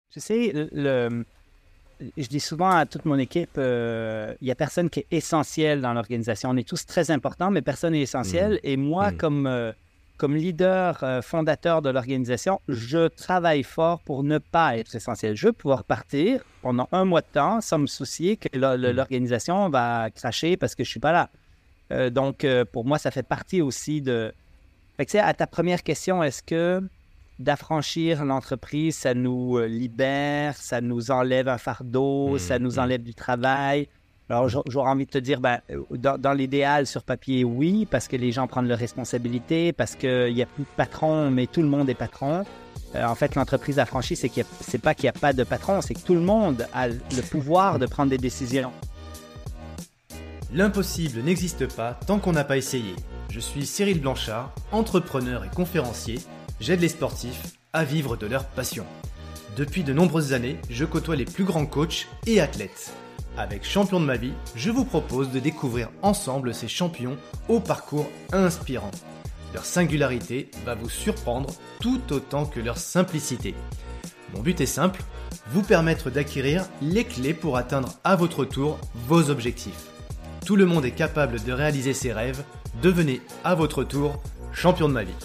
Tu sais, je dis souvent à toute mon équipe, il n'y a personne qui est essentiel dans l'organisation. On est tous très importants, mais personne n'est Mhm. essentiel. Et moi, Mhm. comme leader fondateur de l'organisation, je travaille fort pour ne pas être essentiel. Je veux pouvoir partir pendant un mois de temps sans me soucier que Mhm. l'organisation va cracher parce que je ne suis pas là. Donc, pour moi, ça fait partie aussi de... Fait que, tu sais, à ta première question, est-ce que d'affranchir l'entreprise, ça nous libère, ça nous enlève un fardeau, ça nous Mhm. enlève du travail? Alors, j'aurais envie de te dire, ben, dans l'idéal, sur papier, oui, parce que les gens prennent leurs responsabilités, parce qu'il n'y a plus de patron, mais tout le monde est patron. En fait, l'entreprise affranchie, c'est pas qu'il n'y a pas de patron, c'est que tout le monde a le pouvoir de prendre des décisions. L'impossible n'existe pas tant qu'on n'a pas essayé. Je suis Cyril Blanchard, entrepreneur et conférencier. J'aide les sportifs à vivre de leur passion. Depuis de nombreuses années, je côtoie les plus grands coachs et athlètes. Avec Champion de ma vie, je vous propose de découvrir ensemble ces champions au parcours inspirant. Leur singularité va vous surprendre tout autant que leur simplicité. Mon but est simple, vous permettre d'acquérir les clés pour atteindre à votre tour vos objectifs. Tout le monde est capable de réaliser ses rêves. Devenez à votre tour champion de ma vie.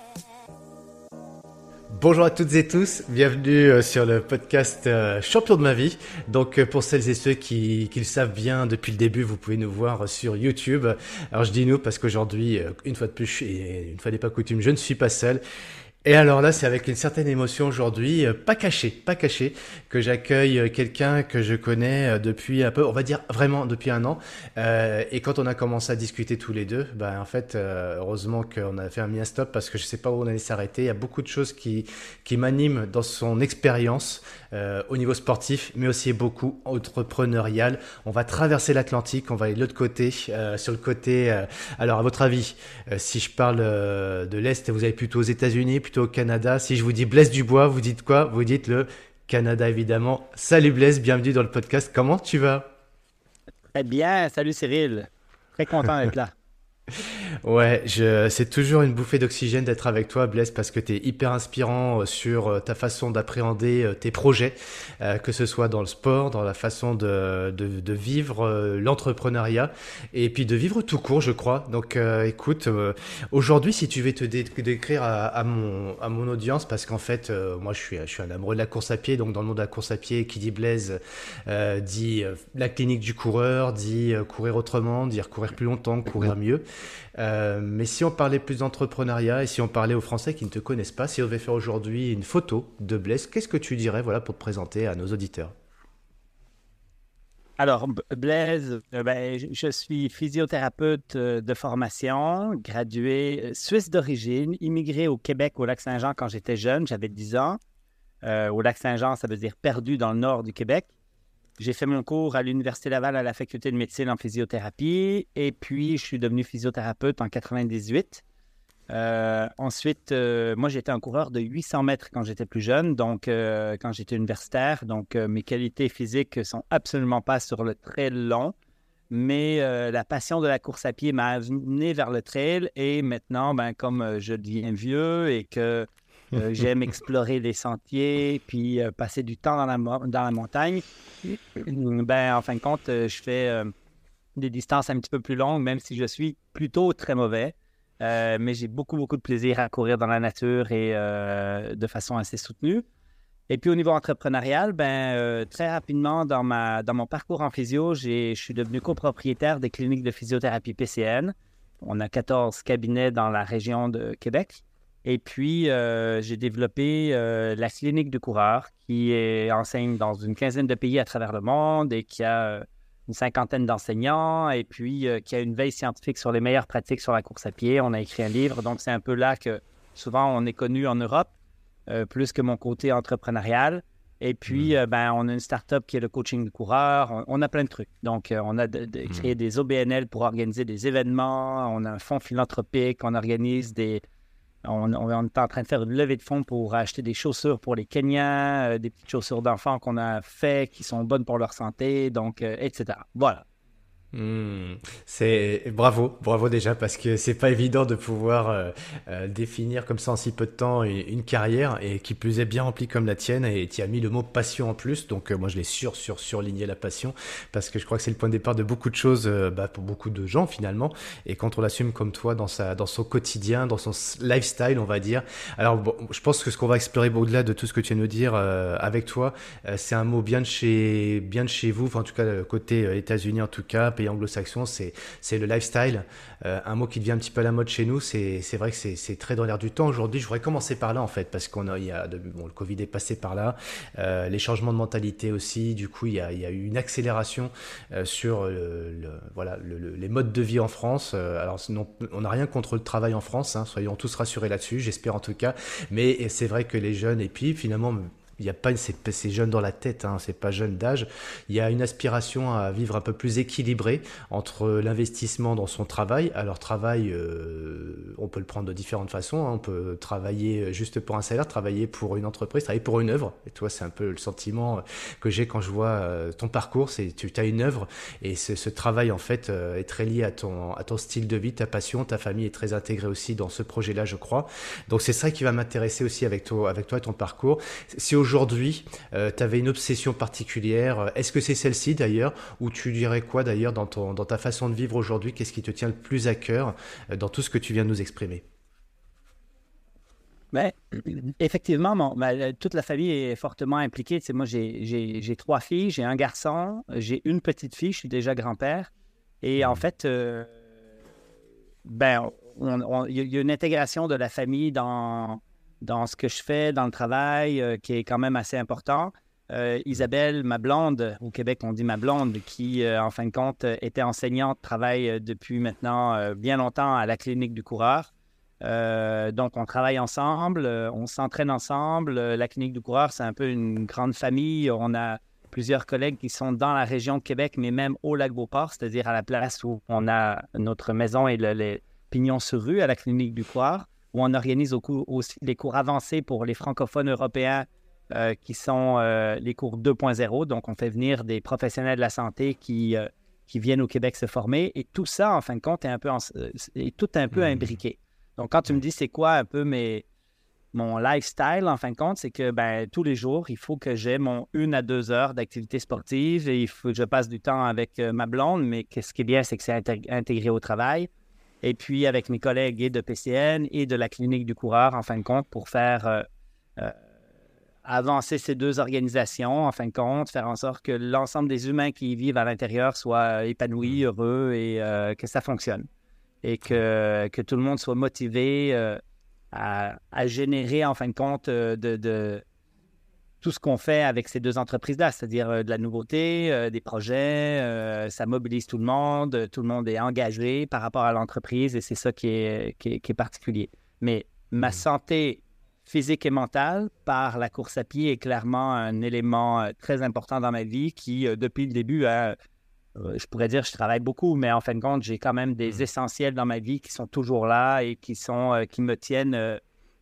Bonjour à toutes et tous, bienvenue sur le podcast Champion de ma vie. Donc pour celles et ceux qui le savent bien depuis le début, vous pouvez nous voir sur YouTube. Alors je dis nous parce qu'aujourd'hui, une fois de plus, et une fois n'est pas coutume, je ne suis pas seul. Et alors là, c'est avec une certaine émotion aujourd'hui, pas caché, que j'accueille quelqu'un que je connais depuis un peu, on va dire vraiment depuis un an. Et quand on a commencé à discuter tous les deux, ben en fait, heureusement qu'on a fait mis un stop parce que je sais pas où on allait s'arrêter. Il y a beaucoup de choses qui m'animent dans son expérience au niveau sportif, mais aussi beaucoup entrepreneurial. On va traverser l'Atlantique, on va aller de l'autre côté, sur le côté. Alors, à votre avis, si je parle de l'Est, vous allez plutôt aux États-Unis, plutôt au Canada. Si je vous dis Blaise Dubois, vous dites quoi? Vous dites le Canada, évidemment. Salut Blaise, bienvenue dans le podcast. Comment tu vas? Très bien, salut Cyril. Très content d'être là. Ouais, c'est toujours une bouffée d'oxygène d'être avec toi, Blaise, parce que tu es hyper inspirant sur ta façon d'appréhender tes projets, que ce soit dans le sport, dans la façon de vivre l'entrepreneuriat, et puis de vivre tout court, je crois. Donc, écoute, aujourd'hui, si tu veux te décrire à mon audience, parce qu'en fait, moi, je suis un amoureux de la course à pied, donc dans le monde de la course à pied, qui dit Blaise, dit la clinique du coureur, dit courir autrement, dire courir plus longtemps, courir mieux. Mais si on parlait plus d'entrepreneuriat et si on parlait aux Français qui ne te connaissent pas, si on devait faire aujourd'hui une photo de Blaise, qu'est-ce que tu dirais voilà, pour te présenter à nos auditeurs? Alors, Blaise, ben, je suis physiothérapeute de formation, gradué suisse d'origine, immigré au Québec, au Lac-Saint-Jean quand j'étais jeune, j'avais 10 ans. Au Lac-Saint-Jean, ça veut dire perdu dans le nord du Québec. J'ai fait mon cours à l'Université Laval à la faculté de médecine en physiothérapie et puis je suis devenu physiothérapeute en 98. Ensuite, moi, j'étais un coureur de 800 mètres quand j'étais plus jeune, donc quand j'étais universitaire. Donc, mes qualités physiques sont absolument pas sur le trail long, mais la passion de la course à pied m'a amené vers le trail. Et maintenant, ben, comme je deviens vieux et que j'aime explorer les sentiers, puis passer du temps dans la montagne, ben, en fin de compte, je fais des distances un petit peu plus longues, même si je suis plutôt très mauvais. Mais j'ai beaucoup, beaucoup de plaisir à courir dans la nature et de façon assez soutenue. Et puis au niveau entrepreneurial, ben, très rapidement dans mon parcours en physio, je suis devenu copropriétaire des cliniques de physiothérapie PCN. On a 14 cabinets dans la région de Québec. Et puis, j'ai développé la clinique de coureurs enseigne dans une quinzaine de pays à travers le monde et qui a une cinquantaine d'enseignants et puis qui a une veille scientifique sur les meilleures pratiques sur la course à pied. On a écrit un livre, donc c'est un peu là que souvent on est connu en Europe, plus que mon côté entrepreneurial. Et puis, Hmm. ben, on a une start-up qui est le coaching de coureurs. On a plein de trucs. Donc, on a Hmm. créé des OBNL pour organiser des événements. On a un fonds philanthropique. On organise on est en train de faire une levée de fonds pour acheter des chaussures pour les Kenyans, des petites chaussures d'enfants qu'on a fait qui sont bonnes pour leur santé, donc, etc. Voilà. C'est bravo déjà parce que c'est pas évident de pouvoir définir comme ça en si peu de temps une carrière et qui plus est bien remplie comme la tienne et tu as mis le mot passion en plus donc moi je l'ai surligné la passion parce que je crois que c'est le point de départ de beaucoup de choses pour beaucoup de gens finalement et quand on l'assume comme toi dans son quotidien dans son lifestyle on va dire alors bon, je pense que ce qu'on va explorer au-delà de tout ce que tu viens de nous dire avec toi c'est un mot bien de chez vous enfin, en tout cas le côté États-Unis en tout cas pays anglo-saxon, c'est le lifestyle. Un mot qui devient un petit peu à la mode chez nous, c'est vrai que c'est très dans l'air du temps aujourd'hui. Je voudrais commencer par là en fait, parce bon, le Covid est passé par là, les changements de mentalité aussi. Du coup, il y a eu une accélération sur les modes de vie en France. Alors, on n'a rien contre le travail en France, hein, soyons tous rassurés là-dessus, j'espère en tout cas. Mais c'est vrai que les jeunes, et puis finalement, il y a pas c'est jeune dans la tête, hein, c'est pas jeune d'âge. Il y a une aspiration à vivre un peu plus équilibré entre l'investissement dans son travail. Alors travail, on peut le prendre de différentes façons. Hein. On peut travailler juste pour un salaire, travailler pour une entreprise, travailler pour une œuvre. Et toi, c'est un peu le sentiment que j'ai quand je vois ton parcours. C'est tu as une œuvre et ce travail en fait est très lié à ton style de vie, ta passion, ta famille est très intégrée aussi dans ce projet-là, je crois. Donc c'est ça qui va m'intéresser aussi avec toi et ton parcours. Si aujourd'hui, tu avais une obsession particulière, est-ce que c'est celle-ci d'ailleurs, ou tu dirais quoi d'ailleurs dans ta façon de vivre aujourd'hui, qu'est-ce qui te tient le plus à cœur dans tout ce que tu viens de nous exprimer? Ben, effectivement, toute la famille est fortement impliquée. Tu sais, moi, j'ai 3 filles, j'ai un garçon, j'ai une petite fille, je suis déjà grand-père. Et en fait, il y a une intégration de la famille dans ce que je fais, dans le travail, qui est quand même assez important. Isabelle, ma blonde, au Québec, on dit ma blonde, qui, en fin de compte, était enseignante, travaille depuis maintenant bien longtemps à la clinique du coureur. Donc, on travaille ensemble, on s'entraîne ensemble. La clinique du coureur, c'est un peu une grande famille. On a plusieurs collègues qui sont dans la région de Québec, mais même au Lac-Beauport, c'est-à-dire à la place où on a notre maison et les pignons sur rue à la clinique du coureur, où on organise aussi les cours avancés pour les francophones européens qui sont les cours 2.0. Donc, on fait venir des professionnels de la santé qui viennent au Québec se former. Et tout ça, en fin de compte, est tout un peu imbriqué. Donc, quand tu me dis c'est quoi un peu mon lifestyle, en fin de compte, c'est que tous les jours, il faut que j'ai mon 1 à 2 heures d'activité sportive et il faut que je passe du temps avec ma blonde. Mais ce qui est bien, c'est que c'est intégré au travail. Et puis, avec mes collègues et de PCN et de la clinique du coureur, en fin de compte, pour faire avancer ces 2 organisations, en fin de compte, faire en sorte que l'ensemble des humains qui y vivent à l'intérieur soient épanouis, heureux et que ça fonctionne. Et que tout le monde soit motivé à générer, en fin de compte, de tout ce qu'on fait avec ces 2 entreprises-là, c'est-à-dire de la nouveauté, des projets, ça mobilise tout le monde est engagé par rapport à l'entreprise et c'est ça qui est particulier. Mais ma santé physique et mentale par la course à pied est clairement un élément très important dans ma vie qui, depuis le début, je pourrais dire que je travaille beaucoup, mais en fin de compte, j'ai quand même des essentiels dans ma vie qui sont toujours là et qui me tiennent,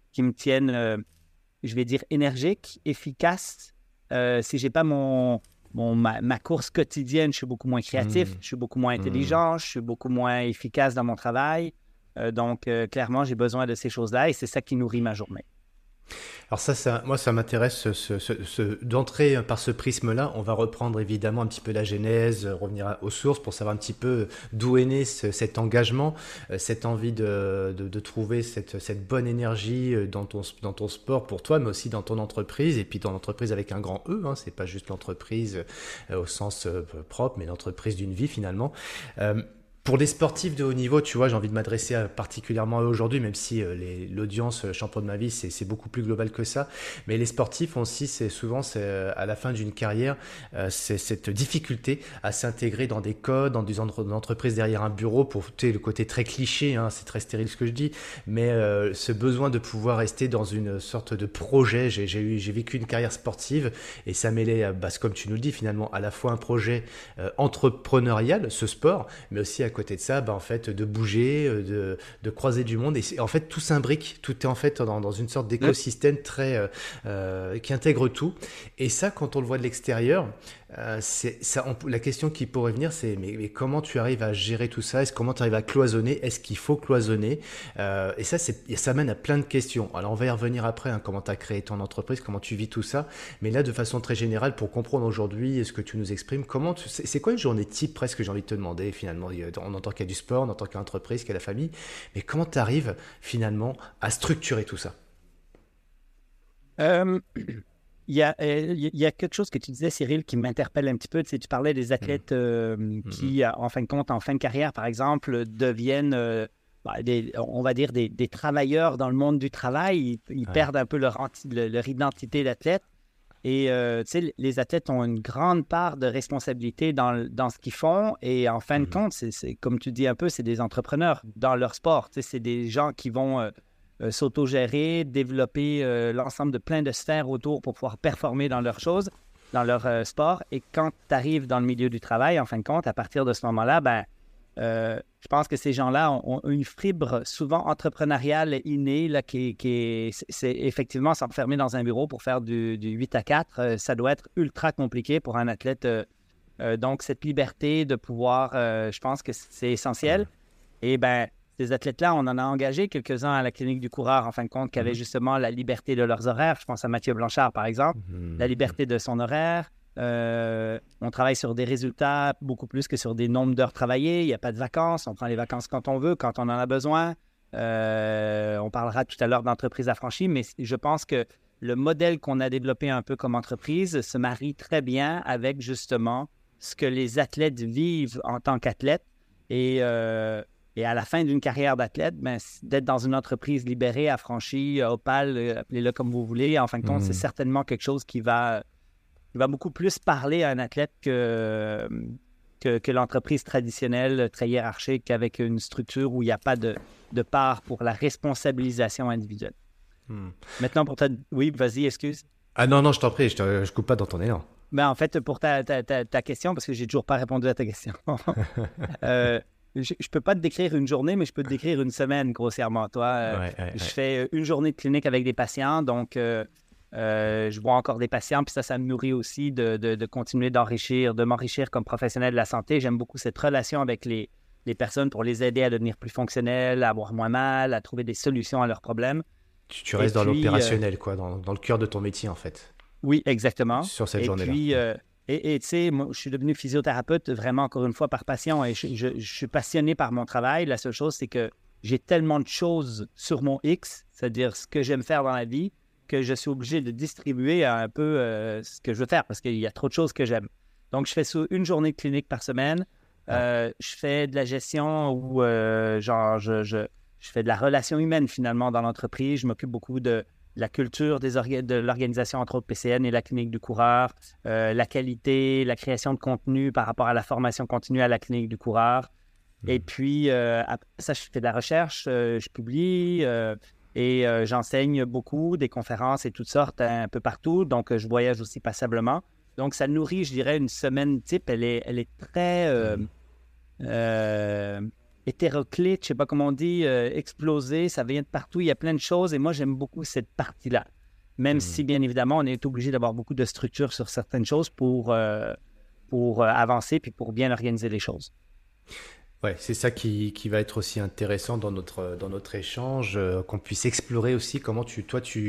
je vais dire, énergique, efficace. Si je n'ai pas ma course quotidienne, je suis beaucoup moins créatif, je suis beaucoup moins intelligent, je suis beaucoup moins efficace dans mon travail. Donc, clairement, j'ai besoin de ces choses-là et c'est ça qui nourrit ma journée. Alors moi, ça m'intéresse d'entrer par ce prisme-là. On va reprendre évidemment un petit peu la genèse, revenir aux sources pour savoir un petit peu d'où est né cet engagement, cette envie de trouver cette bonne énergie dans ton sport pour toi, mais aussi dans ton entreprise, et puis ton entreprise avec un grand E. Hein, c'est pas juste l'entreprise au sens propre, mais l'entreprise d'une vie finalement. Pour les sportifs de haut niveau, tu vois, j'ai envie de m'adresser particulièrement à eux aujourd'hui, même si l'audience champion de ma vie, c'est beaucoup plus global que ça. Mais les sportifs aussi, c'est à la fin d'une carrière, c'est cette difficulté à s'intégrer dans des codes, dans des entreprises derrière un bureau, pour le côté très cliché, hein, c'est très stérile ce que je dis, mais ce besoin de pouvoir rester dans une sorte de projet. J'ai vécu une carrière sportive et ça mêlait, comme tu nous le dis finalement, à la fois un projet entrepreneurial, ce sport, mais aussi à côté de ça, en fait, de bouger, de croiser du monde. Et en fait, tout s'imbrique, tout est en fait dans une sorte d'écosystème très qui intègre tout. Et ça, quand on le voit de l'extérieur, c'est ça. La question qui pourrait venir, c'est mais comment tu arrives à gérer tout ça? Comment tu arrives à cloisonner? Est-ce qu'il faut cloisonner? Et ça mène à plein de questions. Alors on va y revenir après. Comment tu as créé ton entreprise? Comment tu vis tout ça? Mais là, de façon très générale, pour comprendre aujourd'hui ce que tu nous exprimes, c'est quoi une journée type presque? J'ai envie de te demander finalement. On entend qu'il y a du sport, on entend qu'il y a l'entreprise, qu'il y a la famille. Mais comment tu arrives finalement à structurer tout ça? Il y a quelque chose que tu disais, Cyril, qui m'interpelle un petit peu. Tu sais, tu parlais des athlètes qui, en fin de compte, en fin de carrière, par exemple, deviennent, on va dire, des travailleurs dans le monde du travail. Ils perdent un peu leur identité d'athlète. Et tu sais, les athlètes ont une grande part de responsabilité dans ce qu'ils font. Et en fin de compte, c'est comme tu dis un peu, c'est des entrepreneurs dans leur sport. Tu sais, c'est des gens qui vont s'autogérer, développer l'ensemble de plein de sphères autour pour pouvoir performer dans leurs choses, dans leur sport. Et quand tu arrives dans le milieu du travail, en fin de compte, à partir de ce moment-là, je pense que ces gens-là ont une fibre souvent entrepreneuriale innée là, c'est effectivement s'enfermer dans un bureau pour faire du 8 à 4. Ça doit être ultra compliqué pour un athlète. Donc, cette liberté de pouvoir, je pense que c'est essentiel. Et ces athlètes-là, on en a engagé quelques-uns à la clinique du coureur, en fin de compte, qui avaient justement la liberté de leurs horaires. Je pense à Mathieu Blanchard, par exemple, la liberté de son horaire. On travaille sur des résultats beaucoup plus que sur des nombres d'heures travaillées. Il n'y a pas de vacances. On prend les vacances quand on veut, quand on en a besoin. On parlera tout à l'heure d'entreprise affranchie, mais je pense que le modèle qu'on a développé un peu comme entreprise se marie très bien avec justement ce que les athlètes vivent en tant qu'athlètes. Et à la fin d'une carrière d'athlète, d'être dans une entreprise libérée, affranchie, opale, appelez-le comme vous voulez, en fin de compte, c'est certainement quelque chose qui va beaucoup plus parler à un athlète que l'entreprise traditionnelle, très hiérarchique, avec une structure où il n'y a pas de part pour la responsabilisation individuelle. Maintenant, Oui, vas-y, excuse. Ah non, je t'en prie, je coupe pas dans ton élan. En fait, pour ta question, parce que j'ai toujours pas répondu à ta question, je ne peux pas te décrire une journée, mais je peux te décrire une semaine, grossièrement. Je fais une journée de clinique avec des patients, donc je vois encore des patients, puis ça me nourrit aussi de continuer de m'enrichir comme professionnel de la santé. J'aime beaucoup cette relation avec les personnes pour les aider à devenir plus fonctionnels, à avoir moins mal, à trouver des solutions à leurs problèmes. Tu restes dans l'opérationnel, quoi, dans le cœur de ton métier, en fait. Oui, exactement. Sur cette journée-là. Et tu sais, moi, je suis devenu physiothérapeute vraiment, encore une fois, par passion. Et je suis passionné par mon travail. La seule chose, c'est que j'ai tellement de choses sur mon X, c'est-à-dire ce que j'aime faire dans la vie, que je suis obligé de distribuer un peu ce que je veux faire parce qu'il y a trop de choses que j'aime. Donc, je fais une journée de clinique par semaine. Je fais de la gestion où, je fais de la relation humaine, finalement, dans l'entreprise. Je m'occupe beaucoup de la culture de l'organisation, entre autres PCN et la clinique du coureur, la qualité, la création de contenu par rapport à la formation continue à la clinique du coureur. Et puis, après ça, je fais de la recherche, je publie et j'enseigne beaucoup, des conférences et toutes sortes un peu partout. Donc, je voyage aussi passablement. Donc, ça nourrit, je dirais, une semaine type. Elle est très hétéroclite, je ne sais pas comment on dit, explosée, ça vient de partout, il y a plein de choses et moi j'aime beaucoup cette partie-là. Même si bien évidemment on est obligé d'avoir beaucoup de structure sur certaines choses pour avancer puis pour bien organiser les choses. Ouais, c'est ça qui va être aussi intéressant dans notre échange, qu'on puisse explorer aussi comment tu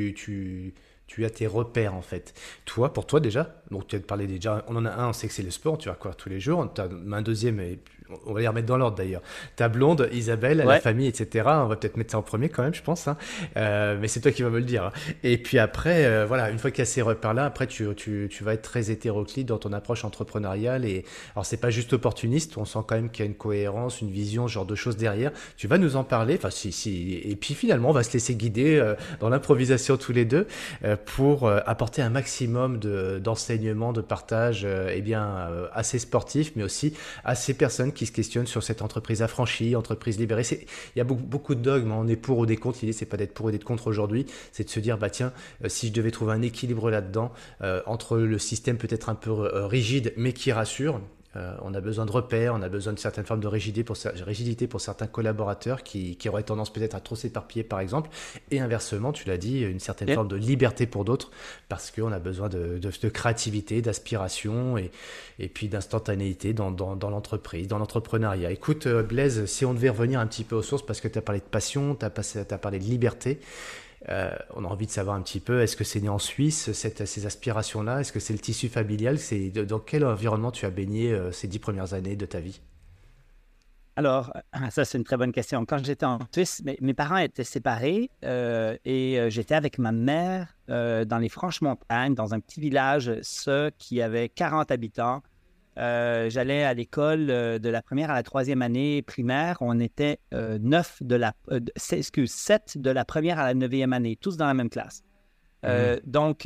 as tes repères en fait. Pour toi déjà, donc tu as parlé déjà, on en a un, on sait que c'est le sport, tu vas courir tous les jours, tu as un deuxième, et on va les remettre dans l'ordre d'ailleurs. Ta blonde, Isabelle, la famille, etc. On va peut-être mettre ça en premier quand même, je pense, hein. Mais c'est toi qui vas me le dire, hein. Et puis après, voilà, une fois qu'il y a ces repères-là, après tu vas être très hétéroclite dans ton approche entrepreneuriale. Et alors c'est pas juste opportuniste, on sent quand même qu'il y a une cohérence, une vision, ce genre de choses derrière. Tu vas nous en parler, enfin et puis finalement on va se laisser guider dans l'improvisation tous les deux. Pour apporter un maximum d'enseignement, de partage à ces sportifs, mais aussi à ces personnes qui se questionnent sur cette entreprise affranchie, entreprise libérée. Il y a beaucoup de dogmes, on est pour ou des contre. L'idée, c'est pas d'être pour ou d'être contre aujourd'hui, c'est de se dire, si je devais trouver un équilibre là-dedans, entre le système peut-être un peu rigide, mais qui rassure, On a besoin de repères, on a besoin de certaines formes de rigidité pour certains collaborateurs qui auraient tendance peut-être à trop s'éparpiller par exemple, et inversement, tu l'as dit, une certaine forme de liberté pour d'autres, parce qu'on a besoin de créativité, d'aspiration et puis d'instantanéité dans l'entreprise, dans l'entrepreneuriat. Écoute Blaise, si on devait revenir un petit peu aux sources, parce que tu as parlé de passion, tu as parlé de liberté, on a envie de savoir un petit peu, est-ce que c'est né en Suisse, ces aspirations-là? Est-ce que c'est le tissu familial? Dans quel environnement tu as baigné ces 10 premières années de ta vie? Alors, ça, c'est une très bonne question. Quand j'étais en Suisse, mes parents étaient séparés et j'étais avec ma mère dans les Franches-Montagnes, dans un petit village, qui avait 40 habitants. J'allais à l'école de la première à la troisième année primaire. On était 7 de la première à la 9e année, tous dans la même classe. Donc,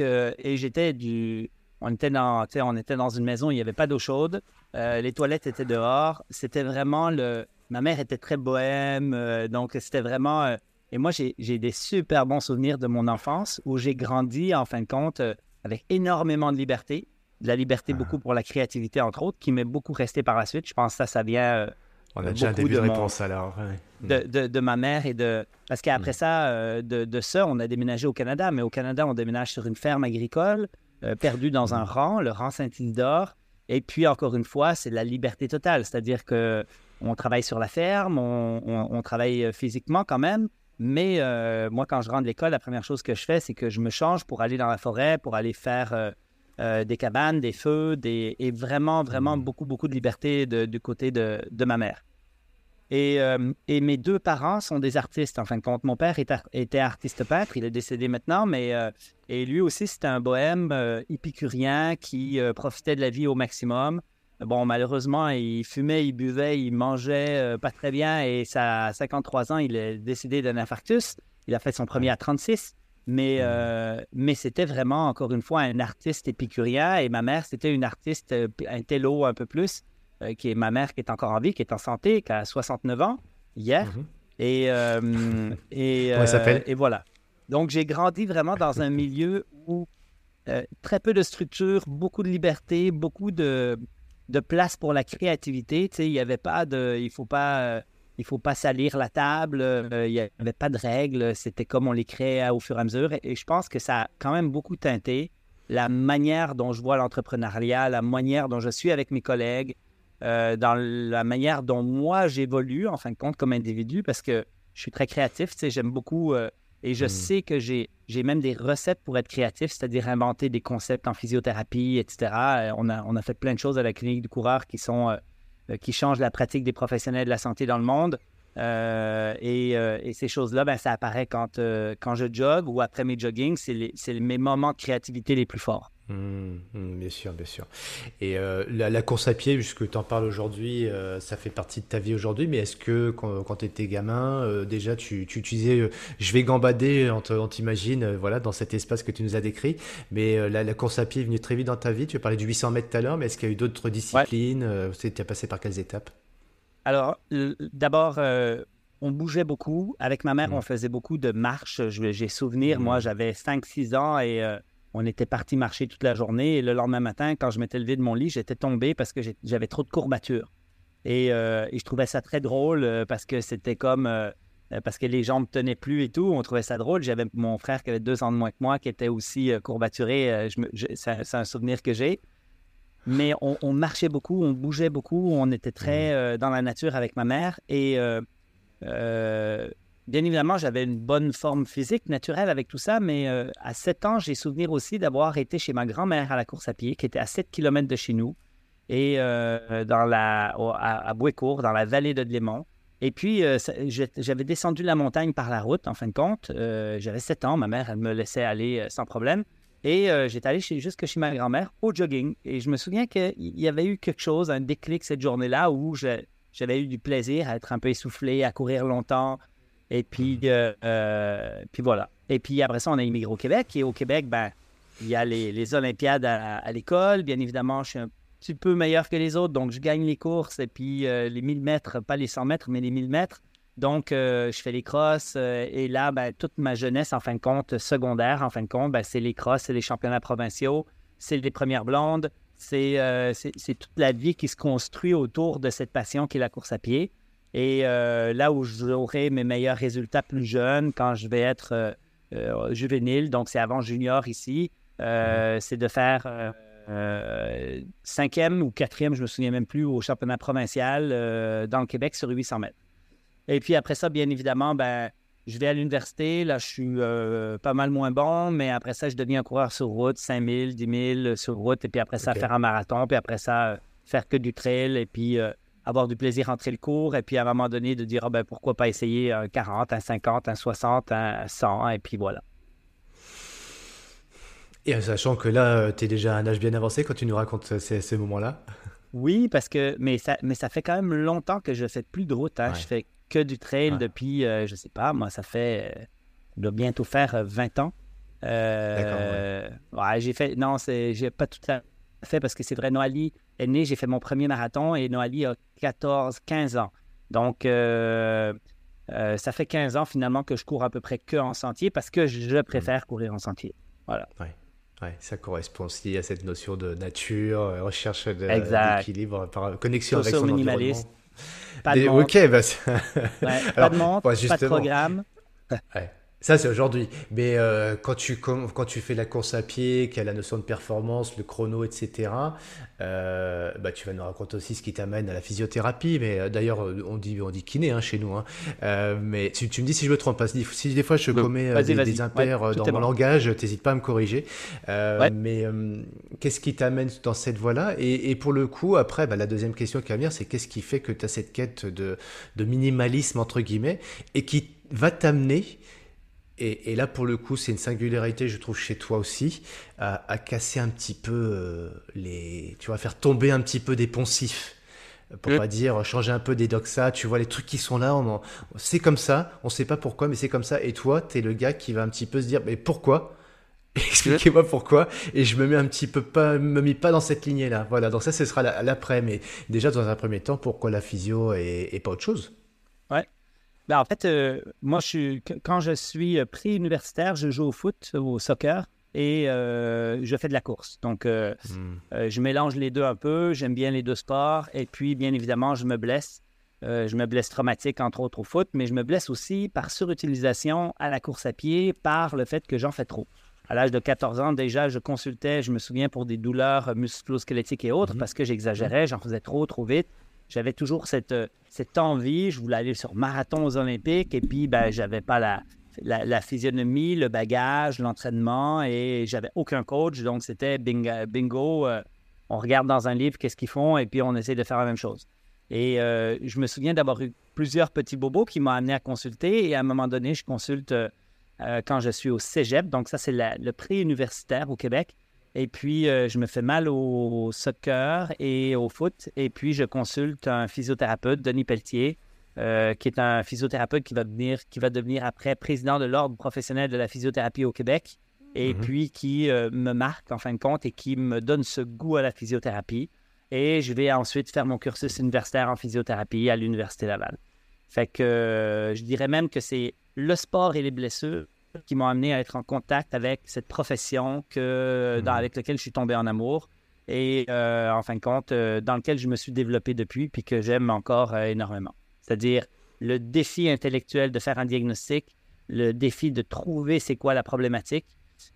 et on était dans une maison, il n'y avait pas d'eau chaude. Les toilettes étaient dehors. C'était vraiment ma mère était très bohème. Donc, c'était vraiment... et moi, j'ai des super bons souvenirs de mon enfance où j'ai grandi, en fin de compte, avec énormément de liberté. De la liberté beaucoup pour la créativité, entre autres, qui m'est beaucoup resté par la suite. Je pense que ça vient on a déjà un début de réponse alors. Ouais. De ma mère parce qu'après ça, de ça, on a déménagé au Canada. Mais au Canada, on déménage sur une ferme agricole, perdue dans un rang, le rang Saint-Isidore. Et puis, encore une fois, c'est la liberté totale. C'est-à-dire qu'on travaille sur la ferme, on travaille physiquement quand même. Mais moi, quand je rentre de l'école, la première chose que je fais, c'est que je me change pour aller dans la forêt, pour aller faire... des cabanes, des feux, et vraiment, vraiment beaucoup, beaucoup de liberté du côté de ma mère. Et mes deux parents sont des artistes, en fin de compte. Mon père était artiste peintre, il est décédé maintenant, mais et lui aussi, c'était un bohème épicurien qui profitait de la vie au maximum. Bon, malheureusement, il fumait, il buvait, il mangeait pas très bien, et à 53 ans, il est décédé d'un infarctus. Il a fait son premier à 36. Mais c'était vraiment, encore une fois, un artiste épicurien. Et ma mère, c'était une artiste intello un peu plus, qui est ma mère qui est encore en vie, qui est en santé, qui a 69 ans hier. Et Comment elle s'appelle? Et voilà. Donc, j'ai grandi vraiment dans un milieu où très peu de structure, beaucoup de liberté, beaucoup de place pour la créativité. Tu sais, il n'y avait pas de... Il faut pas salir la table, il n'y avait pas de règles, c'était comme on les créait au fur et à mesure. Et je pense que ça a quand même beaucoup teinté la manière dont je vois l'entrepreneuriat, la manière dont je suis avec mes collègues, dans la manière dont moi j'évolue, en fin de compte, comme individu, parce que je suis très créatif, tu sais, j'aime beaucoup, et je sais que j'ai même des recettes pour être créatif, c'est-à-dire inventer des concepts en physiothérapie, etc. On a fait plein de choses à la clinique du coureur qui changent la pratique des professionnels de la santé dans le monde. Et ces choses-là, ça apparaît quand je jogue ou après mes joggings. C'est mes moments de créativité les plus forts. Bien sûr, bien sûr. Et la course à pied, puisque tu en parles aujourd'hui, ça fait partie de ta vie aujourd'hui, mais est-ce que quand tu étais gamin, déjà tu disais je vais gambader, on t'imagine, voilà, dans cet espace que tu nous as décrit, mais la course à pied est venue très vite dans ta vie. Tu parlais du 800 mètres tout à l'heure, mais est-ce qu'il y a eu d'autres disciplines? Tu as passé par quelles étapes? Alors, d'abord, on bougeait beaucoup. Avec ma mère, on faisait beaucoup de marches. J'ai souvenir, moi, j'avais 5-6 ans et on était parti marcher toute la journée. Et le lendemain matin, quand je m'étais levé de mon lit, j'étais tombé parce que j'avais trop de courbatures. Et je trouvais ça très drôle parce que c'était comme... parce que les jambes ne tenaient plus et tout. On trouvait ça drôle. J'avais mon frère qui avait 2 ans de moins que moi, qui était aussi courbaturé. C'est un souvenir que j'ai. Mais on marchait beaucoup, on bougeait beaucoup, on était très dans la nature avec ma mère. Et bien évidemment, j'avais une bonne forme physique, naturelle avec tout ça, mais à 7 ans, j'ai souvenir aussi d'avoir été chez ma grand-mère à la course à pied, qui était à 7 km de chez nous, et à Bouécourt, dans la vallée de Dlémont. Et puis, j'avais descendu la montagne par la route, en fin de compte. J'avais 7 ans, ma mère, elle me laissait aller sans problème. Et j'étais allé jusque chez ma grand-mère au jogging. Et je me souviens qu'il y avait eu quelque chose, un déclic cette journée-là où j'avais eu du plaisir à être un peu essoufflé, à courir longtemps. Et puis, puis voilà. Et puis après ça, on a immigré au Québec. Et au Québec, il y a les Olympiades à l'école. Bien évidemment, je suis un petit peu meilleur que les autres. Donc, je gagne les courses. Et puis, les 1000 mètres, pas les 100 mètres, mais les 1000 mètres. Donc, je fais les crosses et là, toute ma jeunesse, en fin de compte, secondaire, en fin de compte, c'est les crosses, c'est les championnats provinciaux, c'est les premières blondes. c'est toute la vie qui se construit autour de cette passion qui est la course à pied. Et là où j'aurai mes meilleurs résultats plus jeunes, quand je vais être juvénile, donc c'est avant junior ici, c'est de faire 5e ou 4e, je me souviens même plus, au championnat provincial dans le Québec sur 800 mètres. Et puis après ça, bien évidemment, je vais à l'université. Là, je suis pas mal moins bon, mais après ça, je deviens un coureur sur route, 5000, 10 000 sur route, et puis après ça, faire un marathon, puis après ça, faire que du trail, et puis avoir du plaisir entre le cours, et puis à un moment donné, de dire, pourquoi pas essayer un 40, un 50, un 60, un 100, et puis voilà. Et sachant que là, tu es déjà à un âge bien avancé quand tu nous racontes ces moments-là. Oui, mais ça fait quand même longtemps que je ne fais plus de route. Hein. Ouais. Je fais que du trail depuis, je ne sais pas, moi, ça doit bientôt faire 20 ans. D'accord. Ouais, j'ai pas tout à fait parce que c'est vrai, Noailly est né, j'ai fait mon premier marathon et Noailly a 15 ans. Donc, ça fait 15 ans finalement que je cours à peu près que en sentier parce que je préfère courir en sentier. Voilà. Ouais. Ouais, ça correspond aussi à cette notion de nature, recherche d'équilibre, connexion avec son environnement. Pas de montre. Ok, pas de montre, pas de programme. Ouais. Ça, c'est aujourd'hui. Mais quand tu fais la course à pied, qu'il y a la notion de performance, le chrono, etc., tu vas nous raconter aussi ce qui t'amène à la physiothérapie. Mais d'ailleurs, on dit kiné chez nous. Mais tu me dis si je me trompe pas. Si des fois je commets des impairs dans mon langage, t'hésites pas à me corriger. Mais qu'est-ce qui t'amène dans cette voie-là et pour le coup, après, la deuxième question qui va venir, c'est qu'est-ce qui fait que tu as cette quête de minimalisme, entre guillemets, et qui va t'amener... Et là, pour le coup, c'est une singularité, je trouve, chez toi aussi, à casser un petit peu tu vas faire tomber un petit peu des poncifs, pour pas dire changer un peu des doxas, tu vois, les trucs qui sont là, c'est comme ça, on sait pas pourquoi, mais c'est comme ça. Et toi, t'es le gars qui va un petit peu se dire, mais pourquoi ? Expliquez-moi pourquoi. Et je me mets pas dans cette lignée-là. Voilà, donc ça, ce sera l'après. Mais déjà, dans un premier temps, pourquoi la physio et pas autre chose ? Ouais. En fait, moi, quand je suis pré-universitaire, je joue au foot, au soccer, et je fais de la course. Donc, je mélange les deux un peu. J'aime bien les deux sports. Et puis, bien évidemment, je me blesse. Je me blesse traumatique, entre autres, au foot, mais je me blesse aussi par surutilisation à la course à pied, par le fait que j'en fais trop. À l'âge de 14 ans, déjà, je consultais, je me souviens, pour des douleurs musculo-squelettiques et autres, parce que j'exagérais, j'en faisais trop vite. J'avais toujours cette envie, je voulais aller sur marathon aux Olympiques et puis j'avais pas la physionomie, le bagage, l'entraînement et j'avais aucun coach, donc c'était bingo, on regarde dans un livre qu'est-ce qu'ils font et puis on essaie de faire la même chose. Et je me souviens d'avoir eu plusieurs petits bobos qui m'ont amené à consulter et à un moment donné, je consulte quand je suis au cégep, donc ça c'est le pré-universitaire au Québec. Et puis, je me fais mal au soccer et au foot. Et puis, je consulte un physiothérapeute, Denis Pelletier, qui est un physiothérapeute qui va devenir après président de l'Ordre professionnel de la physiothérapie au Québec. Et puis, qui me marque, en fin de compte, et qui me donne ce goût à la physiothérapie. Et je vais ensuite faire mon cursus universitaire en physiothérapie à l'Université Laval. Fait que je dirais même que c'est le sport et les blessures qui m'ont amené à être en contact avec cette profession avec laquelle je suis tombé en amour et en fin de compte, dans lequel je me suis développé depuis puis que j'aime encore énormément. C'est-à-dire le défi intellectuel de faire un diagnostic, le défi de trouver c'est quoi la problématique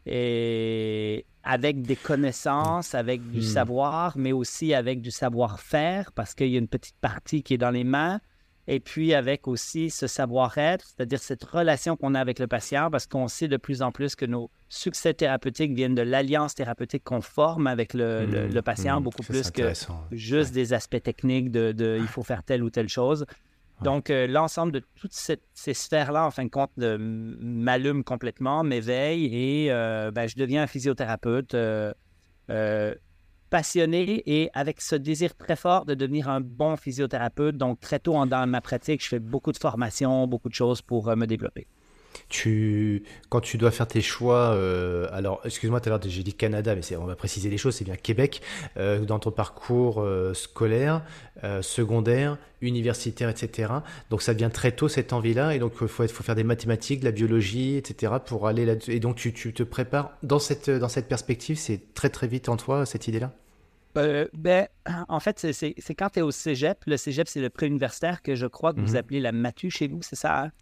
et avec des connaisses, avec du savoir, mais aussi avec du savoir-faire parce qu'il y a une petite partie qui est dans les mains. Et puis avec aussi ce savoir-être, c'est-à-dire cette relation qu'on a avec le patient, parce qu'on sait de plus en plus que nos succès thérapeutiques viennent de l'alliance thérapeutique qu'on forme avec le patient, beaucoup plus que juste des aspects techniques de il faut faire telle ou telle chose. Ouais. Donc, l'ensemble de toutes ces sphères-là, en fin de compte, m'allument complètement, m'éveille et je deviens un physiothérapeute passionné et avec ce désir très fort de devenir un bon physiothérapeute. Donc, très tôt dans ma pratique, je fais beaucoup de formations, beaucoup de choses pour me développer. Quand tu dois faire tes choix, alors excuse-moi tout à l'heure j'ai dit Canada, mais on va préciser les choses, c'est bien Québec, dans ton parcours scolaire, secondaire, universitaire, etc. Donc ça vient très tôt cette envie-là, et donc il faut faire des mathématiques, de la biologie, etc. pour aller là-dessus. Et donc tu te prépares dans cette perspective, c'est très très vite en toi cette idée-là. En fait, c'est quand tu es au cégep. Le cégep, c'est le pré-universitaire que je crois que vous appelez la matu chez vous, c'est ça? Hein?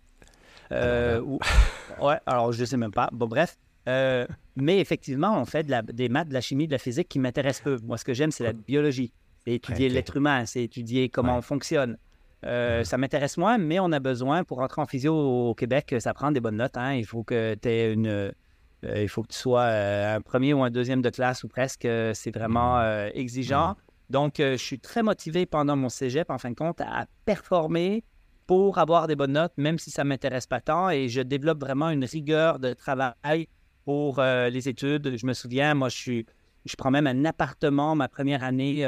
Ouais, alors je ne sais même pas. Bon, bref. Mais effectivement, on fait des maths, de la chimie, de la physique qui m'intéressent peu. Moi, ce que j'aime, c'est la biologie. C'est étudier l'être humain, c'est étudier comment on fonctionne. Ça m'intéresse moins, mais on a besoin, pour rentrer en physio au Québec, ça prend des bonnes notes. Hein. Il faut que tu aies il faut que tu sois un premier ou un deuxième de classe ou presque. C'est vraiment exigeant. Donc, je suis très motivé pendant mon cégep, en fin de compte, à performer pour avoir des bonnes notes, même si ça ne m'intéresse pas tant. Et je développe vraiment une rigueur de travail pour les études. Je me souviens, moi, je prends même un appartement ma première année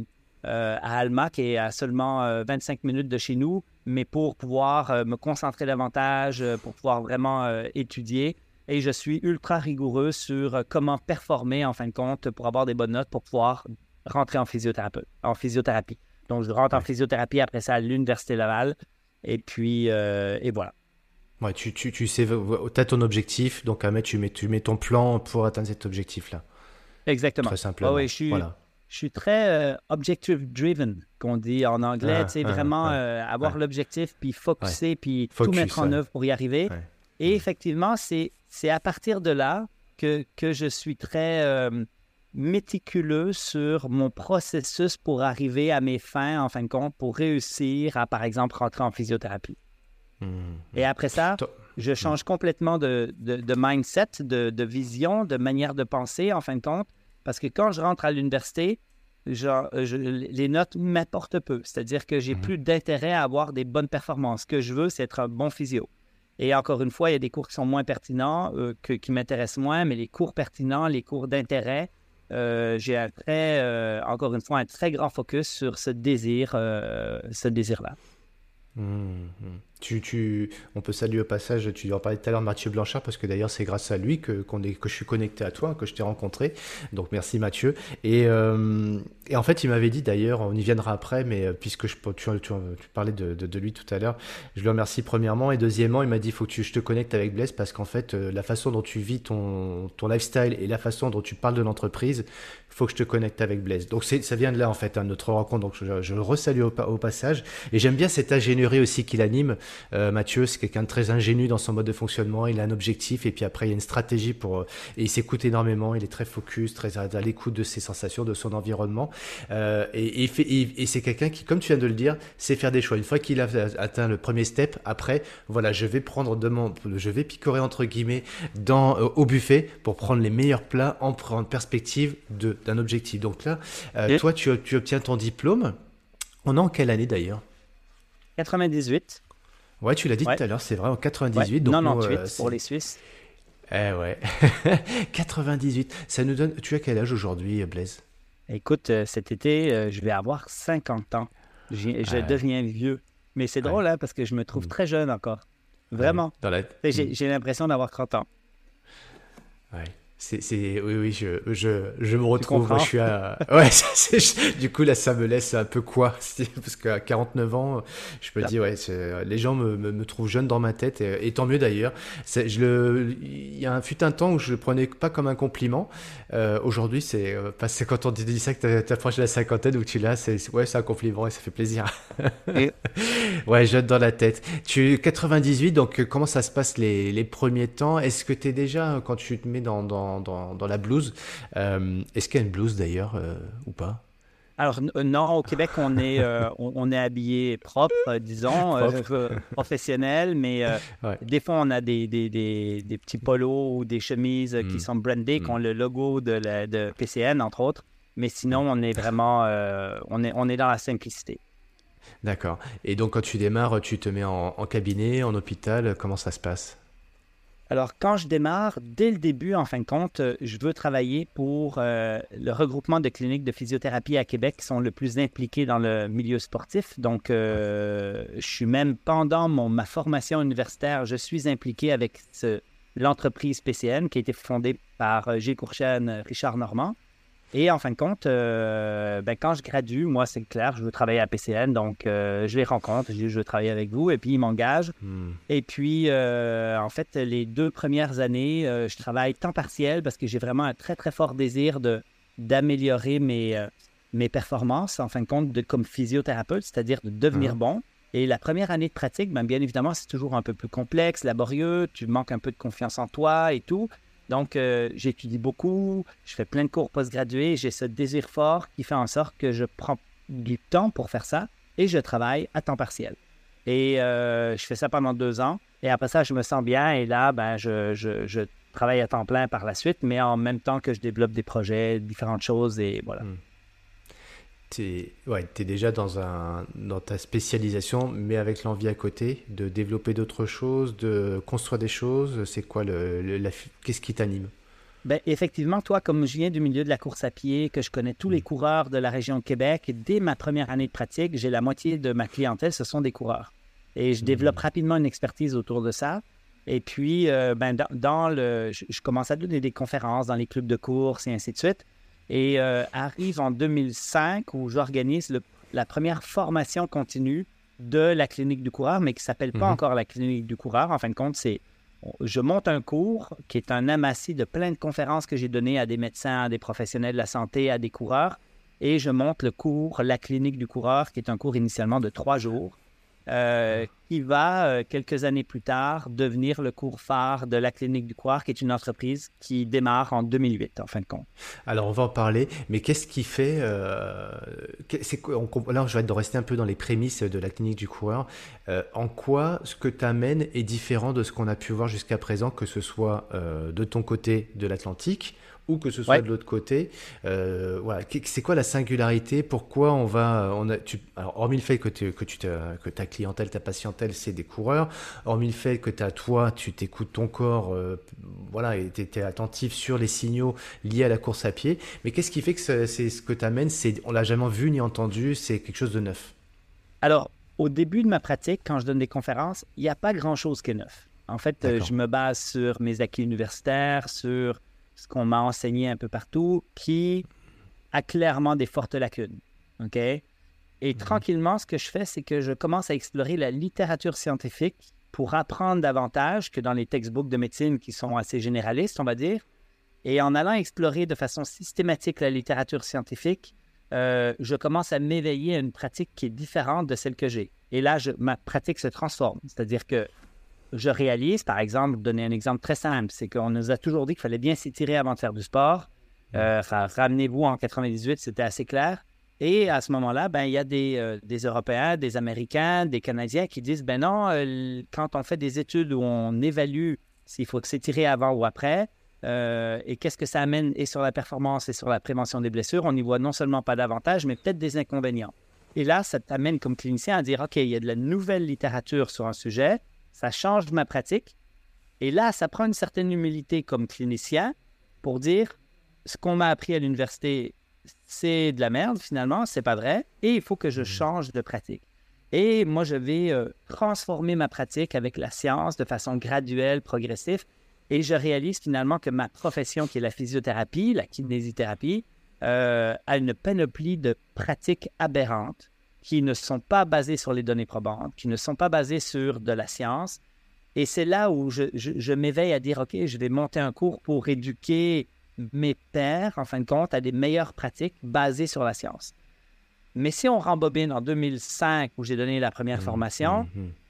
à Alma, qui est à seulement 25 minutes de chez nous, mais pour pouvoir me concentrer davantage, pour pouvoir vraiment étudier. Et je suis ultra rigoureux sur comment performer, en fin de compte, pour avoir des bonnes notes, pour pouvoir rentrer en physiothérapie. Donc, je rentre en physiothérapie après ça à l'Université Laval. Et puis, et voilà. Ouais, tu sais, tu as ton objectif, donc tu mets ton plan pour atteindre cet objectif-là. Exactement. Très simplement. Oui, je suis très objective-driven, qu'on dit en anglais. Vraiment avoir l'objectif, puis focusser, puis tout mettre en œuvre pour y arriver. Ouais. Et effectivement, c'est à partir de là que je suis très méticuleux sur mon processus pour arriver à mes fins, en fin de compte, pour réussir à, par exemple, rentrer en physiothérapie. Et après ça, je change complètement de mindset, de vision, de manière de penser, en fin de compte, parce que quand je rentre à l'université, les notes m'apportent peu. C'est-à-dire que j'ai plus d'intérêt à avoir des bonnes performances. Ce que je veux, c'est être un bon physio. Et encore une fois, il y a des cours qui sont moins pertinents, qui m'intéressent moins, mais les cours pertinents, les cours d'intérêt, j'ai encore une fois, un très grand focus sur ce désir-là. On peut saluer au passage, tu en parlais tout à l'heure, Mathieu Blanchard, parce que d'ailleurs c'est grâce à lui que je suis connecté à toi, que je t'ai rencontré. Donc merci Mathieu. Et en fait, il m'avait dit d'ailleurs, on y viendra après, mais puisque tu parlais de lui tout à l'heure, je le remercie premièrement. Et deuxièmement, il m'a dit, il faut que je te connecte avec Blaise, parce qu'en fait, la façon dont tu vis ton lifestyle et la façon dont tu parles de l'entreprise, il faut que je te connecte avec Blaise. Donc ça vient de là en fait, notre rencontre. Donc je le resalue au passage. Et j'aime bien cette ingénierie aussi qu'il anime. Mathieu, c'est quelqu'un de très ingénu dans son mode de fonctionnement. Il a un objectif et puis après, il y a une stratégie et il s'écoute énormément. Il est très focus, très à l'écoute de ses sensations, de son environnement. Et c'est quelqu'un qui, comme tu viens de le dire, sait faire des choix. Une fois qu'il a atteint le premier step, après, voilà, je vais picorer entre guillemets au buffet pour prendre les meilleurs plats en perspective d'un objectif. Donc là, toi, tu obtiens ton diplôme. On est en quelle année d'ailleurs? 98. Ouais, tu l'as dit tout à l'heure, c'est vrai, en 98. Ouais, donc 98 pour les Suisses. Ouais. 98. Ça nous donne... Tu as quel âge aujourd'hui, Blaise? Écoute, cet été, je vais avoir 50 ans. Je deviens vieux. Mais c'est drôle, hein, parce que je me trouve très jeune encore. Vraiment. J'ai l'impression d'avoir 30 ans. Ouais. Oui, je me retrouve. Moi, je suis du coup, là, ça me laisse un peu quoi. Parce qu'à 49 ans, je me dis, les gens me trouvent jeune dans ma tête, et tant mieux d'ailleurs. Il y a fut un temps où je le prenais pas comme un compliment. Aujourd'hui, c'est quand on te dit ça que tu approches de la cinquantaine ou que tu l'as, c'est un compliment et ça fait plaisir. Ouais, jeune dans la tête. 98, donc comment ça se passe les premiers temps? Est-ce que tu es déjà, quand tu te mets dans la blouse, est-ce qu'il y a une blouse d'ailleurs ou pas? Alors non, au Québec, on est habillé propre, disons, professionnel, mais des fois, on a des petits polos ou des chemises qui sont brandées, qui ont le logo de PCN, entre autres. Mais sinon, on est vraiment on est dans la simplicité. D'accord. Et donc, quand tu démarres, tu te mets en cabinet, en hôpital, comment ça se passe? Alors, quand je démarre, dès le début, en fin de compte, je veux travailler pour le regroupement de cliniques de physiothérapie à Québec qui sont le plus impliqués dans le milieu sportif. Donc, je suis même, pendant ma formation universitaire, je suis impliqué avec l'entreprise PCN qui a été fondée par Gilles Courchane, Richard Normand. Et en fin de compte, quand je gradue, moi, c'est clair, je veux travailler à PCN. Donc, je les rencontre, je dis, je veux travailler avec vous. Et puis, ils m'engagent. Et puis, en fait, les 2 premières années, je travaille temps partiel parce que j'ai vraiment un très, très fort désir d'améliorer mes performances, en fin de compte, comme physiothérapeute, c'est-à-dire de devenir bon. Et la première année de pratique, bien évidemment, c'est toujours un peu plus complexe, laborieux, tu manques un peu de confiance en toi et tout. Donc, j'étudie beaucoup, je fais plein de cours postgradués, j'ai ce désir fort qui fait en sorte que je prends du temps pour faire ça et je travaille à temps partiel. Et je fais ça pendant 2 ans. Et après ça, je me sens bien. Et là, je travaille à temps plein par la suite, mais en même temps que je développe des projets, différentes choses. Et voilà. T'es déjà dans ta spécialisation, mais avec l'envie à côté de développer d'autres choses, de construire des choses. C'est quoi qu'est-ce qui t'anime? Bien, effectivement, toi, comme je viens du milieu de la course à pied, que je connais tous les coureurs de la région de Québec, dès ma première année de pratique, j'ai la moitié de ma clientèle, ce sont des coureurs. Et je développe rapidement une expertise autour de ça. Et puis, je commence à donner des conférences dans les clubs de course et ainsi de suite. Et arrive en 2005 où j'organise la première formation continue de la clinique du coureur, mais qui ne s'appelle pas encore la clinique du coureur. En fin de compte, je monte un cours qui est un amassis de plein de conférences que j'ai données à des médecins, à des professionnels de la santé, à des coureurs. Et je monte le cours La clinique du coureur, qui est un cours initialement de 3 jours, qui va, quelques années plus tard, devenir le cours phare de la clinique du coureur, qui est une entreprise qui démarre en 2008, en fin de compte. Alors, on va en parler, mais qu'est-ce qui fait... là, je vais rester un peu dans les prémices de la clinique du coureur. En quoi ce que tu amènes est différent de ce qu'on a pu voir jusqu'à présent, que ce soit de ton côté de l'Atlantique ou que ce soit de l'autre côté. C'est quoi la singularité? Pourquoi alors, hormis le fait que ta clientèle, ta patientèle, c'est des coureurs, hormis le fait que tu t'écoutes ton corps, et tu es attentif sur les signaux liés à la course à pied, mais qu'est-ce qui fait que c'est ce que tu amènes, on l'a jamais vu ni entendu, c'est quelque chose de neuf? Alors, au début de ma pratique, quand je donne des conférences, il n'y a pas grand-chose qui est neuf. En fait, je me base sur mes acquis universitaires, sur ce qu'on m'a enseigné un peu partout, qui a clairement des fortes lacunes. OK? Et tranquillement, ce que je fais, c'est que je commence à explorer la littérature scientifique pour apprendre davantage que dans les textbooks de médecine qui sont assez généralistes, on va dire. Et en allant explorer de façon systématique la littérature scientifique, je commence à m'éveiller à une pratique qui est différente de celle que j'ai. Et là, ma pratique se transforme. C'est-à-dire que je réalise, par exemple, donner un exemple très simple, c'est qu'on nous a toujours dit qu'il fallait bien s'étirer avant de faire du sport. Ramenez-vous en 98, c'était assez clair. Et à ce moment-là, il y a des Européens, des Américains, des Canadiens qui disent, non, quand on fait des études où on évalue s'il faut s'étirer avant ou après, et qu'est-ce que ça amène et sur la performance et sur la prévention des blessures, on n'y voit non seulement pas d'avantages, mais peut-être des inconvénients. Et là, ça t'amène comme clinicien à dire, OK, il y a de la nouvelle littérature sur un sujet, ça change de ma pratique. Et là, ça prend une certaine humilité comme clinicien pour dire, ce qu'on m'a appris à l'université, c'est de la merde finalement, c'est pas vrai, et il faut que je change de pratique. Et moi, je vais transformer ma pratique avec la science de façon graduelle, progressive, et je réalise finalement que ma profession, qui est la physiothérapie, la kinésithérapie, a une panoplie de pratiques aberrantes qui ne sont pas basées sur les données probantes, qui ne sont pas basées sur de la science. Et c'est là où je m'éveille à dire, OK, je vais monter un cours pour éduquer mes pairs, en fin de compte, à des meilleures pratiques basées sur la science. Mais si on rembobine en 2005, où j'ai donné la première formation,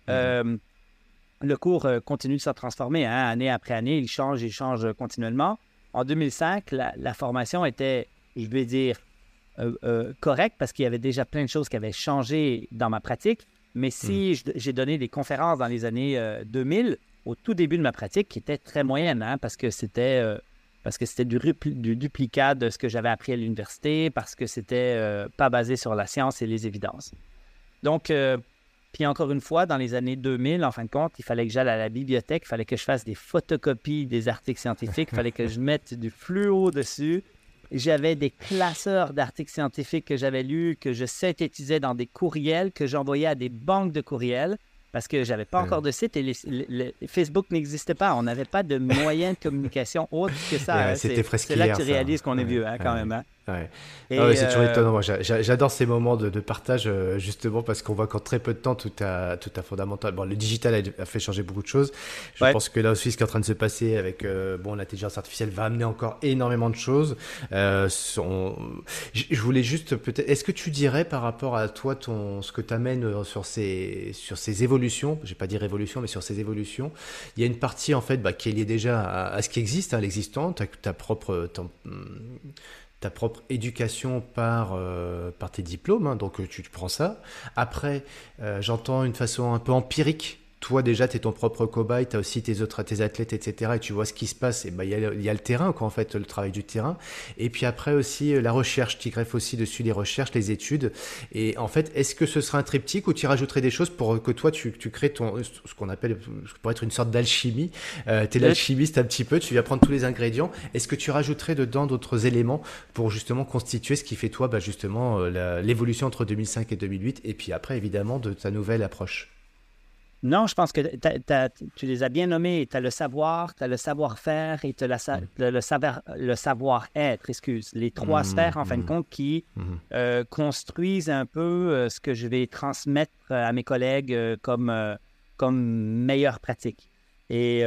le cours continue de se transformer, année après année, il change continuellement. En 2005, la formation était, je vais dire, correcte, parce qu'il y avait déjà plein de choses qui avaient changé dans ma pratique. Mais si j'ai donné des conférences dans les années 2000, au tout début de ma pratique, qui était très moyenne, parce que c'était du duplicat de ce que j'avais appris à l'université, parce que c'était pas basé sur la science et les évidences. Donc, puis encore une fois, dans les années 2000, en fin de compte, il fallait que j'aille à la bibliothèque, il fallait que je fasse des photocopies des articles scientifiques, il fallait que je mette du fluo dessus. J'avais des classeurs d'articles scientifiques que j'avais lus, que je synthétisais dans des courriels, que j'envoyais à des banques de courriels, parce que je n'avais pas encore de site et Facebook n'existait pas. On n'avait pas de moyens de communication autres que ça. C'était c'est là que tu réalises qu'on est vieux, quand même. Ouais. Ah ouais, Et c'est toujours étonnant. Moi, j'adore ces moments de partage, justement, parce qu'on voit qu'en très peu de temps, tout a fondamental. Bon, le digital a fait changer beaucoup de choses. Je ouais, pense que là aussi, ce qui est en train de se passer avec bon, l'intelligence artificielle va amener encore énormément de choses. Son... Je voulais juste peut-être. Est-ce que tu dirais par rapport à toi, ce que tu amènes sur ces évolutions, je vais pas dire évolution, mais sur ces évolutions, il y a une partie en fait qui est liée déjà à ce qui existe, hein, l'existant, ta propre éducation par tes diplômes, hein, donc tu prends ça. Après, j'entends une façon un peu empirique. Toi déjà, tu es ton propre cobaye, tu as aussi tes athlètes, etc. Et tu vois ce qui se passe. Et il y a le terrain, quoi, en fait, le travail du terrain. Et puis après aussi, la recherche. Tu greffes aussi dessus les recherches, les études. Et en fait, est-ce que ce sera un triptyque ou tu rajouterais des choses pour que toi, tu crées ce qu'on appelle, ce pourrait être une sorte d'alchimie. Tu es l'alchimiste un petit peu, tu viens prendre tous les ingrédients. Est-ce que tu rajouterais dedans d'autres éléments pour justement constituer ce qui fait toi, justement, l'évolution entre 2005 et 2008 et puis après, évidemment, de ta nouvelle approche? non, je pense que tu les as bien nommés. Tu as le savoir, tu as le savoir-faire et tu as le savoir-être, excuse. Les trois sphères, en fin de compte, qui construisent un peu ce que je vais transmettre à mes collègues comme meilleure pratique. Et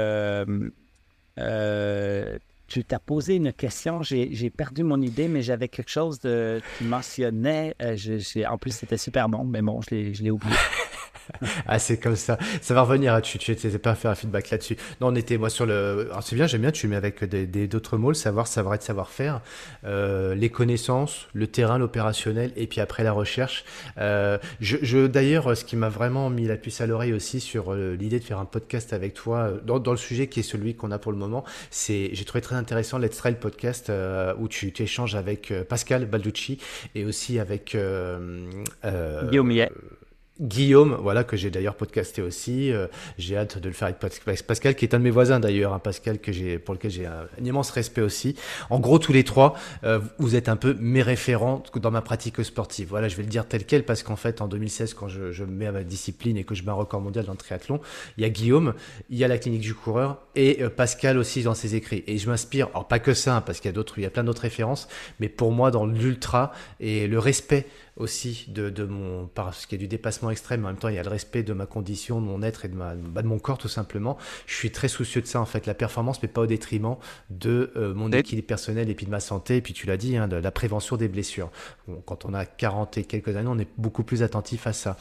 tu t'as posé une question, j'ai perdu mon idée, mais j'avais quelque chose tu mentionnais. En plus, c'était super bon, mais bon, je l'ai oublié. Ah, c'est comme ça. Ça va revenir. Hein. Tu n'étais pas à faire un feedback là-dessus. Non, on était, moi, sur le. Alors, c'est bien, j'aime bien, tu mets avec d'autres mots, le savoir, savoir-être, savoir-faire, les connaissances, le terrain, l'opérationnel, et puis après la recherche. D'ailleurs, ce qui m'a vraiment mis la puce à l'oreille aussi sur l'idée de faire un podcast avec toi, dans le sujet qui est celui qu'on a pour le moment, j'ai trouvé très intéressant Let's Trail podcast où tu échanges avec Pascal Balducci et aussi avec. Guillaume Millet. Guillaume, voilà, que j'ai d'ailleurs podcasté aussi. J'ai hâte de le faire avec Pascal, qui est un de mes voisins d'ailleurs, hein, Pascal, pour lequel j'ai un immense respect aussi. En gros, tous les trois, vous êtes un peu mes référents dans ma pratique sportive. Voilà, je vais le dire tel quel, parce qu'en fait, en 2016, quand je me mets à ma discipline et que je mets un record mondial dans le triathlon, il y a Guillaume, il y a la clinique du coureur et Pascal aussi dans ses écrits. Et je m'inspire, alors pas que ça, hein, parce qu'il y a plein d'autres références, mais pour moi, dans l'ultra et le respect aussi parce qu'il y a du dépassement extrême, mais en même temps il y a le respect de ma condition, de mon être et de mon corps tout simplement. Je suis très soucieux de ça en fait, la performance, mais pas au détriment de mon équilibre personnel et puis de ma santé, et puis tu l'as dit, hein, de la prévention des blessures. Bon, quand on a 40 et quelques années, on est beaucoup plus attentif à ça.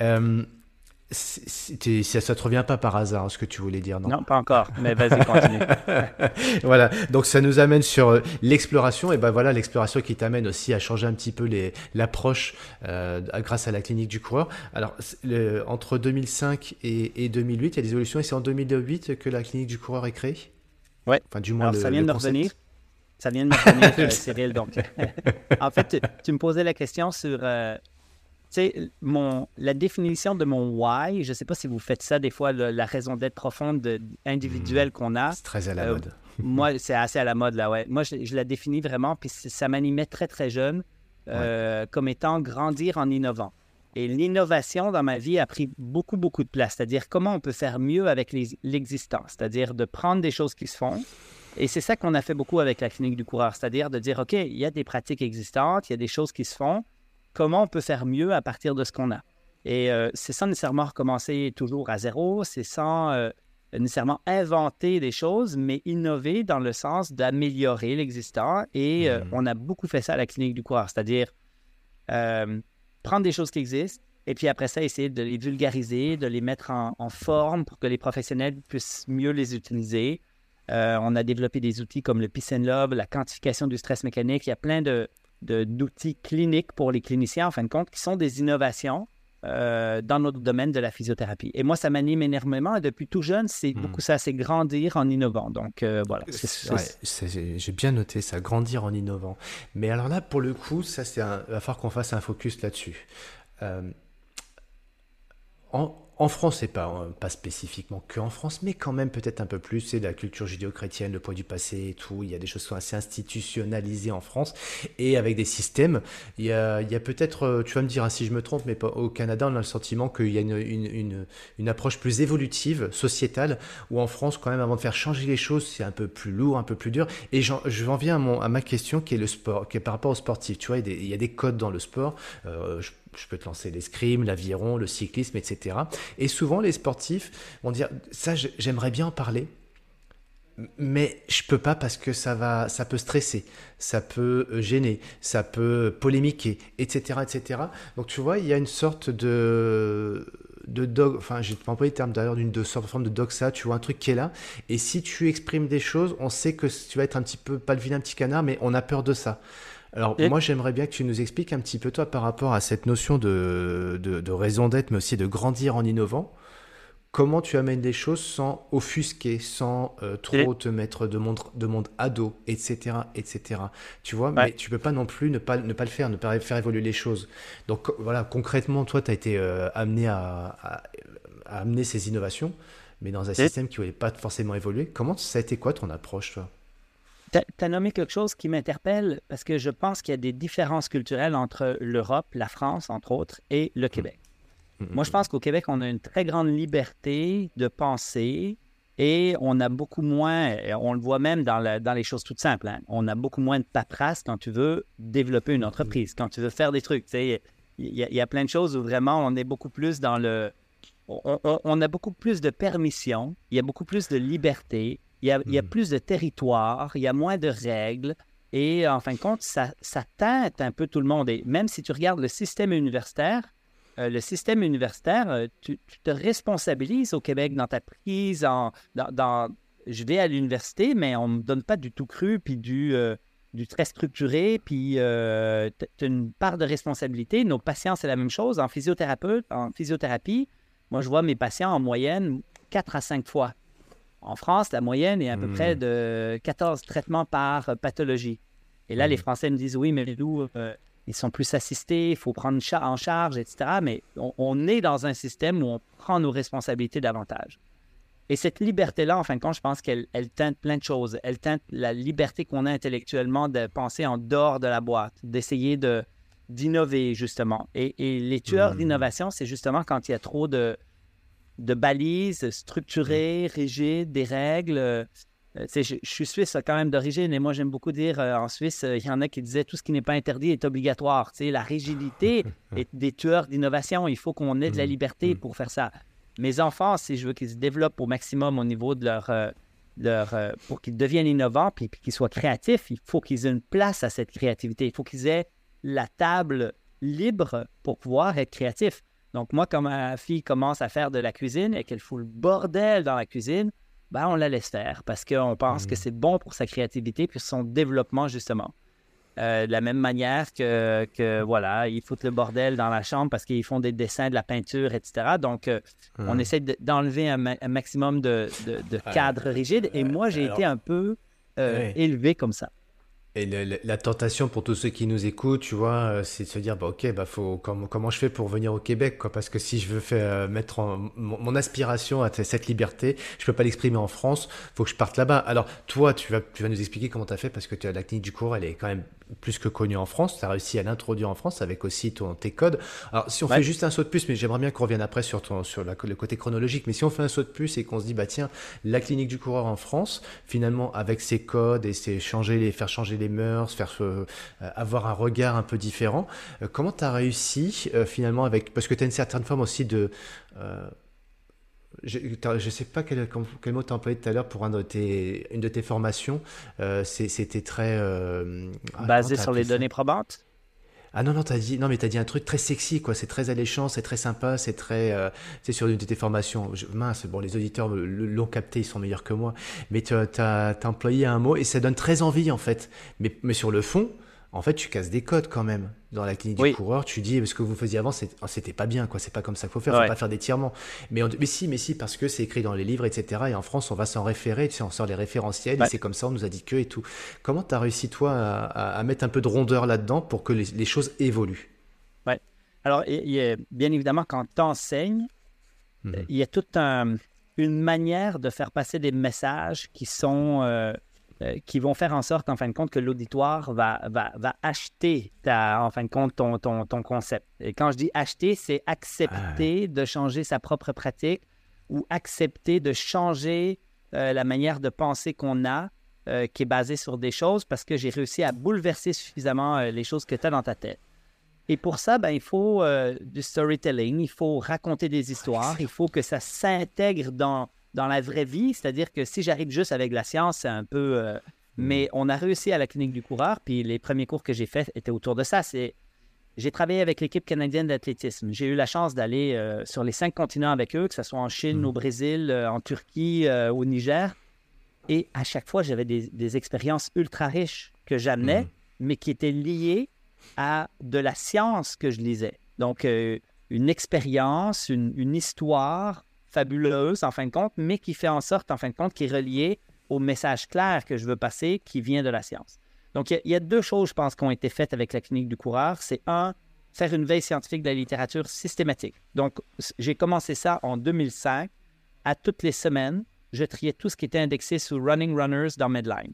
Ça te revient pas par hasard, hein, ce que tu voulais dire, non? Non, pas encore, mais vas-y, continue. Voilà, donc ça nous amène sur l'exploration, et ben voilà, l'exploration qui t'amène aussi à changer un petit peu l'approche grâce à la clinique du coureur. Alors, entre 2005 et 2008, il y a des évolutions, et c'est en 2008 que la clinique du coureur est créée? Ouais. Enfin, du moins, alors ça vient de me concept. revenir. Ça vient de me revenir, Cyril. Donc, en fait, tu me posais la question sur... tu sais, la définition de mon why, je ne sais pas si vous faites ça des fois, la raison d'être profonde individuelle qu'on a. C'est très à la mode. Moi, c'est assez à la mode, là, ouais. Moi, je la définis vraiment, puis ça m'animait très, très jeune comme étant grandir en innovant. Et l'innovation dans ma vie a pris beaucoup, beaucoup de place. C'est-à-dire comment on peut faire mieux avec l'existant. C'est-à-dire de prendre des choses qui se font. Et c'est ça qu'on a fait beaucoup avec la clinique du coureur. C'est-à-dire de dire, OK, il y a des pratiques existantes, il y a des choses qui se font. Comment on peut faire mieux à partir de ce qu'on a. Et c'est sans nécessairement recommencer toujours à zéro, c'est sans nécessairement inventer des choses, mais innover dans le sens d'améliorer l'existant. Et on a beaucoup fait ça à la clinique du coureur, c'est-à-dire prendre des choses qui existent et puis après ça, essayer de les vulgariser, de les mettre en forme pour que les professionnels puissent mieux les utiliser. On a développé des outils comme le Peace and Love, la quantification du stress mécanique. Il y a plein d'outils cliniques pour les cliniciens, en fin de compte, qui sont des innovations dans notre domaine de la physiothérapie. Et moi, ça m'anime énormément. Et depuis tout jeune, c'est beaucoup ça, c'est grandir en innovant. Donc, voilà. J'ai bien noté ça, grandir en innovant. Mais alors là, pour le coup, ça, il va falloir qu'on fasse un focus là-dessus. En France, et pas spécifiquement que en France, mais quand même peut-être un peu plus, c'est la culture judéo-chrétienne, le poids du passé et tout. Il y a des choses qui sont assez institutionnalisées en France et avec des systèmes. Il y a peut-être, tu vas me dire si je me trompe, mais au Canada, on a le sentiment qu'il y a une approche plus évolutive, sociétale, où en France, quand même, avant de faire changer les choses, c'est un peu plus lourd, un peu plus dur. Et j'en viens à ma question qui est le sport, qui est par rapport aux sportifs. Tu vois, il y a des codes dans le sport. Je peux te lancer l'escrime, l'aviron, le cyclisme, etc. Et souvent, les sportifs vont dire, ça, j'aimerais bien en parler, mais je peux pas parce que ça peut stresser, ça peut gêner, ça peut polémiquer, etc., etc. Donc, tu vois, il y a une sorte de dog, enfin, j'ai pas employé le terme d'ailleurs, d'une forme de doxa, tu vois, un truc qui est là. Et si tu exprimes des choses, on sait que tu vas être un petit peu, pas le vilain petit canard, mais on a peur de ça. Alors, moi, j'aimerais bien que tu nous expliques un petit peu, toi, par rapport à cette notion de raison d'être, mais aussi de grandir en innovant. Comment tu amènes les choses sans offusquer, sans trop te mettre de monde ado, etc., etc. Tu vois, Ouais. mais tu peux pas non plus ne pas le faire, ne pas faire évoluer les choses. Donc, voilà, concrètement, toi, tu as été amené à amener ces innovations, mais dans un système qui ne voulait pas forcément évoluer. Comment ça a été quoi ton approche, toi? Tu as nommé quelque chose qui m'interpelle parce que je pense qu'il y a des différences culturelles entre l'Europe, la France, entre autres, et le Québec. Moi, je pense qu'au Québec, on a une très grande liberté de penser et on a beaucoup moins, on le voit même dans les choses toutes simples, hein, on a beaucoup moins de paperasse quand tu veux développer une entreprise, quand tu veux faire des trucs. Tu sais, il y a plein de choses où vraiment on est beaucoup plus dans le... On a beaucoup plus de permission, il y a beaucoup plus de liberté, il y a plus de territoire, il y a moins de règles. Et en fin de compte, ça teinte un peu tout le monde. Et même si tu regardes le système universitaire, tu te responsabilises au Québec dans ta prise je vais à l'université, mais on ne me donne pas du tout cru, puis du très structuré, puis tu as une part de responsabilité. Nos patients, c'est la même chose. En physiothérapie, moi, je vois mes patients en moyenne 4 à 5 fois. En France, la moyenne est à peu près de 14 traitements par pathologie. Et là, les Français me disent, oui, mais Lou, ils sont plus assistés, il faut prendre en charge, etc. Mais on est dans un système où on prend nos responsabilités davantage. Et cette liberté-là, en fin de compte, je pense qu'elle teinte plein de choses. Elle teinte la liberté qu'on a intellectuellement de penser en dehors de la boîte, d'essayer d'innover, justement. Et les tueurs d'innovation, c'est justement quand il y a trop de balises structurées, rigides, des règles. Tu sais, je suis suisse quand même d'origine et moi, j'aime beaucoup dire en Suisse, il y en a qui disaient tout ce qui n'est pas interdit est obligatoire. Tu sais, la rigidité est des tueurs d'innovation. Il faut qu'on ait de la liberté pour faire ça. Mes enfants, si je veux qu'ils se développent au maximum au niveau de pour qu'ils deviennent innovants puis qu'ils soient créatifs, il faut qu'ils aient une place à cette créativité. Il faut qu'ils aient la table libre pour pouvoir être créatifs. Donc, moi, quand ma fille commence à faire de la cuisine et qu'elle fout le bordel dans la cuisine, ben, on la laisse faire parce qu'on pense que c'est bon pour sa créativité puis son développement, justement. De la même manière que voilà, ils foutent le bordel dans la chambre parce qu'ils font des dessins, de la peinture, etc. Donc, on essaie d'enlever un maximum de cadres rigides. Et moi, j'ai été un peu élevé comme ça. Et la tentation pour tous ceux qui nous écoutent, tu vois, c'est de se dire, bah, ok, bah, comment je fais pour venir au Québec, quoi, parce que si je veux mettre mon aspiration à cette liberté, je peux pas l'exprimer en France, faut que je parte là-bas. Alors, toi, tu vas nous expliquer comment tu as fait, parce que la clinique du coureur, elle est quand même plus que connue en France, tu as réussi à l'introduire en France avec aussi tes codes. Alors, si on fait juste un saut de plus, mais j'aimerais bien qu'on revienne après sur le côté chronologique, mais si on fait un saut de plus et qu'on se dit, bah, tiens, la clinique du coureur en France, finalement, avec ses codes et faire changer les mœurs, avoir un regard un peu différent. Comment tu as réussi finalement parce que tu as une certaine forme aussi de... je sais pas quel mot tu as employé tout à l'heure pour une de tes formations. C'était très... Basé sur les données probantes? Ah non, t'as dit un truc très sexy, quoi. C'est très alléchant, c'est très sympa, c'est très... c'est sur une de tes formations. Mince, bon, les auditeurs l'ont capté, ils sont meilleurs que moi. Mais t'as employé un mot et ça donne très envie, en fait. Mais sur le fond, en fait, tu casses des codes quand même. Dans la clinique du coureur, tu dis, ce que vous faisiez avant, c'était pas bien, quoi. C'est pas comme ça qu'il faut faire, faut pas faire d'étirements. Mais si, parce que c'est écrit dans les livres, etc. Et en France, on va s'en référer, tu sais, on sort les référentiels, et c'est comme ça, on nous a dit que et tout. Comment tu as réussi, toi, à mettre un peu de rondeur là-dedans pour que les choses évoluent? Oui. Alors, bien évidemment, quand tu enseignes, il y a toute une manière de faire passer des messages qui vont faire en sorte, en fin de compte, que l'auditoire va acheter, en fin de compte, ton concept. Et quand je dis acheter, c'est accepter de changer sa propre pratique ou accepter de changer la manière de penser qu'on a, qui est basée sur des choses, parce que j'ai réussi à bouleverser suffisamment les choses que tu as dans ta tête. Et pour ça, il faut du storytelling, il faut raconter des histoires, il faut que ça s'intègre dans la vraie vie. C'est-à-dire que si j'arrive juste avec la science, c'est un peu... Mais on a réussi à la Clinique du Coureur, puis les premiers cours que j'ai faits étaient autour de ça. J'ai travaillé avec l'équipe canadienne d'athlétisme. J'ai eu la chance d'aller sur les 5 continents avec eux, que ce soit en Chine, au Brésil, en Turquie, au Niger. Et à chaque fois, j'avais des expériences ultra riches que j'amenais, mais qui étaient liées à de la science que je lisais. Donc, une expérience, une histoire fabuleuse, en fin de compte, mais qui fait en sorte, en fin de compte, qui est reliée au message clair que je veux passer, qui vient de la science. Donc, il y a 2 choses, je pense, qui ont été faites avec la Clinique du Coureur. C'est faire une veille scientifique de la littérature systématique. Donc, j'ai commencé ça en 2005. À toutes les semaines, je triais tout ce qui était indexé sur Running Runners dans Medline.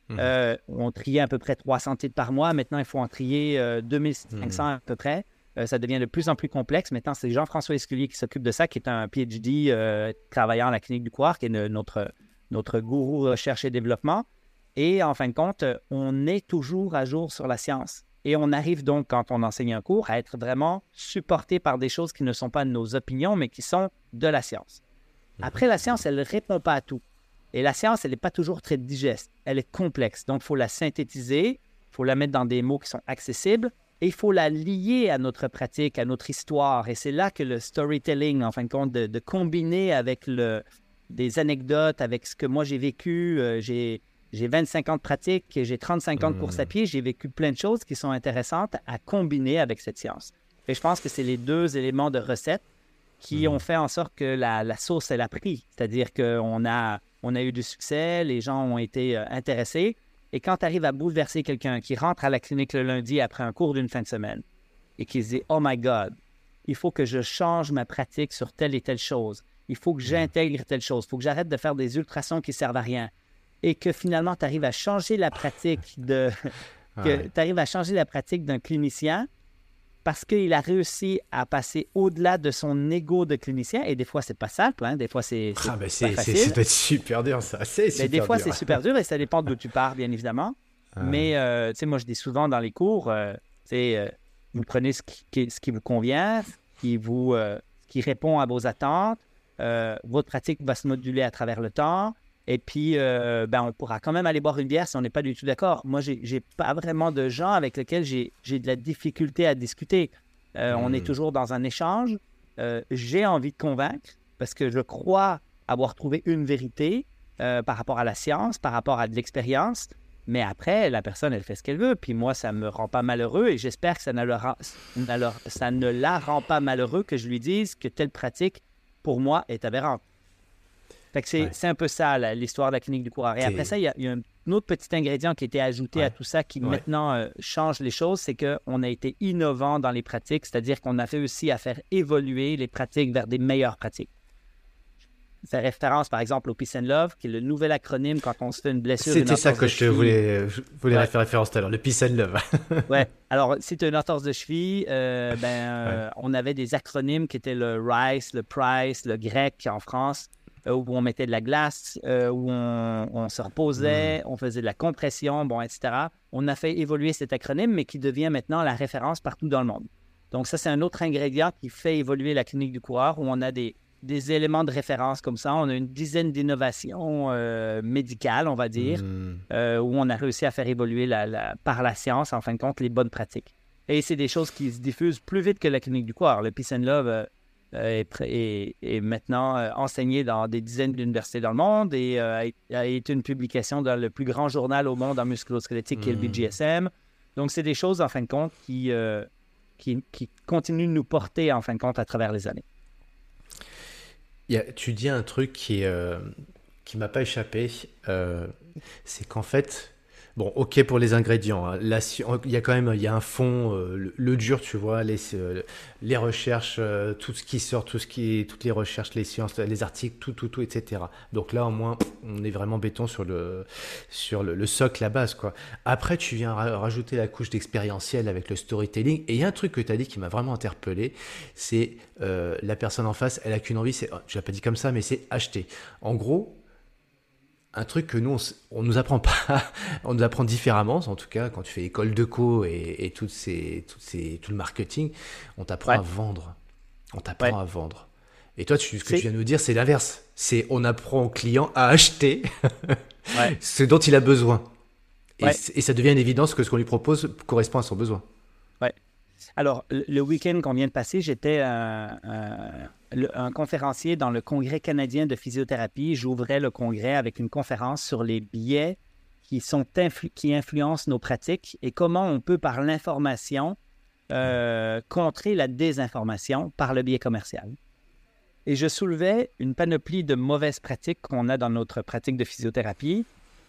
On triait à peu près 300 titres par mois. Maintenant, il faut en trier 2500 à peu près. Ça devient de plus en plus complexe. Maintenant, c'est Jean-François Esculier qui s'occupe de ça, qui est un PhD travaillant à la Clinique du Coureur, qui est notre gourou recherche et développement. Et en fin de compte, on est toujours à jour sur la science. Et on arrive donc, quand on enseigne un cours, à être vraiment supporté par des choses qui ne sont pas nos opinions, mais qui sont de la science. Après, la science, elle ne répond pas à tout. Et la science, elle n'est pas toujours très digeste. Elle est complexe. Donc, il faut la synthétiser, il faut la mettre dans des mots qui sont accessibles et il faut la lier à notre pratique, à notre histoire. Et c'est là que le storytelling, en fin de compte, de combiner avec des anecdotes, avec ce que moi j'ai vécu. J'ai 25 ans de pratique, j'ai 35 ans de course à pied, j'ai vécu plein de choses qui sont intéressantes à combiner avec cette science. Et je pense que c'est les 2 éléments de recette qui ont fait en sorte que la sauce, elle a pris. C'est-à-dire qu'on a eu du succès, les gens ont été intéressés. Et quand tu arrives à bouleverser quelqu'un qui rentre à la clinique le lundi après un cours d'une fin de semaine et qui se dit « Oh my God, il faut que je change ma pratique sur telle et telle chose. Il faut que j'intègre telle chose. Il faut que j'arrête de faire des ultrasons qui ne servent à rien. » Et que finalement, tu arrives à changer la pratique d'un clinicien parce qu'il a réussi à passer au-delà de son ego de clinicien. Et des fois, c'est pas simple. Hein? Des fois, c'est pas facile. Ça doit être super dur, ça. Des fois, c'est super dur et ça dépend d'où tu pars, bien évidemment. Mais, tu sais, moi, je dis souvent dans les cours, vous prenez ce qui vous convient, qui répond à vos attentes. Votre pratique va se moduler à travers le temps. Et puis, on pourra quand même aller boire une bière si on n'est pas du tout d'accord. Moi, j'ai pas vraiment de gens avec lesquels j'ai de la difficulté à discuter. On est toujours dans un échange. J'ai envie de convaincre parce que je crois avoir trouvé une vérité par rapport à la science, par rapport à de l'expérience. Mais après, la personne, elle fait ce qu'elle veut. Puis moi, ça ne me rend pas malheureux et j'espère que ça ne la rend pas malheureux que je lui dise que telle pratique, pour moi, est aberrante. Fait que c'est un peu ça, l'histoire de la clinique du coureur. Et après ça, il y a un autre petit ingrédient qui a été ajouté à tout ça qui maintenant change les choses, c'est qu'on a été innovant dans les pratiques, c'est-à-dire qu'on a réussi à faire évoluer les pratiques vers des meilleures pratiques. Je fais référence, par exemple, au Peace and Love, qui est le nouvel acronyme quand on se fait une blessure. C'était ça que je voulais faire référence tout à l'heure, le Peace and Love. Ouais. Alors, si tu as une entorse de cheville, on avait des acronymes qui étaient le RICE, le PRICE, le GREC en France, où on mettait de la glace, où on se reposait, on faisait de la compression, etc. On a fait évoluer cet acronyme, mais qui devient maintenant la référence partout dans le monde. Donc ça, c'est un autre ingrédient qui fait évoluer la clinique du coureur, où on a des éléments de référence comme ça. On a une dizaine d'innovations médicales, on va dire, où on a réussi à faire évoluer par la science, en fin de compte, les bonnes pratiques. Et c'est des choses qui se diffusent plus vite que la clinique du coureur. Le Peace and Love est maintenant enseigné dans des dizaines d'universités dans le monde et a été une publication dans le plus grand journal au monde en musculo-squelettique qui est le BJSM. Donc, c'est des choses, en fin de compte, qui continuent de nous porter, en fin de compte, à travers les années. Tu dis un truc qui m'a pas échappé, c'est qu'en fait, Bon, ok pour les ingrédients, hein. Il y a quand même un fond, le dur, tu vois, les recherches, tout ce qui sort, toutes les recherches, les sciences, les articles, tout, etc. Donc là, au moins, on est vraiment béton sur le socle, la base, quoi. Après, tu viens rajouter la couche d'expérientiel avec le storytelling. Et il y a un truc que tu as dit qui m'a vraiment interpellé, c'est la personne en face, elle a qu'une envie, tu l'as pas dit comme ça, mais c'est acheter. En gros, un truc que nous, on nous apprend pas, on nous apprend différemment, en tout cas, quand tu fais école de co et tout le marketing, on t'apprend à vendre. On t'apprend à vendre. Et toi, ce que tu viens de nous dire, c'est l'inverse. On apprend au client à acheter ce dont il a besoin. Et ça devient une évidence que ce qu'on lui propose correspond à son besoin. Ouais. Alors, le week-end qu'on vient de passer, j'étais un conférencier dans le Congrès canadien de physiothérapie. J'ouvrais le congrès avec une conférence sur les biais qui influencent nos pratiques et comment on peut, par l'information, contrer la désinformation par le biais commercial. Et je soulevais une panoplie de mauvaises pratiques qu'on a dans notre pratique de physiothérapie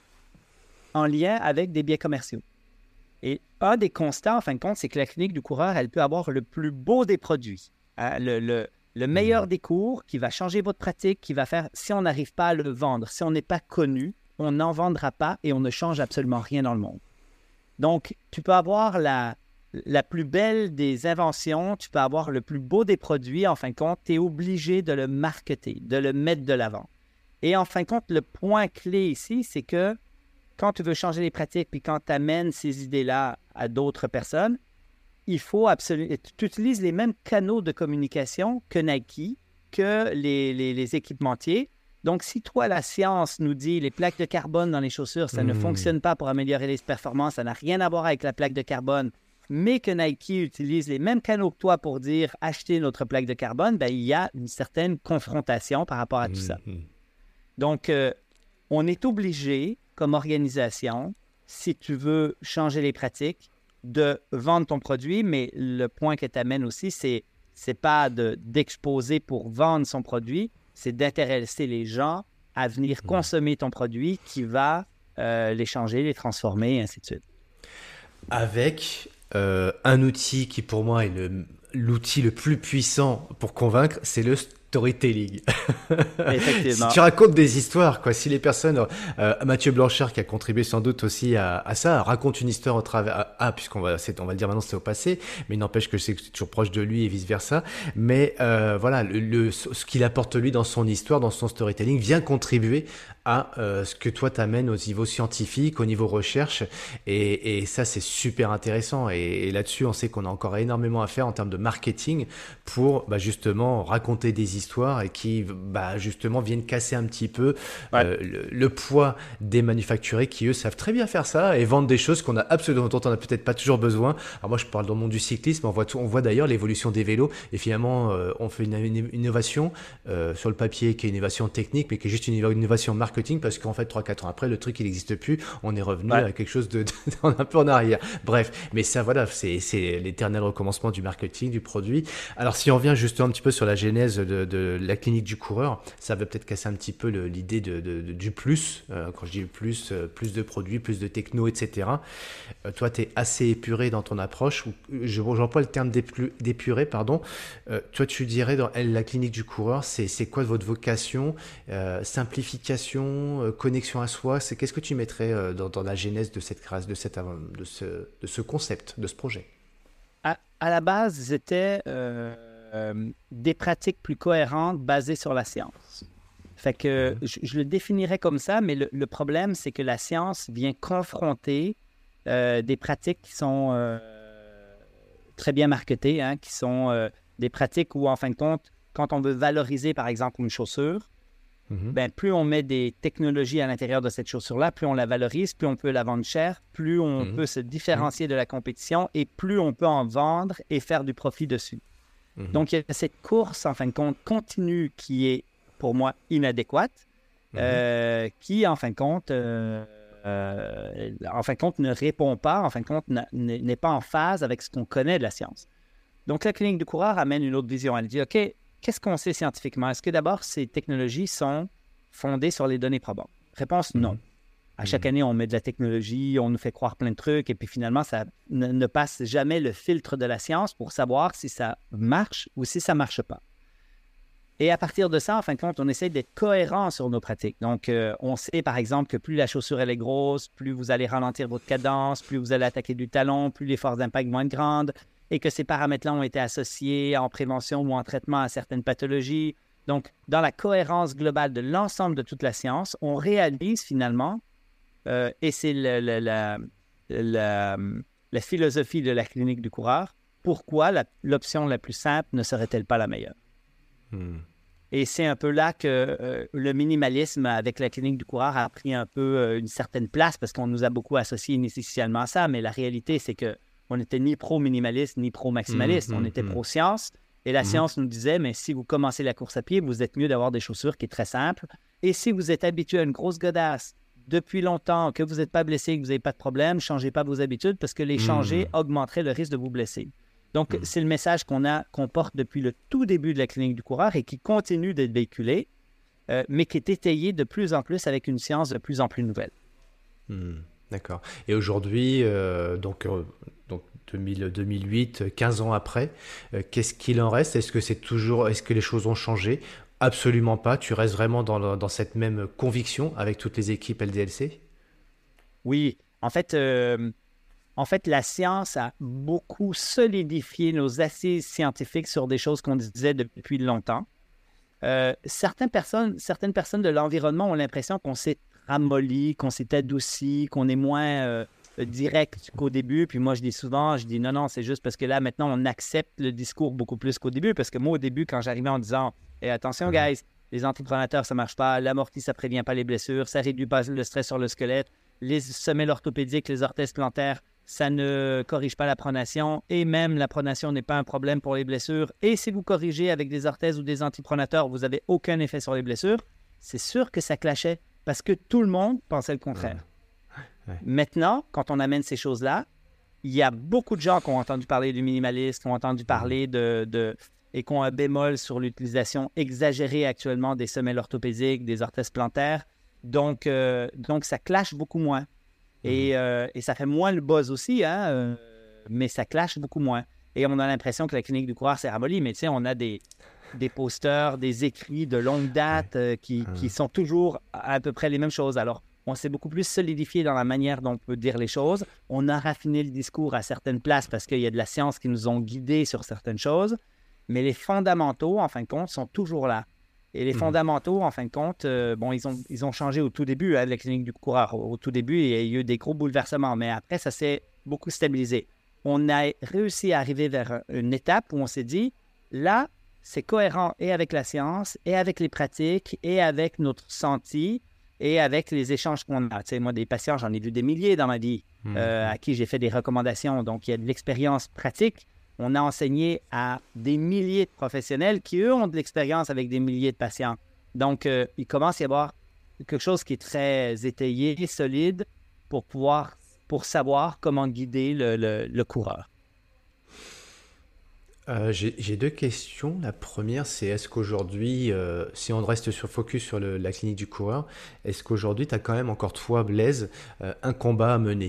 en lien avec des biais commerciaux. Et un des constats, en fin de compte, c'est que la clinique du coureur, elle peut avoir le plus beau des produits, hein, le meilleur des cours qui va changer votre pratique, qui va faire, si on n'arrive pas à le vendre, si on n'est pas connu, on n'en vendra pas et on ne change absolument rien dans le monde. Donc, tu peux avoir la plus belle des inventions, tu peux avoir le plus beau des produits, en fin de compte, tu es obligé de le marketer, de le mettre de l'avant. Et en fin de compte, le point clé ici, c'est que quand tu veux changer les pratiques puis quand tu amènes ces idées-là à d'autres personnes, il faut absolument... Tu utilises les mêmes canaux de communication que Nike, que les équipementiers. Donc, si toi, la science nous dit les plaques de carbone dans les chaussures, ça ne fonctionne pas pour améliorer les performances, ça n'a rien à voir avec la plaque de carbone, mais que Nike utilise les mêmes canaux que toi pour dire acheter notre plaque de carbone, ben, il y a une certaine confrontation par rapport à tout ça. Donc, on est obligé, comme organisation, si tu veux changer les pratiques, de vendre ton produit, mais le point que tu amènes aussi, c'est pas d'exposer pour vendre son produit, c'est d'intéresser les gens à venir consommer ton produit qui va les changer, les transformer, et ainsi de suite. Avec un outil qui pour moi est l'outil le plus puissant pour convaincre, c'est le storytelling. Effectivement. Si tu racontes des histoires, quoi, si les personnes, Mathieu Blanchard qui a contribué sans doute aussi à ça, raconte une histoire au travers, puisqu'on va le dire maintenant, c'est au passé, mais il n'empêche que c'est toujours proche de lui et vice versa. Mais voilà, ce qu'il apporte lui dans son histoire, dans son storytelling, vient contribuer à ce que toi t'amènes au niveau scientifique, au niveau recherche, et ça c'est super intéressant. Et là-dessus, on sait qu'on a encore énormément à faire en termes de marketing pour justement raconter des histoires et qui justement viennent casser un petit peu le poids des manufacturiers qui eux savent très bien faire ça et vendent des choses dont on a peut-être pas toujours besoin. Alors moi je parle dans le monde du cyclisme, on voit d'ailleurs l'évolution des vélos et finalement on fait une innovation sur le papier qui est une innovation technique mais qui est juste une innovation marketing parce qu'en fait 3-4 ans après le truc il n'existe plus, on est revenu à quelque chose un peu en arrière. Bref, mais ça voilà, c'est l'éternel recommencement du marketing, du produit. Alors si on revient justement un petit peu sur la genèse de la clinique du coureur, ça va peut-être casser un petit peu l'idée du plus. Quand je dis plus de produits, plus de techno, etc. Toi, tu es assez épuré dans ton approche. J'emploie le terme d'épuré, pardon. Toi, tu dirais dans la clinique du coureur, c'est quoi votre vocation? Simplification, connexion à soi. Qu'est-ce que tu mettrais dans la genèse de cette création, de ce concept, de ce projet? À la base, c'était des pratiques plus cohérentes basées sur la science. Fait que je le définirais comme ça, mais le problème, c'est que la science vient confronter des pratiques qui sont très bien marketées, hein, qui sont des pratiques où, en fin de compte, quand on veut valoriser, par exemple, une chaussure, plus on met des technologies à l'intérieur de cette chaussure-là, plus on la valorise, plus on peut la vendre cher, plus on peut se différencier de la compétition et plus on peut en vendre et faire du profit dessus. Donc, il y a cette course, en fin de compte, continue qui est, pour moi, inadéquate, qui, en fin de compte, ne répond pas, en fin de compte, n'est pas en phase avec ce qu'on connaît de la science. Donc, la clinique du coureur amène une autre vision. Elle dit, OK, qu'est-ce qu'on sait scientifiquement? Est-ce que d'abord, ces technologies sont fondées sur les données probantes? Réponse, non. À chaque année, on met de la technologie, on nous fait croire plein de trucs, et puis finalement, ça ne passe jamais le filtre de la science pour savoir si ça marche ou si ça ne marche pas. Et à partir de ça, en fin de compte, on essaie d'être cohérent sur nos pratiques. Donc, on sait, par exemple, que plus la chaussure elle est grosse, plus vous allez ralentir votre cadence, plus vous allez attaquer du talon, plus les forces d'impact vont être grandes, et que ces paramètres-là ont été associés en prévention ou en traitement à certaines pathologies. Donc, dans la cohérence globale de l'ensemble de toute la science, on réalise finalement, et c'est la philosophie de la clinique du coureur, pourquoi l'option la plus simple ne serait-elle pas la meilleure? Et c'est un peu là que le minimalisme avec la clinique du coureur a pris un peu une certaine place parce qu'on nous a beaucoup associé initialement à ça, mais la réalité, c'est qu'on n'était ni pro-minimaliste ni pro-maximaliste. On était pro-science et la science nous disait, mais si vous commencez la course à pied, vous êtes mieux d'avoir des chaussures qui est très simple. Et si vous êtes habitué à une grosse godasse depuis longtemps, que vous n'êtes pas blessé, que vous n'avez pas de problème, ne changez pas vos habitudes parce que les changer augmenterait le risque de vous blesser. Donc, c'est le message qu'on porte depuis le tout début de la clinique du coureur et qui continue d'être véhiculé, mais qui est étayé de plus en plus avec une science de plus en plus nouvelle. D'accord. Et aujourd'hui, donc 2008, 15 ans après, qu'est-ce qu'il en reste? Est-ce que les choses ont changé? Absolument pas. Tu restes vraiment dans cette même conviction avec toutes les équipes LDLC? Oui. En fait, la science a beaucoup solidifié nos assises scientifiques sur des choses qu'on disait depuis longtemps. Certaines personnes de l'environnement ont l'impression qu'on s'est ramolli, qu'on s'est adouci, qu'on est moins direct qu'au début. Puis moi, je dis non, c'est juste parce que là, maintenant, on accepte le discours beaucoup plus qu'au début. Parce que moi, au début, quand j'arrivais en disant attention, guys, les antipronateurs, ça ne marche pas, l'amorti, ça ne prévient pas les blessures, ça ne réduit pas le stress sur le squelette, les semelles orthopédiques, les orthèses plantaires, ça ne corrige pas la pronation et même la pronation n'est pas un problème pour les blessures. Et si vous corrigez avec des orthèses ou des antipronateurs, vous n'avez aucun effet sur les blessures. C'est sûr que ça clashait parce que tout le monde pensait le contraire. Ouais. Maintenant, quand on amène ces choses-là, il y a beaucoup de gens qui ont entendu parler du minimalisme, qui ont entendu parler et qui ont un bémol sur l'utilisation exagérée actuellement des semelles orthopédiques, des orthèses plantaires. Donc ça clash beaucoup moins. Et ça fait moins le buzz aussi, mais ça clash beaucoup moins. Et on a l'impression que la clinique du coureur s'est ramollie, mais tu sais, on a des posters, des écrits de longue date qui sont toujours à peu près les mêmes choses. Alors, on s'est beaucoup plus solidifié dans la manière dont on peut dire les choses. On a raffiné le discours à certaines places parce qu'il y a de la science qui nous ont guidés sur certaines choses. Mais les fondamentaux, en fin de compte, sont toujours là. Et les fondamentaux, en fin de compte, ils ont changé au tout début de la clinique du coureur. Au tout début, il y a eu des gros bouleversements, mais après, ça s'est beaucoup stabilisé. On a réussi à arriver vers une étape où on s'est dit, là, c'est cohérent et avec la science, et avec les pratiques, et avec notre senti, et avec les échanges qu'on a. Tu sais, moi, des patients, j'en ai vu des milliers dans ma vie, à qui j'ai fait des recommandations. Donc, il y a de l'expérience pratique. On a enseigné à des milliers de professionnels qui, eux, ont de l'expérience avec des milliers de patients. Donc, il commence à y avoir quelque chose qui est très étayé, solide, pour savoir comment guider le coureur. J'ai deux questions. La première, c'est est-ce qu'aujourd'hui, si on reste focus sur la clinique du coureur, est-ce qu'aujourd'hui, tu as quand même encore, toi, Blaise, un combat à mener?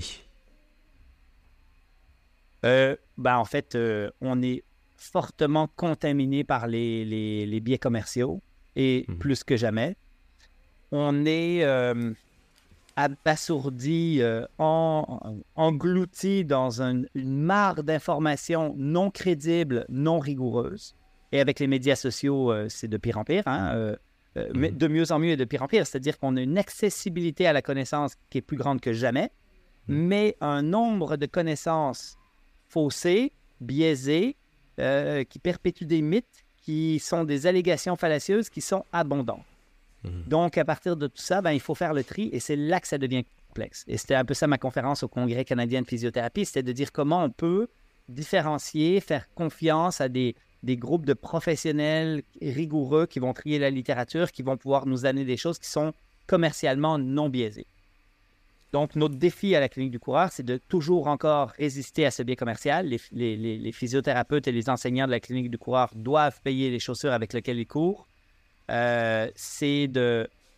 En fait, on est fortement contaminé par les biais commerciaux et plus que jamais. On est abasourdi, englouti dans une mare d'informations non crédibles, non rigoureuses. Et avec les médias sociaux, c'est de pire en pire, mais de mieux en mieux et de pire en pire. C'est-à-dire qu'on a une accessibilité à la connaissance qui est plus grande que jamais, mais un nombre de connaissances faussées, biaisées, qui perpétuent des mythes, qui sont des allégations fallacieuses, qui sont abondantes. Donc, à partir de tout ça, il faut faire le tri et c'est là que ça devient complexe. Et c'était un peu ça ma conférence au Congrès canadien de physiothérapie, c'était de dire comment on peut différencier, faire confiance à des groupes de professionnels rigoureux qui vont trier la littérature, qui vont pouvoir nous amener des choses qui sont commercialement non biaisées. Donc, notre défi à la clinique du coureur, c'est de toujours encore résister à ce biais commercial. Les physiothérapeutes et les enseignants de la clinique du coureur doivent payer les chaussures avec lesquelles ils courent. C'est de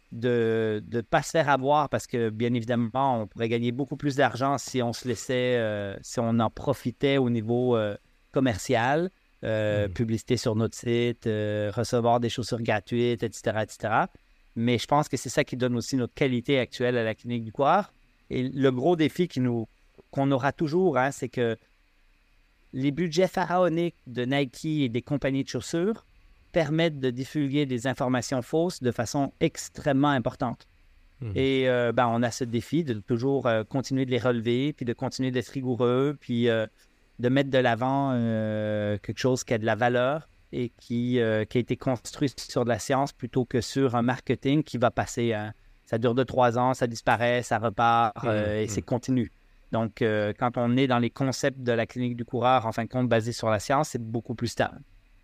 de ne pas se faire avoir parce que, bien évidemment, on pourrait gagner beaucoup plus d'argent si on se laissait, si on en profitait au niveau commercial, publicité sur notre site, recevoir des chaussures gratuites, etc., etc. Mais je pense que c'est ça qui donne aussi notre qualité actuelle à la Clinique du Coureur. Et le gros défi qu'on aura toujours, hein, c'est que les budgets pharaoniques de Nike et des compagnies de chaussures permettent de divulguer des informations fausses de façon extrêmement importante. Et on a ce défi de toujours continuer de les relever, puis de continuer d'être rigoureux, puis de mettre de l'avant quelque chose qui a de la valeur et qui a été construit sur de la science plutôt que sur un marketing qui va passer. Ça dure 2-3 ans, ça disparaît, ça repart et c'est continu. Donc, quand on est dans les concepts de la Clinique du Coureur, en fin de compte, basés sur la science, c'est beaucoup plus stable.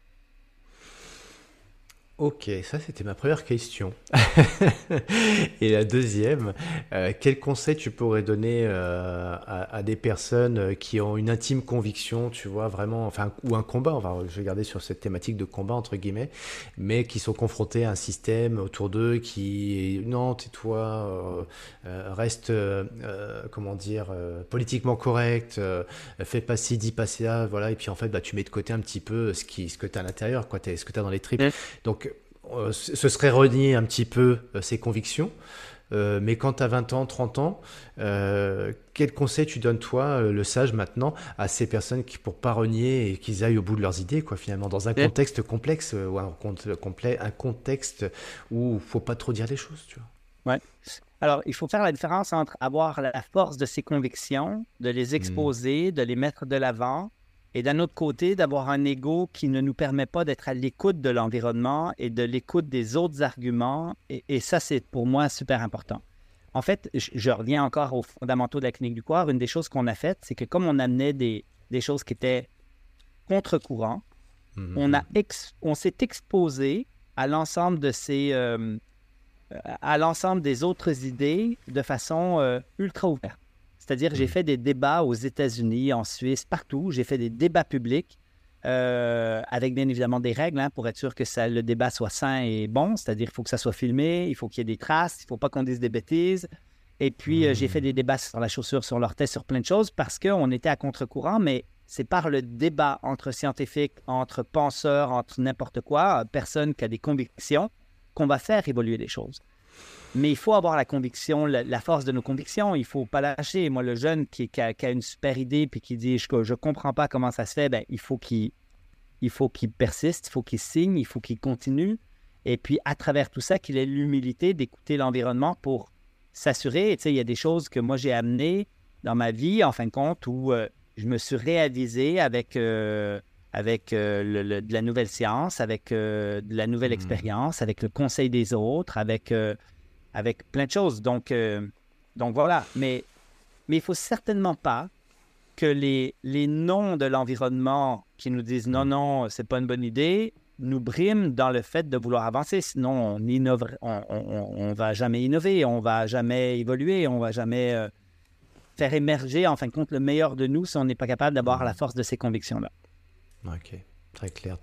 Ok, ça c'était ma première question. Et la deuxième, quel conseil tu pourrais donner à des personnes qui ont une intime conviction, tu vois, vraiment, enfin, ou un combat, je vais garder sur cette thématique de combat, entre guillemets, mais qui sont confrontés à un système autour d'eux qui, non, tais-toi, reste, politiquement correct, fais pas ci, dis pas ça, voilà, et puis en fait, tu mets de côté un petit peu ce que tu as à l'intérieur, quoi, ce que tu as dans les tripes. Donc, ce serait renier un petit peu ses convictions. Mais quand tu as 20 ans, 30 ans, quel conseil tu donnes, toi, le sage maintenant, à ces personnes pour pas renier et qu'ils aillent au bout de leurs idées, quoi, finalement, dans un contexte complexe ou un contexte où il faut pas trop dire les choses, tu vois. Ouais. Alors, il faut faire la différence entre avoir la force de ses convictions, de les exposer, de les mettre de l'avant, et d'un autre côté, d'avoir un ego qui ne nous permet pas d'être à l'écoute de l'environnement et de l'écoute des autres arguments. Et ça, c'est pour moi super important. En fait, je reviens encore aux fondamentaux de la Clinique du Coureur. Une des choses qu'on a faites, c'est que comme on amenait des choses qui étaient contre-courant, on s'est exposé à l'ensemble de à l'ensemble des autres idées de façon ultra ouverte. C'est-à-dire, j'ai fait des débats aux États-Unis, en Suisse, partout. J'ai fait des débats publics avec bien évidemment des règles pour être sûr que le débat soit sain et bon. C'est-à-dire, il faut que ça soit filmé, il faut qu'il y ait des traces, il ne faut pas qu'on dise des bêtises. Et puis, j'ai fait des débats sur la chaussure, sur l'orthèse, sur plein de choses parce qu'on était à contre-courant, mais c'est par le débat entre scientifiques, entre penseurs, entre n'importe quoi, personne qui a des convictions, qu'on va faire évoluer les choses. Mais il faut avoir la conviction, la force de nos convictions. Il ne faut pas lâcher. Moi, le jeune qui a une super idée puis qui dit « je ne comprends pas comment ça se fait », il faut qu'il persiste, il faut qu'il signe, il faut qu'il continue. Et puis, à travers tout ça, qu'il ait l'humilité d'écouter l'environnement pour s'assurer. Tu sais, il y a des choses que moi, j'ai amenées dans ma vie, en fin de compte, où je me suis réavisé avec de la nouvelle science, avec de la nouvelle expérience, avec le conseil des autres, avec plein de choses. Donc voilà. Mais il ne faut certainement pas que les noms de l'environnement qui nous disent non, c'est pas une bonne idée, nous briment dans le fait de vouloir avancer. Sinon, on va jamais innover, on va jamais évoluer, on va jamais faire émerger, en fin de compte, le meilleur de nous si on n'est pas capable d'avoir la force de ces convictions-là. Ok, très clair.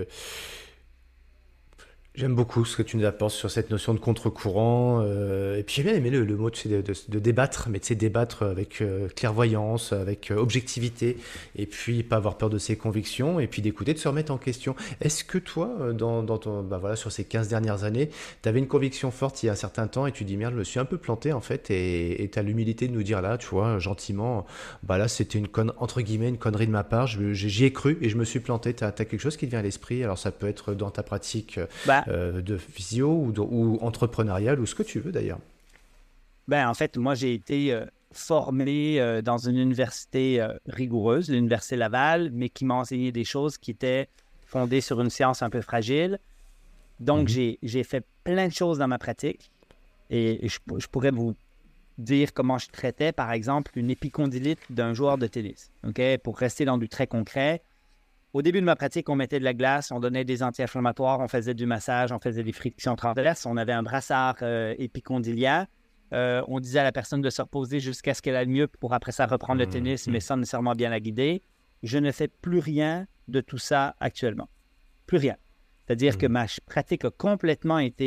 J'aime beaucoup ce que tu nous apportes sur cette notion de contre-courant. Et puis j'ai bien aimé le mot de débattre, mais débattre avec clairvoyance, avec objectivité, et puis pas avoir peur de ses convictions, et puis d'écouter, de se remettre en question. Est-ce que toi, sur ces 15 dernières années, tu avais une conviction forte il y a un certain temps, et tu dis merde, je me suis un peu planté en fait, et tu as l'humilité de nous dire là, tu vois, gentiment, là c'était entre guillemets une connerie de ma part, j'y ai cru et je me suis planté. Tu as quelque chose qui te vient à l'esprit? Alors ça peut être dans ta pratique de physio ou entrepreneurial ou ce que tu veux d'ailleurs. En fait, moi j'ai été formé dans une université rigoureuse, l'Université Laval, mais qui m'a enseigné des choses qui étaient fondées sur une science un peu fragile. Donc j'ai fait plein de choses dans ma pratique et je pourrais vous dire comment je traitais, par exemple, une épicondylite d'un joueur de tennis. Okay? Pour rester dans du très concret, au début de ma pratique, on mettait de la glace, on donnait des anti-inflammatoires, on faisait du massage, on faisait des frictions transverses, on avait un brassard épicondylien. On disait à la personne de se reposer jusqu'à ce qu'elle aille mieux pour après ça reprendre le tennis, mais sans nécessairement bien la guider. Je ne fais plus rien de tout ça actuellement. Plus rien. C'est-à-dire que ma pratique a complètement été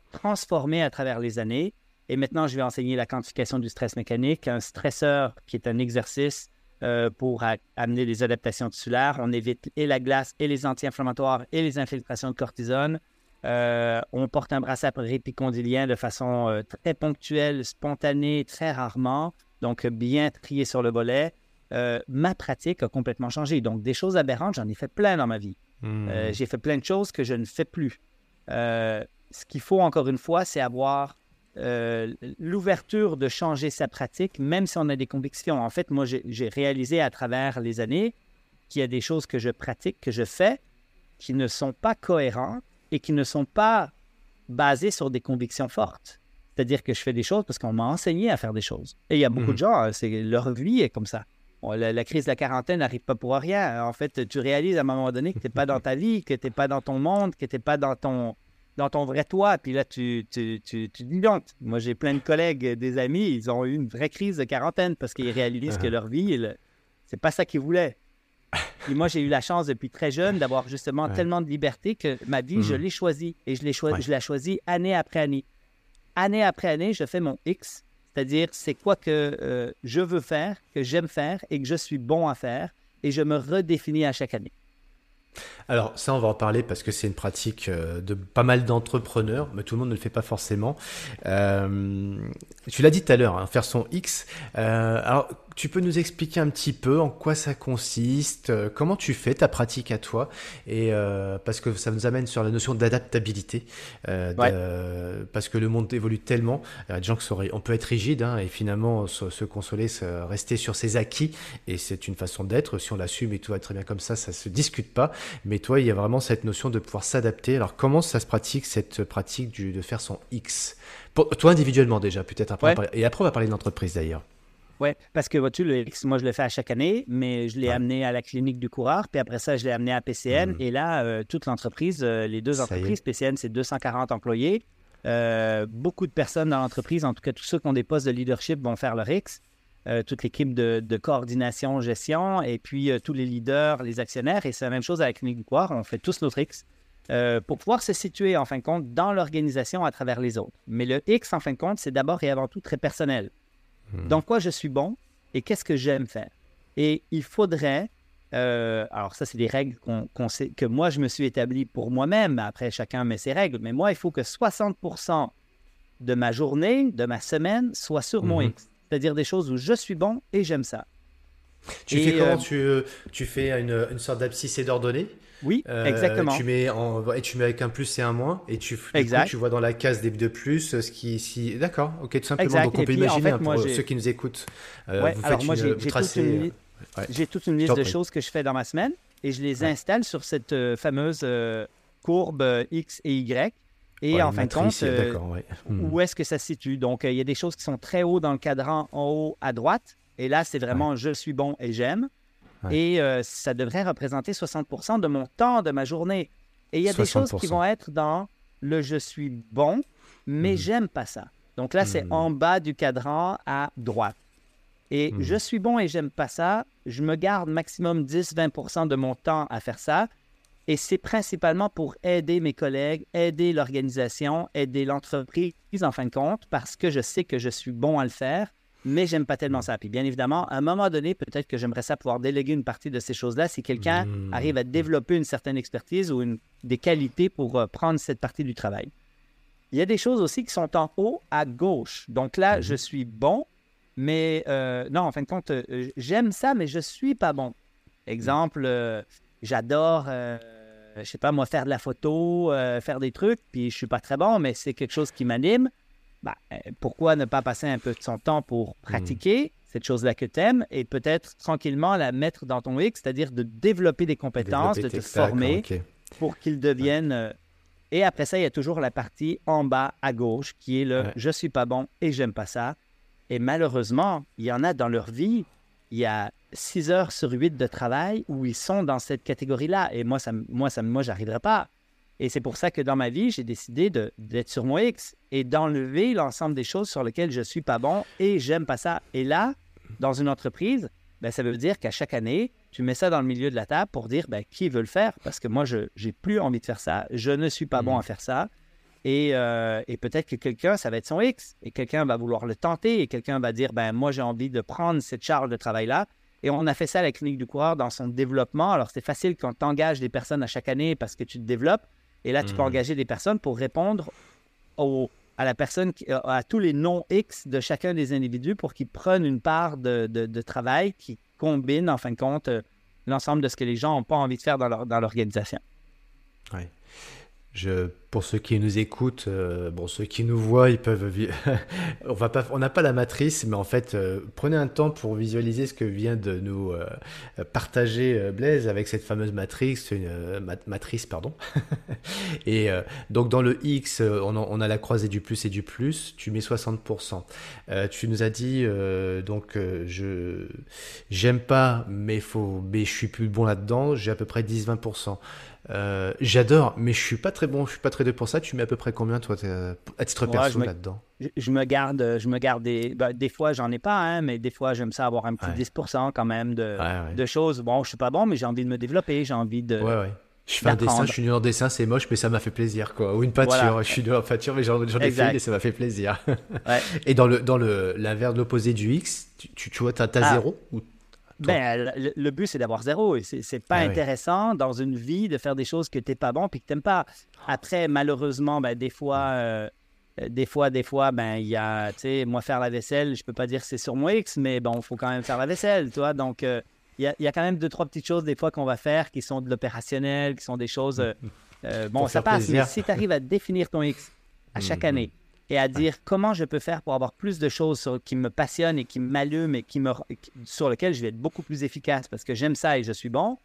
transformé à travers les années. Et maintenant, je vais enseigner la quantification du stress mécanique, un stresseur qui est un exercice pour amener les adaptations tissulaires. On évite et la glace, et les anti-inflammatoires, et les infiltrations de cortisone. On porte un bracelet répicondylien de façon très ponctuelle, spontanée, très rarement. Donc, bien trié sur le volet. Ma pratique a complètement changé. Donc, des choses aberrantes, j'en ai fait plein dans ma vie. J'ai fait plein de choses que je ne fais plus. Ce qu'il faut, encore une fois, c'est avoir l'ouverture de changer sa pratique, même si on a des convictions. En fait, moi, j'ai réalisé à travers les années qu'il y a des choses que je pratique, que je fais, qui ne sont pas cohérentes et qui ne sont pas basées sur des convictions fortes. C'est-à-dire que je fais des choses parce qu'on m'a enseigné à faire des choses. Et il y a beaucoup de gens, leur vie est comme ça. La crise de la quarantaine n'arrive pas pour rien. En fait, tu réalises à un moment donné que tu n'es pas dans ta vie, que tu n'es pas dans ton monde, que tu n'es pas dans ton vrai toi. Puis là, tu dis donc. Moi, j'ai plein de collègues, des amis, ils ont eu une vraie crise de quarantaine parce qu'ils réalisent que leur vie, c'est pas ça qu'ils voulaient. Et moi, j'ai eu la chance depuis très jeune d'avoir justement tellement de liberté que ma vie, je l'ai choisie. Et je l'ai choisie année après année. Année après année, je fais mon X, c'est-à-dire c'est quoi que je veux faire, que j'aime faire et que je suis bon à faire. Et je me redéfinis à chaque année. Alors ça, on va en parler parce que c'est une pratique de pas mal d'entrepreneurs, mais tout le monde ne le fait pas forcément. Tu l'as dit tout à l'heure, hein, faire son X. Alors, tu peux nous expliquer un petit peu en quoi ça consiste, comment tu fais ta pratique à toi, et parce que ça nous amène sur la notion d'adaptabilité, parce que le monde évolue tellement. Il y a des gens on peut être rigide et finalement se consoler, rester sur ses acquis, et c'est une façon d'être. Si on l'assume et tout va très bien comme ça se discute pas. Mais toi, il y a vraiment cette notion de pouvoir s'adapter. Alors, comment ça se pratique, cette pratique de faire son X? Pour toi, individuellement déjà, peut-être après. Et après, on va parler de l'entreprise d'ailleurs. Oui, parce que vois-tu, le X, moi, je le fais à chaque année, mais je l'ai amené à la clinique du coureur, puis après ça, je l'ai amené à PCN. Et là, toute l'entreprise, les deux entreprises, PCN, c'est 240 employés. Beaucoup de personnes dans l'entreprise, en tout cas, tous ceux qui ont des postes de leadership vont faire leur X. Toute l'équipe de coordination, gestion, et puis tous les leaders, les actionnaires. Et c'est la même chose à la clinique du coureur, on fait tous notre X pour pouvoir se situer, en fin de compte, dans l'organisation à travers les autres. Mais le X, en fin de compte, c'est d'abord et avant tout très personnel. Dans quoi je suis bon et qu'est-ce que j'aime faire. Et il faudrait, alors ça, c'est des règles que moi, je me suis établi pour moi-même. Après, chacun met ses règles. Mais moi, il faut que 60% de ma journée, de ma semaine, soit sur mon X. C'est-à-dire des choses où je suis bon et j'aime ça. Tu fais comment tu fais une sorte d'abscisse d'ordonnée? Oui, exactement. Tu mets avec un plus et un moins, et tu vois dans la case des de plus ce qui. D'accord, ok, tout simplement. Exact. Donc on peut imaginer, en fait, pour ceux qui nous écoutent. J'ai toute une liste de choses que je fais dans ma semaine et je les installe sur cette fameuse courbe X et Y. Et en fin de compte, où est-ce que ça se situe? Donc, il y a des choses qui sont très haut dans le cadran, en haut à droite. Et là, c'est vraiment je suis bon et j'aime. Et ça devrait représenter 60% de mon temps, de ma journée. Et il y a des choses qui vont être dans le je suis bon, mais j'aime pas ça. Donc là, c'est en bas du cadran à droite. Et je suis bon et j'aime pas ça. Je me garde maximum 10-20% de mon temps à faire ça. Et c'est principalement pour aider mes collègues, aider l'organisation, aider l'entreprise en fin de compte, parce que je sais que je suis bon à le faire, mais j'aime pas tellement ça. Puis bien évidemment, à un moment donné, peut-être que j'aimerais ça pouvoir déléguer une partie de ces choses-là si quelqu'un arrive à développer une certaine expertise ou des qualités pour prendre cette partie du travail. Il y a des choses aussi qui sont en haut à gauche. Donc là, je suis bon, mais non, en fin de compte, j'aime ça, mais je suis pas bon. Exemple, j'adore... je sais pas, moi, faire de la photo, faire des trucs, puis je suis pas très bon, mais c'est quelque chose qui m'anime. Pourquoi ne pas passer un peu de son temps pour pratiquer cette chose-là que tu aimes et peut-être tranquillement la mettre dans ton X, c'est-à-dire de développer des compétences, de te former pour qu'ils deviennent... Et après ça, il y a toujours la partie en bas à gauche qui est le « je suis pas bon et j'aime pas ça ». Et malheureusement, il y en a dans leur vie, il y a 6 heures sur 8 de travail où ils sont dans cette catégorie-là. Et moi, j'arriverai pas. Et c'est pour ça que dans ma vie, j'ai décidé d'être sur mon X et d'enlever l'ensemble des choses sur lesquelles je suis pas bon et j'aime pas ça. Et là, dans une entreprise, ça veut dire qu'à chaque année, tu mets ça dans le milieu de la table pour dire qui veut le faire? Parce que moi, je n'ai plus envie de faire ça. Je ne suis pas bon à faire ça. Et peut-être que quelqu'un, ça va être son X, et quelqu'un va vouloir le tenter, et quelqu'un va dire, ben moi, j'ai envie de prendre cette charge de travail-là. Et on a fait ça à la Clinique du coureur dans son développement. Alors, c'est facile quand tu engages des personnes à chaque année parce que tu te développes. Et là, tu peux engager des personnes pour répondre à tous les non-X de chacun des individus pour qu'ils prennent une part de travail qui combine, en fin de compte, l'ensemble de ce que les gens n'ont pas envie de faire dans l'organisation. Oui. Pour ceux qui nous écoutent, ceux qui nous voient, ils peuvent. On n'a pas la matrice, mais en fait, prenez un temps pour visualiser ce que vient de nous partager Blaise avec cette fameuse matrice, matrice, pardon. Et donc dans le X, on a la croisée du plus et du plus. Tu mets 60%. Tu nous as dit j'aime pas, mais je suis plus bon là-dedans. J'ai à peu près 10-20%. J'adore, mais je suis pas très bon, je suis pas très doué pour ça. Tu mets à peu près combien, toi, à titre perso là-dedans? Je me garde des fois, j'en ai pas, hein, mais des fois, j'aime ça avoir un petit 10% quand même de choses. Bon, je suis pas bon, mais j'ai envie de me développer, j'ai envie de. Ouais. Je fais un dessin, je suis nul en dessin, c'est moche, mais ça m'a fait plaisir, quoi. Ou une peinture, voilà. Je suis nul en peinture, mais j'en ai fait et ça m'a fait plaisir. Ouais. Et dans l'inverse de l'opposé du X, tu vois, t'as zéro ou... Le but, c'est d'avoir zéro. Et c'est pas intéressant dans une vie de faire des choses que tu n'es pas bon puis que tu n'aimes pas. Après, malheureusement, des fois, il y a, tu sais, moi, faire la vaisselle, je peux pas dire que c'est sur mon X, mais bon, il faut quand même faire la vaisselle, tu vois. Donc, il y a quand même 2-3 petites choses, des fois, qu'on va faire qui sont de l'opérationnel, qui sont des choses... ça passe, plaisir. Mais si tu arrives à définir ton X à chaque année, et à dire comment je peux faire pour avoir plus de choses qui me passionnent et qui m'allument et sur lesquelles je vais être beaucoup plus efficace parce que j'aime ça et je suis bon,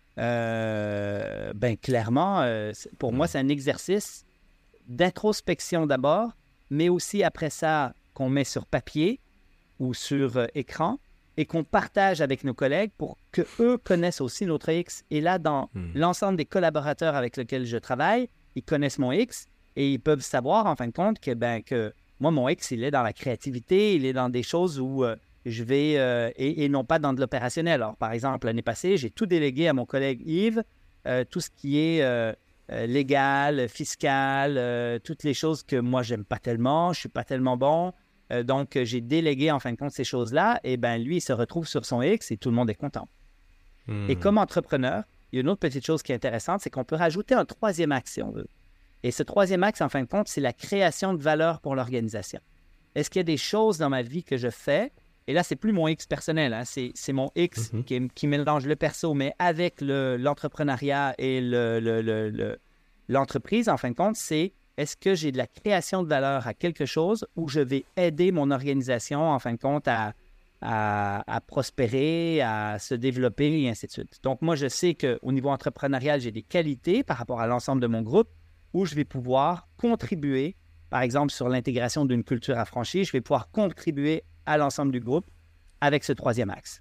clairement, pour moi, c'est un exercice d'introspection d'abord, mais aussi après ça qu'on met sur papier ou sur écran et qu'on partage avec nos collègues pour qu'eux connaissent aussi notre X. Et là, dans l'ensemble des collaborateurs avec lesquels je travaille, ils connaissent mon X. Et ils peuvent savoir, en fin de compte, que moi, mon X, il est dans la créativité, il est dans des choses où je vais... et non pas dans de l'opérationnel. Alors, par exemple, l'année passée, j'ai tout délégué à mon collègue Yves, tout ce qui est légal, fiscal, toutes les choses que moi, j'aime pas tellement, je suis pas tellement bon. Donc, j'ai délégué, en fin de compte, ces choses-là. Et lui, il se retrouve sur son X et tout le monde est content. Et comme entrepreneur, il y a une autre petite chose qui est intéressante, c'est qu'on peut rajouter un troisième axe, si on veut. Et ce troisième axe, en fin de compte, c'est la création de valeur pour l'organisation. Est-ce qu'il y a des choses dans ma vie que je fais? Et là, c'est plus mon X personnel, hein, c'est mon X qui mélange le perso, mais avec l'entrepreneuriat et l'entreprise, en fin de compte, c'est est-ce que j'ai de la création de valeur à quelque chose où je vais aider mon organisation, en fin de compte, à prospérer, à se développer et ainsi de suite. Donc, moi, je sais qu'au niveau entrepreneurial, j'ai des qualités par rapport à l'ensemble de mon groupe où je vais pouvoir contribuer, par exemple, sur l'intégration d'une culture affranchie, je vais pouvoir contribuer à l'ensemble du groupe avec ce troisième axe.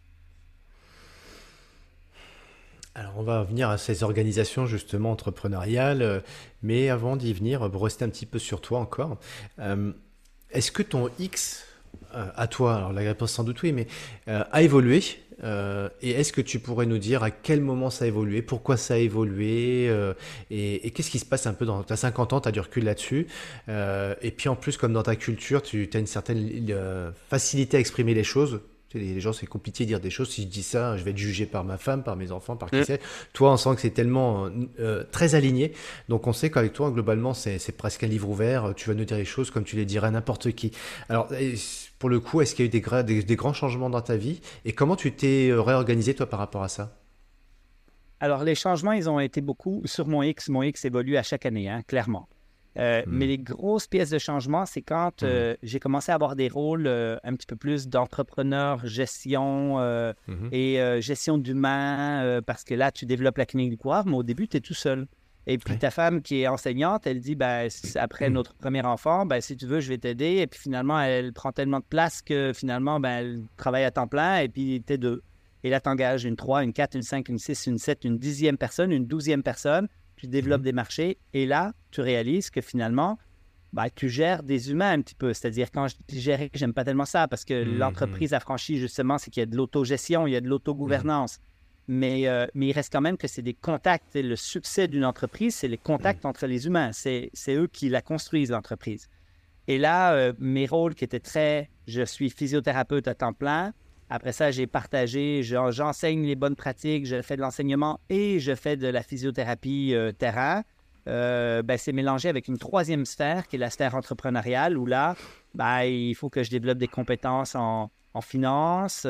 Alors, on va venir à ces organisations, justement, entrepreneuriales, mais avant d'y venir, pour rester un petit peu sur toi encore, est-ce que ton X, à toi, alors la réponse sans doute oui, mais a évolué et est-ce que tu pourrais nous dire à quel moment ça a évolué, pourquoi ça a évolué et qu'est-ce qui se passe un peu dans... Tu as 50 ans, tu as du recul là-dessus et puis en plus, comme dans ta culture, tu as une certaine facilité à exprimer les choses. Les gens, c'est compliqué de dire des choses. Si je dis ça, je vais être jugé par ma femme, par mes enfants, par qui c'est. Toi, on sent que c'est tellement très aligné. Donc, on sait qu'avec toi, globalement, c'est presque un livre ouvert. Tu vas nous dire les choses comme tu les dirais à n'importe qui. Alors, pour le coup, est-ce qu'il y a eu des grands changements dans ta vie? Et comment tu t'es réorganisé, toi, par rapport à ça? Alors, les changements, ils ont été beaucoup sur mon X. Mon X évolue à chaque année, hein, clairement. Mais les grosses pièces de changement, c'est quand j'ai commencé à avoir des rôles un petit peu plus d'entrepreneur, gestion et gestion d'humain, parce que là, tu développes la clinique du coureur, mais au début, tu es tout seul. Et puis, ta femme qui est enseignante, elle dit, après notre premier enfant, si tu veux, je vais t'aider. Et puis, finalement, elle prend tellement de place que finalement, elle travaille à temps plein et puis t'es deux. Et là, tu engages une 3, une 4, une 5, une 6, une 7, une 10e personne, une 12e personne. Tu développes des marchés et là, tu réalises que finalement, tu gères des humains un petit peu. C'est-à-dire, quand je dis gérer, j'aime pas tellement ça parce que l'entreprise affranchie, justement, c'est qu'il y a de l'autogestion, il y a de l'autogouvernance. mais il reste quand même que c'est des contacts. Et le succès d'une entreprise, c'est les contacts entre les humains. C'est eux qui la construisent, l'entreprise. Et là, mes rôles qui étaient je suis physiothérapeute à temps plein. Après ça, j'ai partagé, j'enseigne les bonnes pratiques, je fais de l'enseignement et je fais de la physiothérapie terrain. C'est mélangé avec une troisième sphère qui est la sphère entrepreneuriale où là, il faut que je développe des compétences en finance,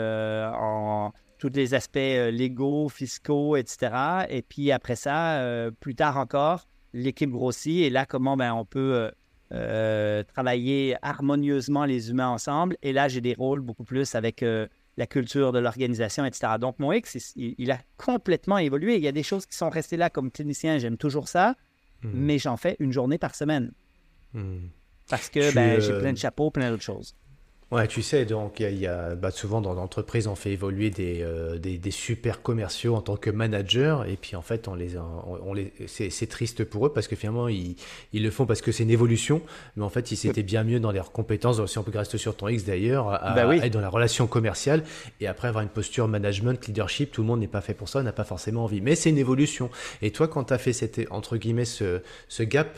en tous les aspects légaux, fiscaux, etc. Et puis après ça, plus tard encore, l'équipe grossit et là, comment on peut travailler harmonieusement les humains ensemble. Et là, j'ai des rôles beaucoup plus avec la culture de l'organisation, etc. Donc, mon X, il a complètement évolué. Il y a des choses qui sont restées là comme clinicien, j'aime toujours ça, mais j'en fais une journée par semaine. Parce que j'ai plein de chapeaux, plein d'autres choses. Ouais, tu sais, donc il y a souvent dans l'entreprise, on fait évoluer des super commerciaux en tant que manager, et puis en fait, c'est triste pour eux parce que finalement, ils le font parce que c'est une évolution, mais en fait, ils s'étaient bien mieux dans leurs compétences, si on peut rester sur ton X d'ailleurs, à être dans la relation commerciale, et après avoir une posture management, leadership, tout le monde n'est pas fait pour ça, n'a pas forcément envie, mais c'est une évolution. Et toi, quand tu as fait entre guillemets, ce gap,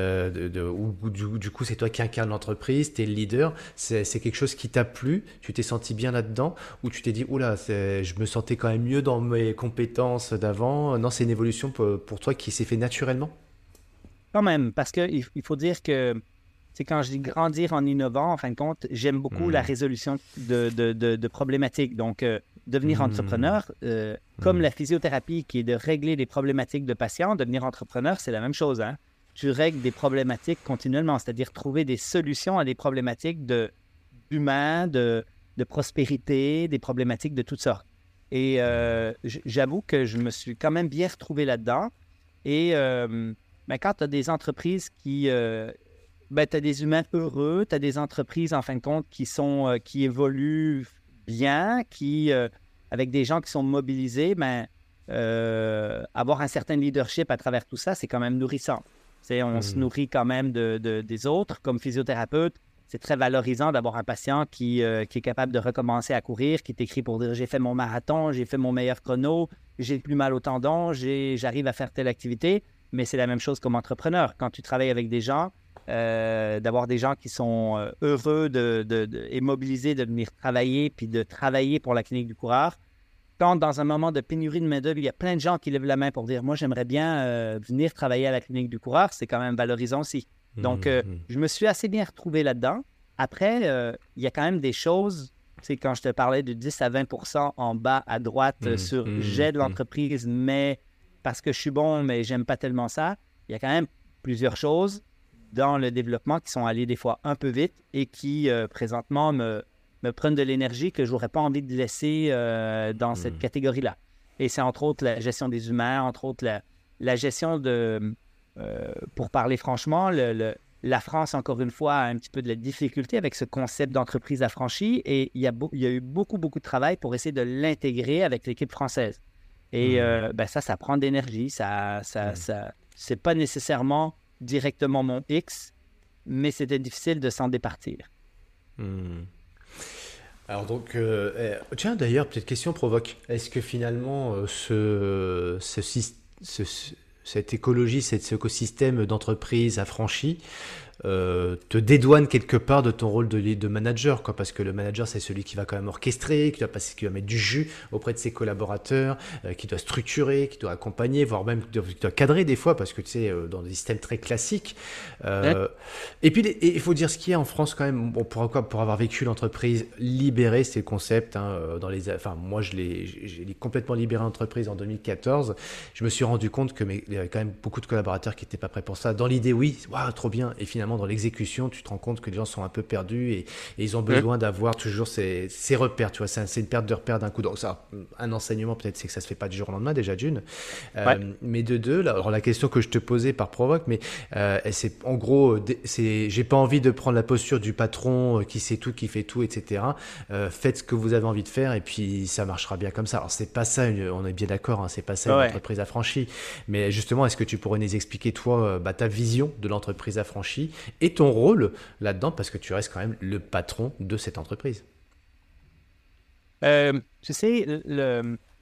où du coup, c'est toi qui incarne l'entreprise, tu es le leader, c'est quelque chose qui t'a plu, tu t'es senti bien là-dedans, ou tu t'es dit oula, je me sentais quand même mieux dans mes compétences d'avant? Non, c'est une évolution pour toi qui s'est fait naturellement? Quand même, parce qu'il faut dire que c'est quand je dis grandir en innovant, en fin de compte, j'aime beaucoup la résolution de problématiques. Donc, devenir entrepreneur, comme la physiothérapie qui est de régler des problématiques de patients, devenir entrepreneur, c'est la même chose. Hein? Tu règles des problématiques continuellement, c'est-à-dire trouver des solutions à des problématiques d'humains, de prospérité, des problématiques de toutes sortes. Et j'avoue que je me suis quand même bien retrouvé là-dedans. Et quand tu as des entreprises qui... tu as des humains heureux, tu as des entreprises, en fin de compte, qui évoluent bien, avec des gens qui sont mobilisés, avoir un certain leadership à travers tout ça, c'est quand même nourrissant. On se nourrit quand même des autres. Comme physiothérapeute, c'est très valorisant d'avoir un patient qui est capable de recommencer à courir, qui t'écrit pour dire « j'ai fait mon marathon, j'ai fait mon meilleur chrono, j'ai plus mal au tendon, j'arrive à faire telle activité ». Mais c'est la même chose comme entrepreneur. Quand tu travailles avec des gens, d'avoir des gens qui sont heureux et mobilisés de venir travailler, puis de travailler pour la clinique du coureur. Quand, dans un moment de pénurie de main-d'œuvre, il y a plein de gens qui lèvent la main pour dire « moi, j'aimerais bien venir travailler à la clinique du coureur », c'est quand même valorisant aussi. Donc, je me suis assez bien retrouvé là-dedans. Après, il y a quand même des choses, tu sais, quand je te parlais de 10 à 20% en bas à droite sur « j'aide l'entreprise, mais parce que je suis bon, mais j'aime pas tellement ça », il y a quand même plusieurs choses dans le développement qui sont allées des fois un peu vite et qui, présentement, me prennent de l'énergie que je n'aurais pas envie de laisser dans cette catégorie-là. Et c'est entre autres la gestion des humains, entre autres la gestion de... pour parler franchement, la France, encore une fois, a un petit peu de la difficulté avec ce concept d'entreprise affranchie et il y a eu beaucoup, beaucoup de travail pour essayer de l'intégrer avec l'équipe française. Et ça prend de l'énergie. C'est pas nécessairement directement mon X, mais c'était difficile de s'en départir. Alors donc, tiens d'ailleurs, petite question provoque. Est-ce que finalement cette écologie, cet écosystème d'entreprise affranchi te dédouane quelque part de ton rôle de manager, quoi, parce que le manager, c'est celui qui va quand même orchestrer, qui va mettre du jus auprès de ses collaborateurs, qui doit structurer, qui doit accompagner, voire même qui doit cadrer des fois, parce que tu sais, dans des systèmes très classiques. Et puis, il faut dire ce qu'il y a en France quand même, bon, pour avoir vécu l'entreprise libérée, c'est le concept. Moi, je l'ai complètement libéré l'entreprise en 2014. Je me suis rendu compte qu'il y avait quand même beaucoup de collaborateurs qui n'étaient pas prêts pour ça. Dans l'idée, oui, waouh, trop bien. Et finalement, dans l'exécution, tu te rends compte que les gens sont un peu perdus et ils ont besoin d'avoir toujours ces repères. Tu vois, c'est une perte de repères d'un coup. Donc ça, un enseignement peut-être, c'est que ça se fait pas du jour au lendemain déjà d'une. Mais de deux, là, alors la question que je te posais par provoque, mais c'est en gros, j'ai pas envie de prendre la posture du patron qui sait tout, qui fait tout, etc. Faites ce que vous avez envie de faire et puis ça marchera bien comme ça. Alors c'est pas ça, on est bien d'accord, hein, c'est pas ça une entreprise affranchie. Mais justement, est-ce que tu pourrais nous expliquer toi ta vision de l'entreprise affranchie et ton rôle là-dedans, parce que tu restes quand même le patron de cette entreprise? Tu sais,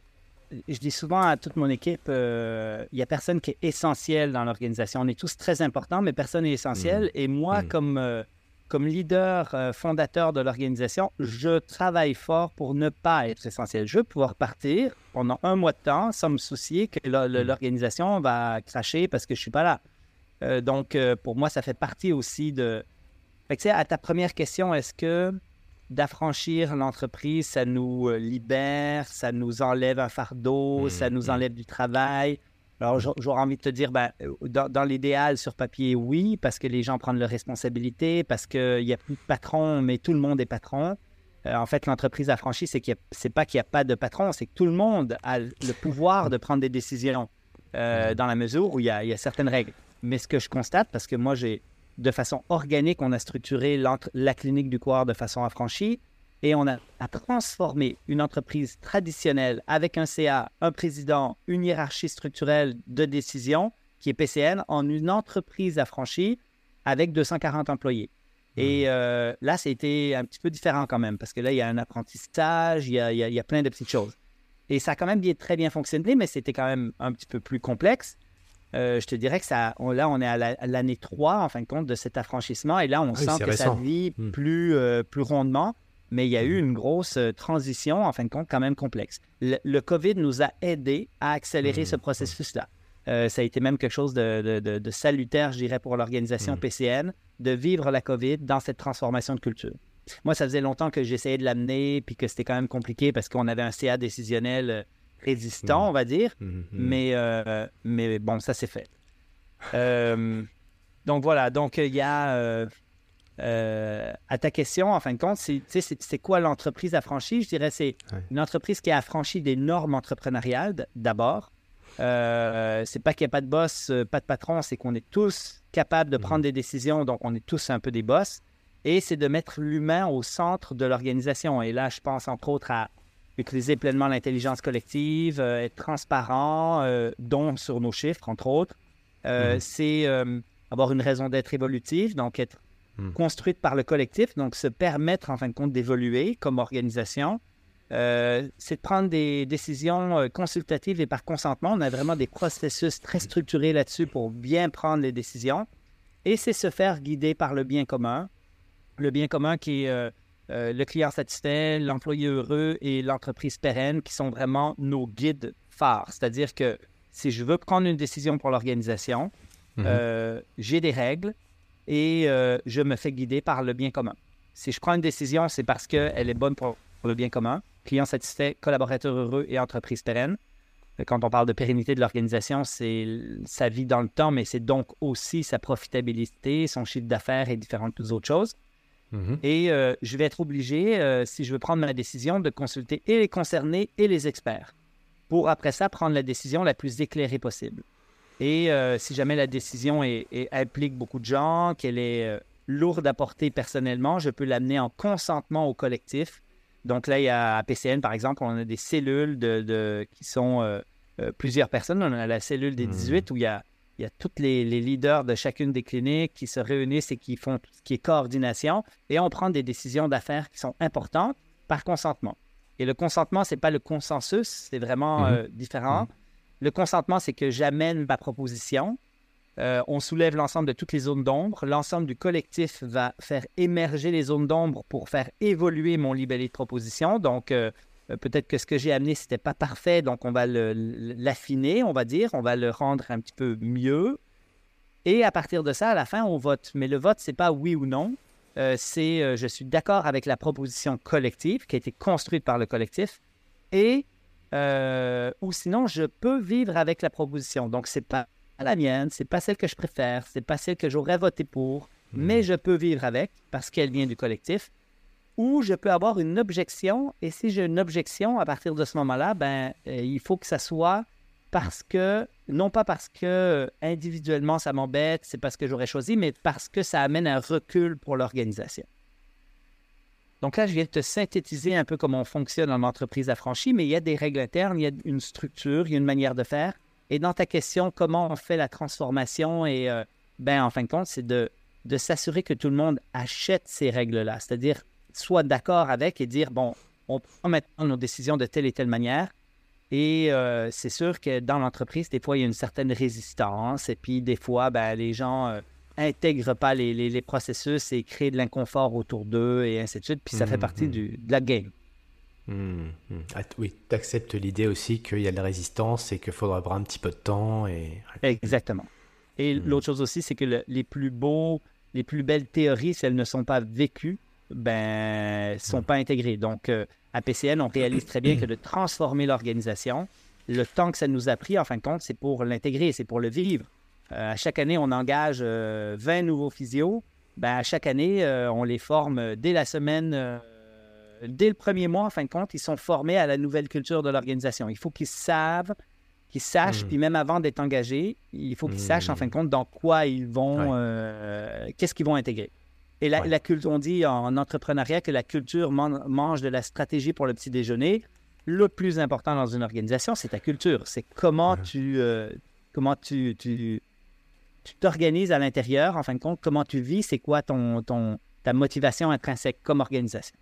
je dis souvent à toute mon équipe, il n'y a personne qui est essentiel dans l'organisation. On est tous très importants, mais personne n'est essentiel. Et moi, comme leader fondateur de l'organisation, je travaille fort pour ne pas être essentiel. Je veux pouvoir partir pendant un mois de temps sans me soucier que l'organisation va cracher parce que je ne suis pas là. Donc, pour moi, ça fait partie aussi de... Fait que, tu sais, à ta première question, est-ce que d'affranchir l'entreprise, ça nous libère, ça nous enlève un fardeau, ça nous enlève du travail? Alors, j'aurais envie de te dire, dans l'idéal, sur papier, oui, parce que les gens prennent leurs responsabilités, parce qu'il n'y a plus de patron, mais tout le monde est patron. En fait, l'entreprise affranchie, c'est pas qu'il n'y a pas de patron, c'est que tout le monde a le pouvoir de prendre des décisions dans la mesure où il y a certaines règles. Mais ce que je constate, parce que moi, de façon organique, on a structuré la clinique du coureur de façon affranchie et on a transformé une entreprise traditionnelle avec un CA, un président, une hiérarchie structurelle de décision qui est PCN en une entreprise affranchie avec 240 employés. Et là, c'était un petit peu différent quand même parce que là, il y a un apprentissage, il y a plein de petites choses. Et ça a quand même très bien fonctionné, mais c'était quand même un petit peu plus complexe. Je te dirais que là, on est à l'année 3, en fin de compte, de cet affranchissement. Et là, on sent que ça vit plus rondement. Mais il y a eu une grosse transition, en fin de compte, quand même complexe. Le COVID nous a aidés à accélérer ce processus-là. Ça a été même quelque chose de salutaire, je dirais, pour l'organisation PCN, de vivre la COVID dans cette transformation de culture. Moi, ça faisait longtemps que j'essayais de l'amener, puis que c'était quand même compliqué parce qu'on avait un CA décisionnel résistant, on va dire. Mais bon, ça c'est fait. Donc voilà, donc il y a... à ta question, en fin de compte, c'est quoi l'entreprise affranchie? Je dirais c'est une entreprise qui a affranchi des normes entrepreneuriales d'abord. C'est pas qu'il n'y a pas de boss, pas de patron, c'est qu'on est tous capables de prendre des décisions, donc on est tous un peu des boss. Et c'est de mettre l'humain au centre de l'organisation. Et là, je pense entre autres à utiliser pleinement l'intelligence collective, être transparent, dont sur nos chiffres, entre autres. C'est avoir une raison d'être évolutive, donc être construite par le collectif, donc se permettre, en fin de compte, d'évoluer comme organisation. C'est de prendre des décisions consultatives et par consentement. On a vraiment des processus très structurés là-dessus pour bien prendre les décisions. Et c'est se faire guider par le bien commun. Le bien commun qui est le client satisfait, l'employé heureux et l'entreprise pérenne qui sont vraiment nos guides phares. C'est-à-dire que si je veux prendre une décision pour l'organisation, j'ai des règles et je me fais guider par le bien commun. Si je prends une décision, c'est parce qu'elle est bonne pour le bien commun. Client satisfait, collaborateur heureux et entreprise pérenne. Quand on parle de pérennité de l'organisation, c'est sa vie dans le temps, mais c'est donc aussi sa profitabilité, son chiffre d'affaires et différentes autres choses. Et je vais être obligé, si je veux prendre ma décision, de consulter et les concernés et les experts pour, après ça, prendre la décision la plus éclairée possible. Et si jamais la décision implique beaucoup de gens, qu'elle est lourde à porter personnellement, je peux l'amener en consentement au collectif. Donc là, il y a à PCN, par exemple, on a des cellules qui sont plusieurs personnes. On a la cellule des 18 où il y a tous les leaders de chacune des cliniques qui se réunissent et qui font tout ce qui est coordination. Et on prend des décisions d'affaires qui sont importantes par consentement. Et le consentement, ce n'est pas le consensus, c'est vraiment différent. Le consentement, c'est que j'amène ma proposition. On soulève l'ensemble de toutes les zones d'ombre. L'ensemble du collectif va faire émerger les zones d'ombre pour faire évoluer mon libellé de proposition. Donc, peut-être que ce que j'ai amené, ce n'était pas parfait, donc on va l'affiner, on va dire. On va le rendre un petit peu mieux. Et à partir de ça, à la fin, on vote. Mais le vote, ce n'est pas oui ou non. C'est je suis d'accord avec la proposition collective qui a été construite par le collectif. Et, ou sinon, je peux vivre avec la proposition. Donc, ce n'est pas la mienne, ce n'est pas celle que je préfère, ce n'est pas celle que j'aurais voté pour, mais je peux vivre avec parce qu'elle vient du collectif. Ou je peux avoir une objection, et si j'ai une objection, à partir de ce moment-là, il faut que ça soit parce que, non pas parce que individuellement ça m'embête, c'est parce que j'aurais choisi, mais parce que ça amène un recul pour l'organisation. Donc là, je viens de te synthétiser un peu comment on fonctionne en entreprise affranchie, mais il y a des règles internes, il y a une structure, il y a une manière de faire. Et dans ta question, comment on fait la transformation, et en fin de compte, c'est de s'assurer que tout le monde achète ces règles-là, c'est-à-dire soit d'accord avec et dire, bon, on prend maintenant nos décisions de telle et telle manière, Et c'est sûr que dans l'entreprise, des fois, il y a une certaine résistance. Et puis, des fois, les gens n'intègrent pas les processus et créent de l'inconfort autour d'eux et ainsi de suite. Puis, ça fait partie de la game. Ah, oui, tu acceptes l'idée aussi qu'il y a de la résistance et qu'il faudra avoir un petit peu de temps. Exactement. Et l'autre chose aussi, c'est que les plus belles théories, si elles ne sont pas vécues, ne sont pas intégrées. Donc, à PCN, on réalise très bien que de transformer l'organisation, le temps que ça nous a pris, en fin de compte, c'est pour l'intégrer, c'est pour le vivre. À chaque année, on engage 20 nouveaux physios. À chaque année, on les forme dès la semaine, dès le premier mois, en fin de compte, ils sont formés à la nouvelle culture de l'organisation. Il faut qu'ils sachent, puis même avant d'être engagés, il faut qu'ils sachent, en fin de compte, dans quoi ils vont, qu'est-ce qu'ils vont intégrer. Et la culture, on dit en entrepreneuriat que la culture mange de la stratégie pour le petit déjeuner. Le plus important dans une organisation, c'est ta culture. C'est comment tu t'organises à l'intérieur, en fin de compte, comment tu vis, c'est quoi ta motivation intrinsèque comme organisation.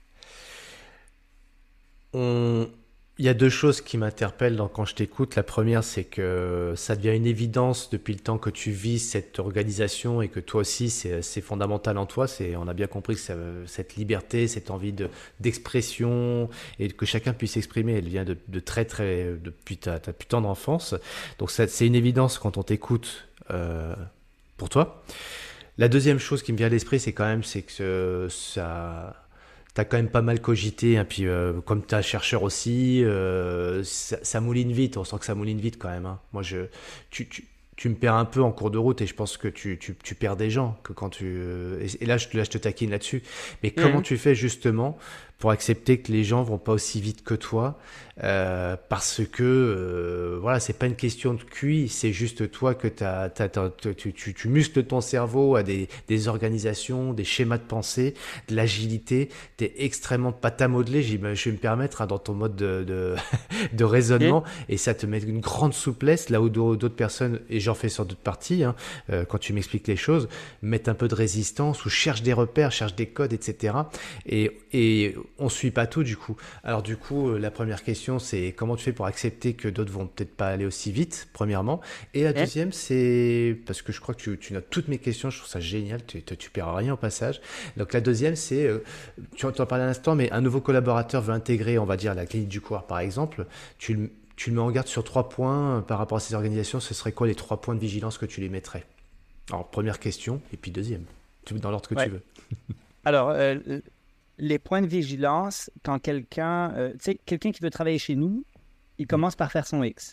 Il y a deux choses qui m'interpellent quand je t'écoute. La première, c'est que ça devient une évidence depuis le temps que tu vis cette organisation et que toi aussi, c'est fondamental en toi. On a bien compris que cette liberté, cette envie d'expression et que chacun puisse s'exprimer, elle vient depuis ta plus tendre enfance. Donc c'est une évidence quand on t'écoute pour toi. La deuxième chose qui me vient à l'esprit, c'est que ça... T'as quand même pas mal cogité, hein, puis comme t'es un chercheur aussi, ça mouline vite, on sent que ça mouline vite quand même. Hein. Moi, tu me perds un peu en cours de route et je pense que tu perds des gens. Que quand et là, je te taquine là-dessus. Mais comment tu fais justement pour accepter que les gens vont pas aussi vite que toi parce que voilà, c'est pas une question de QI, c'est juste toi que tu muscles ton cerveau à des organisations, des schémas de pensée, de l'agilité. T'es extrêmement pâte à modeler, je vais me permettre, hein, dans ton mode de raisonnement, et ça te met une grande souplesse là où d'autres personnes, et j'en fais sur d'autres parties, hein, quand tu m'expliques les choses, mettent un peu de résistance ou cherchent des repères, cherchent des codes, etc. Et on suit pas tout du coup. Alors du coup, la première question, c'est comment tu fais pour accepter que d'autres vont peut-être pas aller aussi vite, premièrement. Et la deuxième, c'est, parce que je crois que tu notes toutes mes questions, je trouve ça génial, tu perds rien au passage. Donc la deuxième, c'est, tu en parlais à l'instant, mais un nouveau collaborateur veut intégrer, on va dire, la clinique du coureur par exemple, tu le mets en garde sur 3 points par rapport à ces organisations, ce serait quoi les 3 points de vigilance que tu les mettrais? Alors première question, et puis deuxième, dans l'ordre que tu veux. Alors, les points de vigilance, quand quelqu'un qui veut travailler chez nous, il commence par faire son X.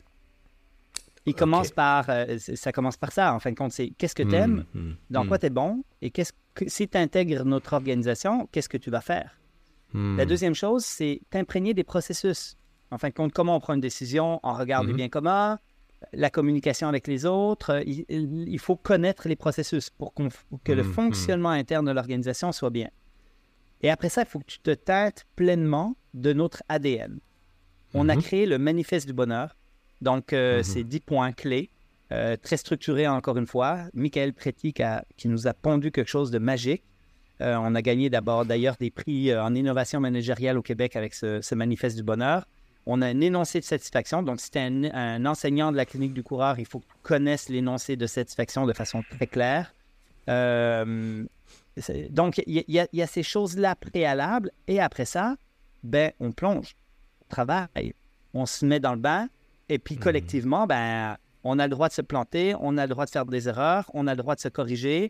Ça commence par ça, en fin de compte, c'est qu'est-ce que tu aimes, dans quoi tu es bon, et si tu intègres notre organisation, qu'est-ce que tu vas faire? La deuxième chose, c'est t'imprégner des processus. En fin de compte, comment on prend une décision, on regarde le bien commun, la communication avec les autres. Il faut connaître les processus pour que le fonctionnement interne de l'organisation soit bien. Et après ça, il faut que tu te teintes pleinement de notre ADN. On a créé le manifeste du bonheur. Donc, c'est 10 points clés, très structurés encore une fois. Michael Préti qui nous a pondu quelque chose de magique. On a gagné d'ailleurs des prix en innovation managériale au Québec avec ce manifeste du bonheur. On a un énoncé de satisfaction. Donc, si tu es un enseignant de la clinique du coureur, il faut que tu connaisses l'énoncé de satisfaction de façon très claire. Donc, il y a ces choses-là préalables. Et après ça, on plonge, on travaille, on se met dans le bain. Et puis, collectivement, on a le droit de se planter, on a le droit de faire des erreurs, on a le droit de se corriger.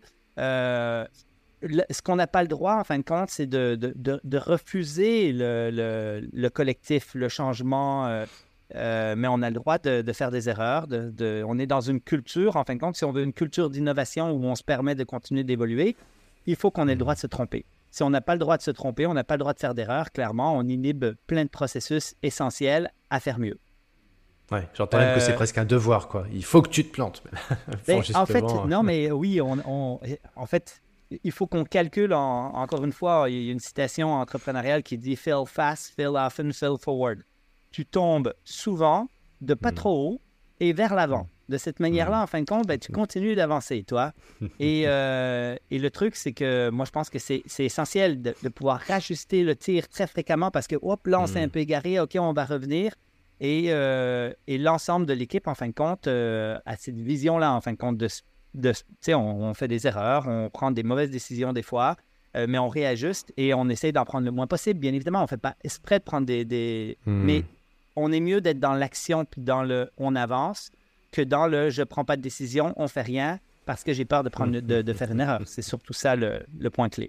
Ce qu'on n'a pas le droit, en fin de compte, c'est de refuser le collectif, le changement, mais on a le droit de faire des erreurs. On est dans une culture, en fin de compte, si on veut une culture d'innovation où on se permet de continuer d'évoluer, il faut qu'on ait le droit de se tromper. Si on n'a pas le droit de se tromper, on n'a pas le droit de faire d'erreurs, clairement, on inhibe plein de processus essentiels à faire mieux. Ouais, j'entends même que c'est presque un devoir, quoi. Il faut que tu te plantes. En fait, non, mais oui, en fait, il faut qu'on calcule, encore une fois, il y a une citation entrepreneuriale qui dit « Fail fast, fail often, fail forward ». Tu tombes souvent, de pas trop haut, et vers l'avant. De cette manière-là, en fin de compte, tu continues d'avancer, toi. Et le truc, c'est que moi, je pense que c'est essentiel de pouvoir rajuster le tir très fréquemment parce que, hop, là, on s'est un peu égaré, OK, on va revenir. Et l'ensemble de l'équipe, en fin de compte, a cette vision-là, en fin de compte, on fait des erreurs, on prend des mauvaises décisions des fois, mais on réajuste et on essaie d'en prendre le moins possible. Bien évidemment, on ne fait pas exprès de prendre mais on est mieux d'être dans l'action puis dans le « on avance » que dans le « je ne prends pas de décision, on ne fait rien parce que j'ai peur de faire une erreur ». C'est surtout ça le point clé.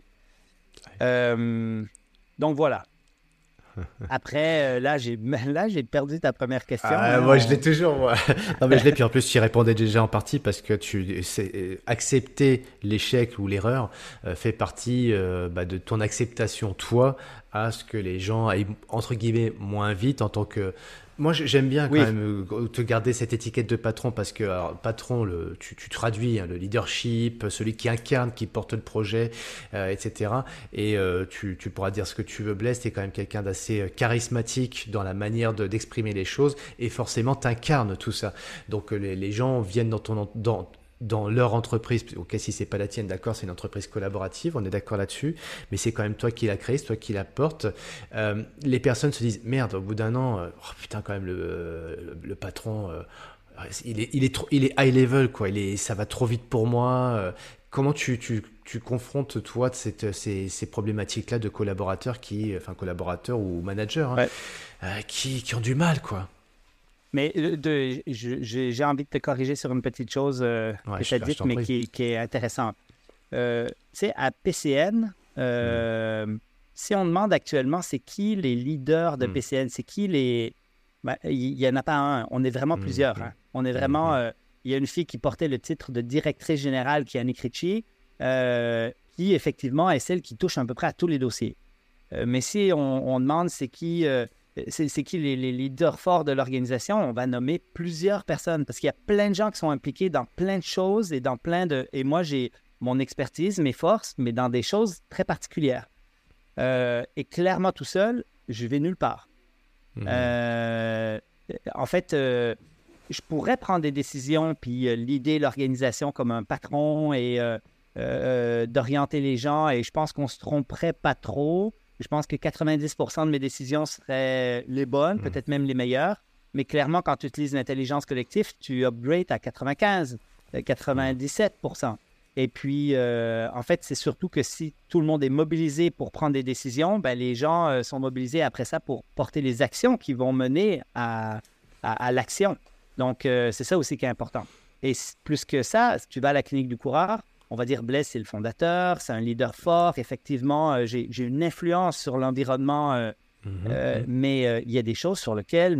Donc voilà. Après, là, j'ai perdu ta première question. Moi, je l'ai toujours. Moi. Non, mais je l'ai. Puis en plus, tu y répondais déjà en partie parce que accepter l'échec ou l'erreur fait partie de ton acceptation, toi, à ce que les gens aillent, entre guillemets, moins vite en tant que... Moi, j'aime bien quand même te garder cette étiquette de patron parce que alors, patron, tu traduis le leadership, celui qui incarne, qui porte le projet, etc. Et tu pourras dire ce que tu veux, Blaise, tu es quand même quelqu'un d'assez charismatique dans la manière d'exprimer les choses et forcément, tu incarnes tout ça. Donc, les gens viennent dans leur entreprise, ok, si c'est pas la tienne, d'accord, c'est une entreprise collaborative, on est d'accord là-dessus, mais c'est quand même toi qui l'as créée, c'est toi qui la porte. Les personnes se disent, merde, au bout d'un an, oh putain, quand même, le patron, il est high level, quoi, ça va trop vite pour moi. Comment tu confrontes, toi, ces problématiques-là de collaborateurs collaborateurs ou managers, qui ont du mal, quoi. Mais j'ai envie de te corriger sur une petite chose que tu as dite, mais qui est intéressante. Tu sais, à PCN, si on demande actuellement, c'est qui les leaders de PCN? C'est qui les... il n'y en a pas un, on est vraiment plusieurs. Hein. On est vraiment... il y a une fille qui portait le titre de directrice générale, qui est Annick Ritchie, qui, effectivement, est celle qui touche à peu près à tous les dossiers. Mais si on demande c'est qui... c'est qui les leaders forts de l'organisation, on va nommer plusieurs personnes parce qu'il y a plein de gens qui sont impliqués dans plein de choses et dans plein de... Et moi, j'ai mon expertise, mes forces, mais dans des choses très particulières. Et clairement, tout seul, je vais nulle part. En fait, je pourrais prendre des décisions puis l'idée, l'organisation comme un patron et d'orienter les gens et je pense qu'on se tromperait pas trop. Je pense que 90% de mes décisions seraient les bonnes, peut-être même les meilleures. Mais clairement, quand tu utilises l'intelligence collective, tu upgrades à 95, 97%. Et puis, en fait, c'est surtout que si tout le monde est mobilisé pour prendre des décisions, ben, les gens sont mobilisés après ça pour porter les actions qui vont mener à l'action. Donc, c'est ça aussi qui est important. Et plus que ça, si tu vas à la clinique du coureur, on va dire Blaise, c'est le fondateur, c'est un leader fort. Effectivement, j'ai une influence sur l'environnement, mais il y a des choses sur lesquelles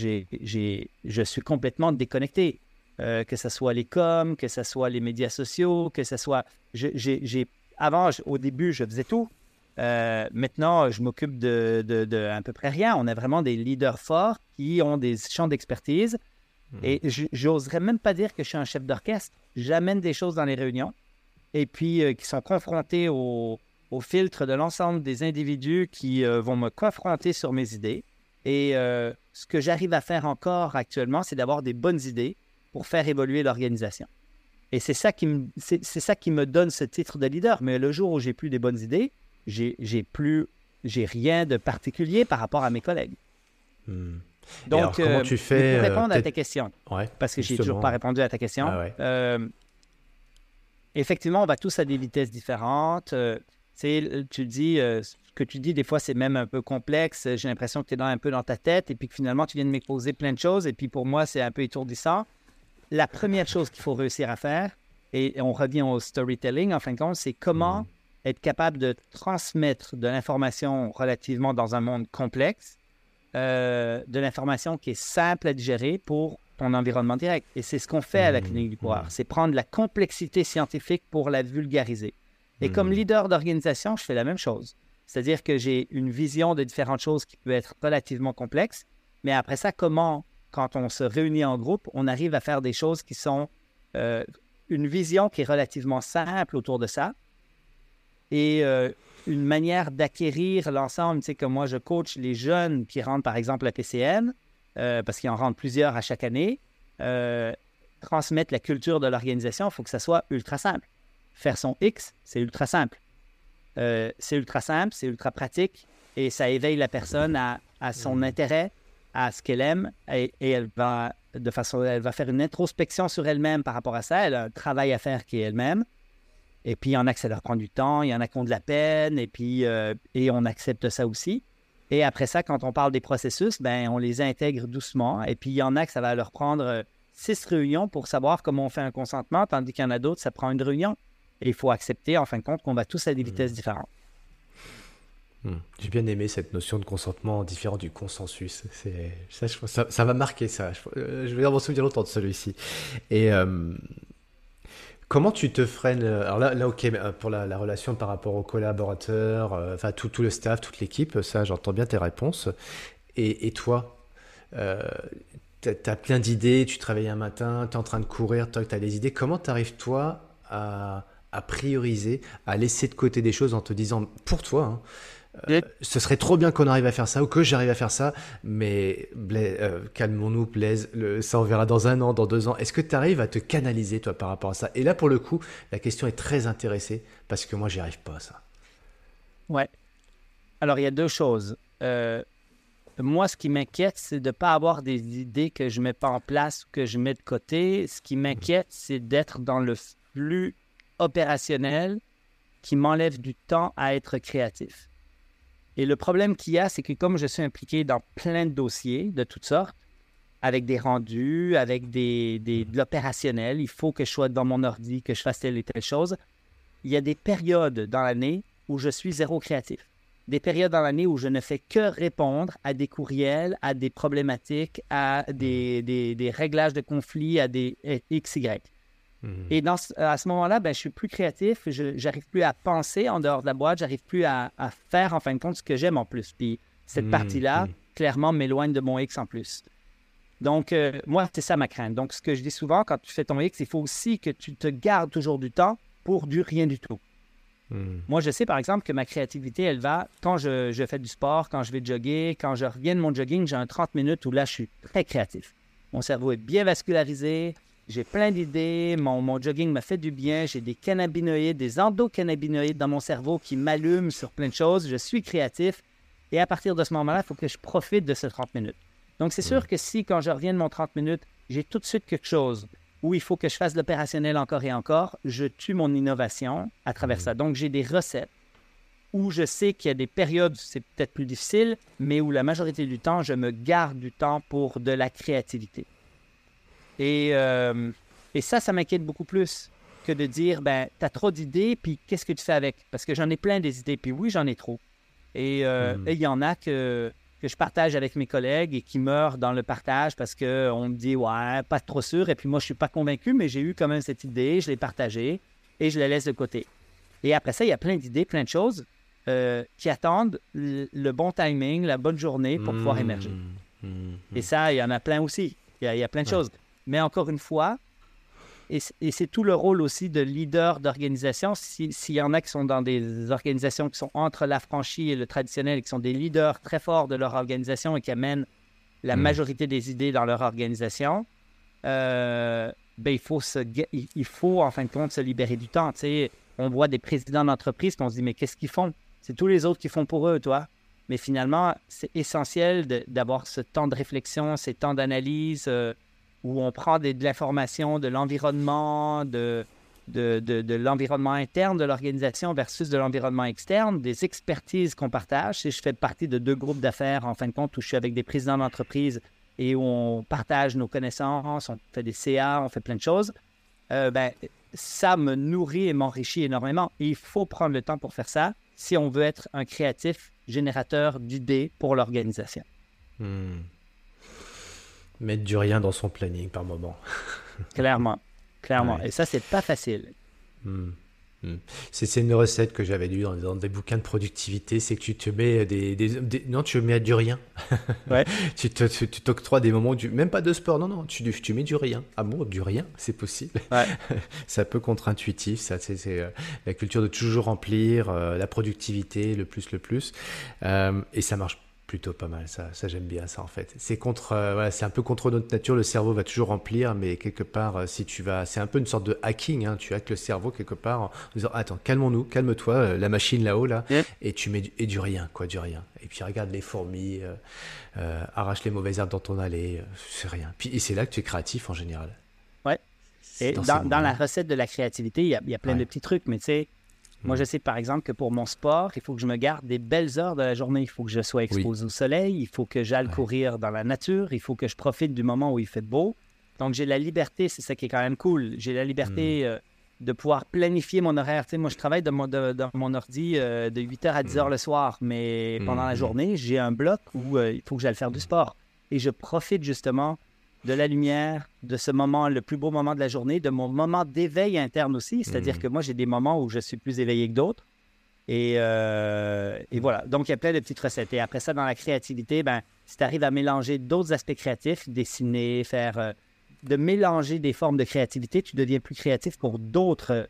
je suis complètement déconnecté. Que ce soit les coms, que ce soit les médias sociaux, que ce soit... Avant, au début, je faisais tout. Maintenant, je m'occupe de à peu près rien. On a vraiment des leaders forts qui ont des champs d'expertise. Et j'oserais même pas dire que je suis un chef d'orchestre. J'amène des choses dans les réunions et puis qui sont confrontés au filtre de l'ensemble des individus qui vont me confronter sur mes idées. Et ce que j'arrive à faire encore actuellement, c'est d'avoir des bonnes idées pour faire évoluer l'organisation. Et c'est ça qui me donne ce titre de leader. Mais le jour où j'ai plus des bonnes idées, j'ai rien de particulier par rapport à mes collègues. Donc, alors, comment tu fais pour répondre à ta question, parce que je n'ai toujours pas répondu à ta question, effectivement, on va tous à des vitesses différentes. Tu dis, ce que tu dis, des fois, c'est même un peu complexe. J'ai l'impression que tu es un peu dans ta tête et puis que finalement, tu viens de m'exposer plein de choses et puis pour moi, c'est un peu étourdissant. La première chose qu'il faut réussir à faire, et on revient au storytelling, en fin de compte, c'est comment être capable de transmettre de l'information relativement dans un monde complexe, de l'information qui est simple à digérer pour ton environnement direct. Et c'est ce qu'on fait à la clinique du coureur. C'est prendre la complexité scientifique pour la vulgariser. Et comme leader d'organisation, je fais la même chose. C'est-à-dire que j'ai une vision de différentes choses qui peut être relativement complexe, mais après ça, comment, quand on se réunit en groupe, on arrive à faire des choses qui sont une vision qui est relativement simple autour de ça et une manière d'acquérir l'ensemble. Tu sais, comme moi, je coach les jeunes qui rentrent, par exemple, à PCN, parce qu'ils en rentrent plusieurs à chaque année. Transmettre la culture de l'organisation, il faut que ça soit ultra simple. Faire son X, c'est ultra simple. C'est ultra simple, c'est ultra pratique et ça éveille la personne à son intérêt à ce qu'elle aime et elle va faire une introspection sur elle-même par rapport à ça. Elle a un travail à faire qui est elle-même. Et puis, il y en a que ça leur prend du temps, il y en a qui ont de la peine, et puis et on accepte ça aussi. Et après ça, quand on parle des processus, ben, on les intègre doucement. Et puis, il y en a que ça va leur prendre 6 réunions pour savoir comment on fait un consentement, tandis qu'il y en a d'autres, ça prend une réunion. Et il faut accepter, en fin de compte, qu'on va tous à des vitesses différentes. J'ai bien aimé cette notion de consentement différent du consensus. Ça m'a marqué ça. Je vais m'en souvenir longtemps de celui-ci. Et comment tu te freines? Alors là, ok, pour la relation par rapport aux collaborateurs, enfin tout le staff, toute l'équipe, ça, j'entends bien tes réponses. Et toi, t'as plein d'idées, tu travailles un matin, t'es en train de courir, t'as des idées. Comment t'arrives toi à prioriser, à laisser de côté des choses en te disant, pour toi, hein, ce serait trop bien qu'on arrive à faire ça ou que j'arrive à faire ça, mais calmons-nous, Blaise, ça on verra dans 1 an, dans 2 ans. Est-ce que tu arrives à te canaliser, toi, par rapport à ça? Et là, pour le coup, la question est très intéressée parce que moi, j'y arrive pas à ça. Ouais. Alors, il y a 2 choses. Moi, ce qui m'inquiète, c'est de ne pas avoir des idées que je ne mets pas en place ou que je mets de côté. Ce qui m'inquiète, c'est d'être dans le flux opérationnel qui m'enlève du temps à être créatif. Et le problème qu'il y a, c'est que comme je suis impliqué dans plein de dossiers de toutes sortes, avec des rendus, avec de l'opérationnel, il faut que je sois dans mon ordi, que je fasse telle et telle chose. Il y a des périodes dans l'année où je suis zéro créatif. Des périodes dans l'année où je ne fais que répondre à des courriels, à des problématiques, à des réglages de conflits, à des XY. Et à ce moment-là, ben, je suis plus créatif, je n'arrive plus à penser en dehors de la boîte, j'arrive plus à faire en fin de compte ce que j'aime en plus. Puis cette partie-là, clairement, m'éloigne de mon X en plus. Donc, moi, c'est ça ma crainte. Donc, ce que je dis souvent, quand tu fais ton X, il faut aussi que tu te gardes toujours du temps pour du rien du tout. Moi, je sais, par exemple, que ma créativité, elle va, quand je fais du sport, quand je vais jogger, quand je reviens de mon jogging, j'ai un 30 minutes où là, je suis très créatif. Mon cerveau est bien vascularisé, j'ai plein d'idées, mon jogging me fait du bien, j'ai des cannabinoïdes, des endocannabinoïdes dans mon cerveau qui m'allument sur plein de choses, je suis créatif et à partir de ce moment-là, il faut que je profite de ces 30 minutes. Donc, c'est sûr que si, quand je reviens de mon 30 minutes, j'ai tout de suite quelque chose où il faut que je fasse l'opérationnel encore et encore, je tue mon innovation à travers ça. Donc, j'ai des recettes où je sais qu'il y a des périodes où c'est peut-être plus difficile, mais où la majorité du temps, je me garde du temps pour de la créativité. Et ça m'inquiète beaucoup plus que de dire, ben, t'as trop d'idées, puis qu'est-ce que tu fais avec? Parce que j'en ai plein des idées, puis oui, j'en ai trop. Et il y en a que je partage avec mes collègues et qui meurent dans le partage parce qu'on me dit, ouais, pas trop sûr. Et puis moi, je suis pas convaincu, mais j'ai eu quand même cette idée, je l'ai partagée et je la laisse de côté. Et après ça, il y a plein d'idées, plein de choses qui attendent le bon timing, la bonne journée pour pouvoir émerger. Et ça, il y en a plein aussi. Il y a plein de choses. Mais encore une fois, et c'est tout le rôle aussi de leader d'organisation, s'il y en a qui sont dans des organisations qui sont entre l'affranchi et le traditionnel, et qui sont des leaders très forts de leur organisation et qui amènent la majorité des idées dans leur organisation, ben, il faut en fin de compte se libérer du temps. Tu sais, on voit des présidents d'entreprise qu'on se dit, mais qu'est-ce qu'ils font? C'est tous les autres qui font pour eux, toi. Mais finalement, c'est essentiel d'avoir ce temps de réflexion, ces temps d'analyse, où on prend de l'information de l'environnement, de l'environnement interne de l'organisation versus de l'environnement externe, des expertises qu'on partage. Si je fais partie de 2 groupes d'affaires, en fin de compte, où je suis avec des présidents d'entreprise et où on partage nos connaissances, on fait des CA, on fait plein de choses, ben, ça me nourrit et m'enrichit énormément. Et il faut prendre le temps pour faire ça si on veut être un créatif générateur d'idées pour l'organisation. Mettre du rien dans son planning par moment. Clairement. Ouais. Et ça, c'est pas facile. C'est une recette que j'avais lue dans des bouquins de productivité, c'est que tu te mets non, tu mets du rien. Ouais. tu t'octroies des moments, même pas de sport, non, tu mets du rien. Ah bon, du rien, c'est possible. Ouais. C'est un peu contre-intuitif, ça, c'est la culture de toujours remplir, la productivité, le plus. Et ça marche Plutôt pas mal, ça j'aime bien ça en fait. C'est voilà, c'est un peu contre notre nature, le cerveau va toujours remplir, mais quelque part, si tu vas, c'est un peu une sorte de hacking, hein, tu hackes le cerveau quelque part en disant, attends, calmons-nous, calme-toi, la machine là-haut là, et tu mets du rien, quoi, du rien. Et puis regarde les fourmis, arrache les mauvaises herbes dans ton allée, c'est rien. Et c'est là que tu es créatif en général. Ouais. Et dans la recette de la créativité, il y a plein de petits trucs, mais tu sais, moi, je sais par exemple que pour mon sport, il faut que je me garde des belles heures de la journée. Il faut que je sois exposé au soleil, il faut que j'aille courir dans la nature, il faut que je profite du moment où il fait beau. Donc, j'ai la liberté, c'est ça qui est quand même cool. J'ai la liberté de pouvoir planifier mon horaire. Tu sais, moi, je travaille dans mon ordi de 8h à 10h le soir, mais pendant la journée, j'ai un bloc où il faut que j'aille faire du sport. Et je profite justement de la lumière, de ce moment, le plus beau moment de la journée, de mon moment d'éveil interne aussi. C'est-à-dire que moi, j'ai des moments où je suis plus éveillé que d'autres. Et voilà. Donc, il y a plein de petites recettes. Et après ça, dans la créativité, si tu arrives à mélanger d'autres aspects créatifs, dessiner, de mélanger des formes de créativité, tu deviens plus créatif pour d'autres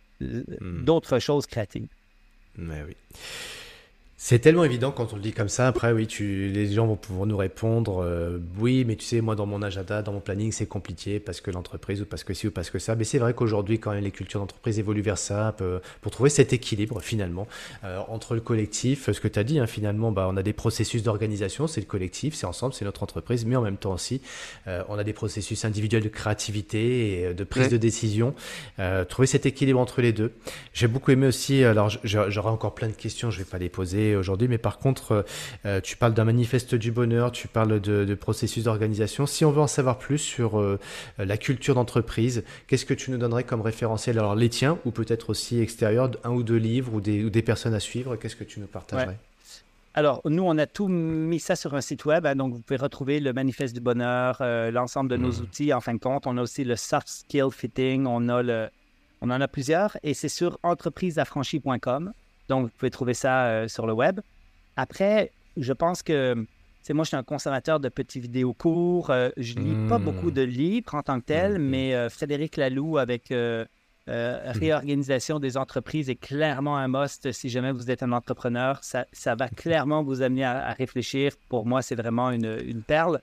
choses créatives. Mais oui. C'est tellement évident quand on le dit comme ça. Après, oui, les gens vont pouvoir nous répondre oui, mais tu sais, moi, dans mon agenda, dans mon planning, c'est compliqué parce que l'entreprise ou parce que ci ou parce que ça. Mais c'est vrai qu'aujourd'hui, quand même, les cultures d'entreprise évoluent vers ça, pour trouver cet équilibre, finalement, entre le collectif, ce que tu as dit, hein, finalement, on a des processus d'organisation, c'est le collectif, c'est ensemble, c'est notre entreprise, mais en même temps aussi, on a des processus individuels de créativité et de prise de décision. Trouver cet équilibre entre les deux. J'ai beaucoup aimé aussi, alors j'aurai encore plein de questions, je ne vais pas les poser aujourd'hui, mais par contre, tu parles d'un manifeste du bonheur, tu parles de processus d'organisation. Si on veut en savoir plus sur la culture d'entreprise, qu'est-ce que tu nous donnerais comme référentiel? Alors les tiens, ou peut-être aussi extérieurs, un ou deux livres ou des personnes à suivre, qu'est-ce que tu nous partagerais? Ouais. Alors, nous, on a tout mis ça sur un site web, hein, donc vous pouvez retrouver le manifeste du bonheur, l'ensemble de nos outils. En fin de compte, on a aussi le soft skill fitting, on en a plusieurs, et c'est sur entrepriseaffranchie.com. Donc, vous pouvez trouver ça sur le web. Après, je pense que, moi, je suis un consommateur de petits vidéos courts. Je lis pas beaucoup de livres en tant que tel, mais Frédéric Laloux avec Réorganisation des entreprises est clairement un must si jamais vous êtes un entrepreneur. Ça va clairement vous amener à réfléchir. Pour moi, c'est vraiment une perle.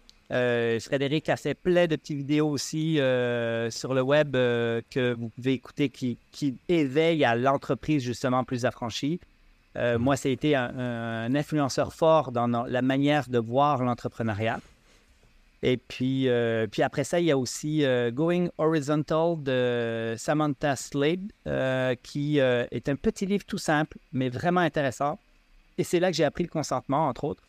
Frédéric a fait plein de petites vidéos aussi sur le web que vous pouvez écouter qui éveillent à l'entreprise justement plus affranchie. Moi, ça a été un influenceur fort dans la manière de voir l'entrepreneuriat. Et puis après ça, il y a aussi Going Horizontal de Samantha Slade qui est un petit livre tout simple, mais vraiment intéressant. Et c'est là que j'ai appris le consentement, entre autres.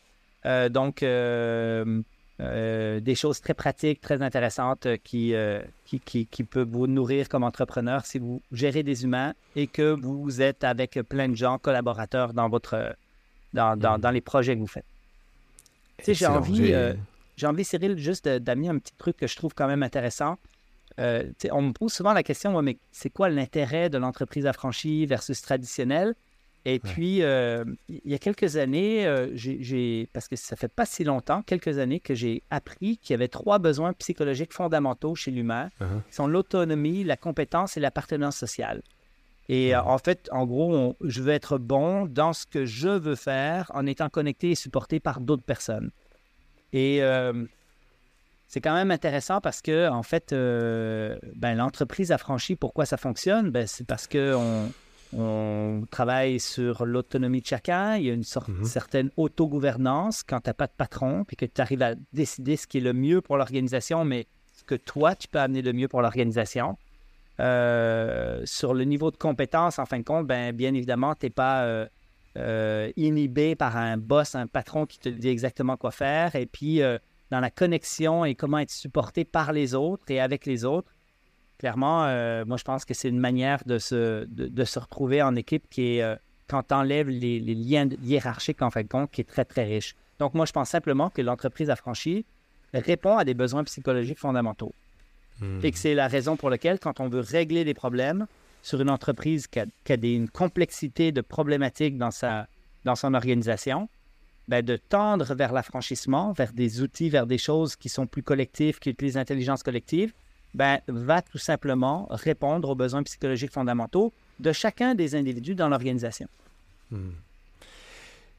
Des choses très pratiques, très intéressantes qui peuvent vous nourrir comme entrepreneur si vous gérez des humains et que vous êtes avec plein de gens, collaborateurs dans les projets que vous faites. Tu sais, j'ai envie, Cyril, juste d'amener un petit truc que je trouve quand même intéressant. On me pose souvent la question, mais c'est quoi l'intérêt de l'entreprise affranchie versus traditionnelle? Et puis, il y a quelques années, parce que ça fait pas si longtemps, quelques années que j'ai appris qu'il y avait 3 besoins psychologiques fondamentaux chez l'humain, qui sont l'autonomie, la compétence et l'appartenance sociale. Et en fait, en gros, je veux être bon dans ce que je veux faire en étant connecté et supporté par d'autres personnes. Et c'est quand même intéressant parce que, en fait, l'entreprise affranchie, pourquoi ça fonctionne? C'est parce qu'on travaille sur l'autonomie de chacun. Il y a une certaine autogouvernance quand tu n'as pas de patron, puis que tu arrives à décider ce qui est le mieux pour l'organisation, mais ce que toi, tu peux amener le mieux pour l'organisation. Sur le niveau de compétence, en fin de compte, bien évidemment, tu n'es pas inhibé par un boss, un patron qui te dit exactement quoi faire. Et puis, dans la connexion et comment être supporté par les autres et avec les autres, clairement, moi, je pense que c'est une manière de se retrouver en équipe qui est, quand tu enlèves les liens hiérarchiques, en fin de compte, qui est très, très riche. Donc, moi, je pense simplement que l'entreprise affranchie répond à des besoins psychologiques fondamentaux. Et que c'est la raison pour laquelle, quand on veut régler des problèmes sur une entreprise qui a une complexité de problématiques dans son organisation, de tendre vers l'affranchissement, vers des outils, vers des choses qui sont plus collectives, qui utilisent l'intelligence collective, va tout simplement répondre aux besoins psychologiques fondamentaux de chacun des individus dans l'organisation.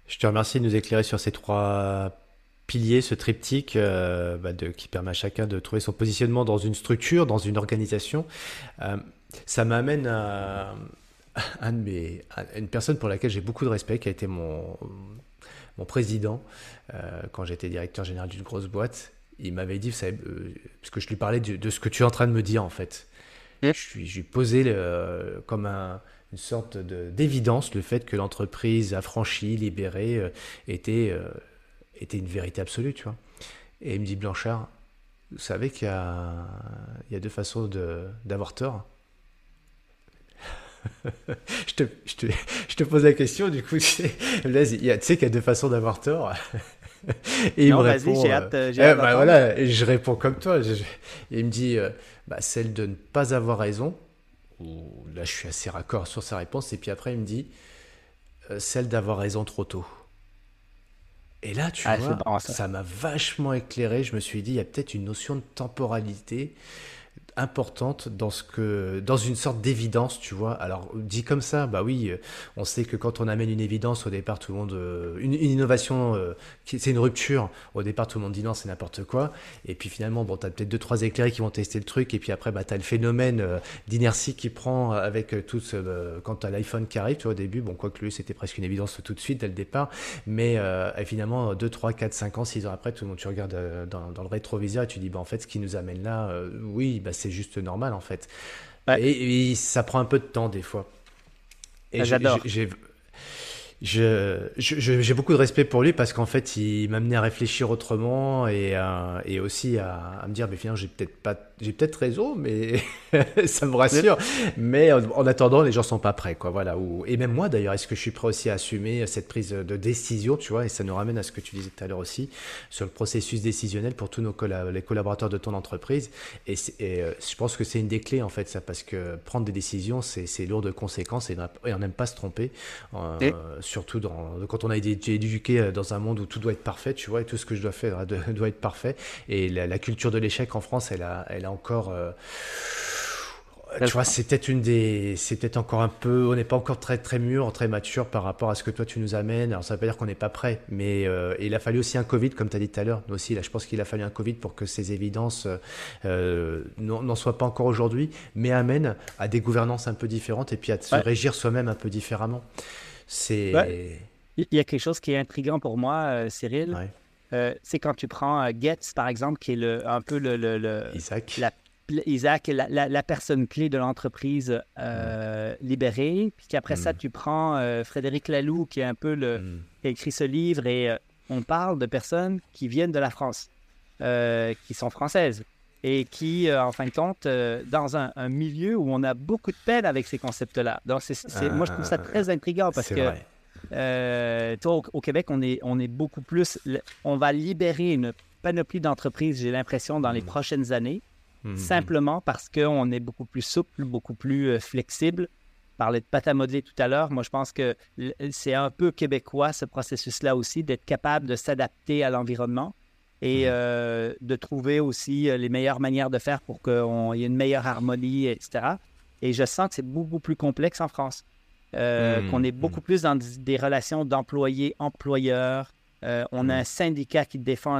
Je te remercie de nous éclairer sur ces trois piliers, ce triptyque qui permet à chacun de trouver son positionnement dans une structure, dans une organisation. Euh, Ça m'amène à une personne pour laquelle j'ai beaucoup de respect, qui a été mon président quand j'étais directeur général d'une grosse boîte. Il m'avait dit, vous savez, parce que je lui parlais de ce que tu es en train de me dire en fait. Yep. Je lui posais comme une sorte d'évidence le fait que l'entreprise affranchie, libérée, était une vérité absolue, tu vois. Et il me dit, Blanchard, vous savez il y a deux façons d'avoir tort. Je te pose la question, du coup, tu sais, là, tu sais qu'il y a deux façons d'avoir tort. Et il Non, me vas-y, répond, j'ai hâte d'entendre. voilà, et je réponds comme toi. Il me dit, celle de ne pas avoir raison. Là, je suis assez raccord sur sa réponse. Et puis après, il me dit, celle d'avoir raison trop tôt. Et là, tu Ah, c'est vois, bon, ça. ça m'a vachement éclairé. Je me suis dit, il y a peut-être une notion de temporalité importante dans une sorte d'évidence, tu vois. Alors dit comme ça, bah oui, on sait que quand on amène une évidence au départ, tout le monde, une innovation, c'est une rupture. Au départ, tout le monde dit non, c'est n'importe quoi. Et puis finalement, bon, t'as peut-être deux trois éclairés qui vont tester le truc. Et puis après, bah t'as le phénomène d'inertie qui prend avec quand t'as l'iPhone qui arrive, tu vois, au début, bon, quoique lui, c'était presque une évidence tout de suite dès le départ. Mais et finalement, 2, 3, 4, 5 ans, 6 ans après, tout le monde, tu regardes dans le rétroviseur et tu dis, bah en fait, ce qui nous amène là, oui, bah c'est juste normal en fait. Ouais, Et ça prend un peu de temps des fois. Et j'adore. j'ai beaucoup de respect pour lui parce qu'en fait, il m'a amené à réfléchir autrement et aussi à me dire, mais finalement, j'ai peut-être raison, mais ça me rassure. Mais en attendant, les gens sont pas prêts, quoi. Voilà. Et même moi, d'ailleurs, est-ce que je suis prêt aussi à assumer cette prise de décision, tu vois? Et ça nous ramène à ce que tu disais tout à l'heure aussi sur le processus décisionnel pour tous les collaborateurs de ton entreprise. Je pense que c'est une des clés, en fait, ça, parce que prendre des décisions, c'est lourd de conséquences et on n'aime pas se tromper. Et- Surtout quand on a été éduqué dans un monde où tout doit être parfait, tu vois, et tout ce que je dois faire doit être parfait. Et la culture de l'échec en France, elle a encore, tu vois, c'est peut-être encore un peu, on n'est pas encore très très mûr, très mature par rapport à ce que toi tu nous amènes. Alors ça veut pas dire qu'on n'est pas prêt, mais il a fallu aussi un Covid, comme tu as dit tout à l'heure. Nous aussi, là, je pense qu'il a fallu un Covid pour que ces évidences n'en soient pas encore aujourd'hui, mais amènent à des gouvernances un peu différentes et puis à se Ouais, régir soi-même un peu différemment. ouais. C'est... Il y a quelque chose qui est intriguant pour moi, Cyril. Ouais. C'est quand tu prends Getz, par exemple, qui est un peu Isaac. la, Isaac, la personne clé de l'entreprise Mm. libérée. Puis qu'après ça, Mm. tu prends Frédéric Laloux, qui est un peu Mm. qui a écrit ce livre, et on parle de personnes qui viennent de la France, qui sont françaises, et qui, en fin de compte, dans un milieu où on a beaucoup de peine avec ces concepts-là. Donc, moi, je trouve ça très intriguant parce C'est que vrai. toi, au Québec, on est beaucoup plus. On va libérer une panoplie d'entreprises, j'ai l'impression, dans les Mm. prochaines années, Mm. simplement parce qu'on est beaucoup plus souple, beaucoup plus flexible. On parlait de pâte à modeler tout à l'heure. Moi, je pense que c'est un peu québécois, ce processus-là aussi, d'être capable de s'adapter à l'environnement et Mm. de trouver aussi les meilleures manières de faire pour qu'il y ait une meilleure harmonie, etc. Et je sens que c'est beaucoup plus complexe en France. Qu'on Mm. est beaucoup plus dans des relations d'employé-employeur. On a Mm. un syndicat qui défend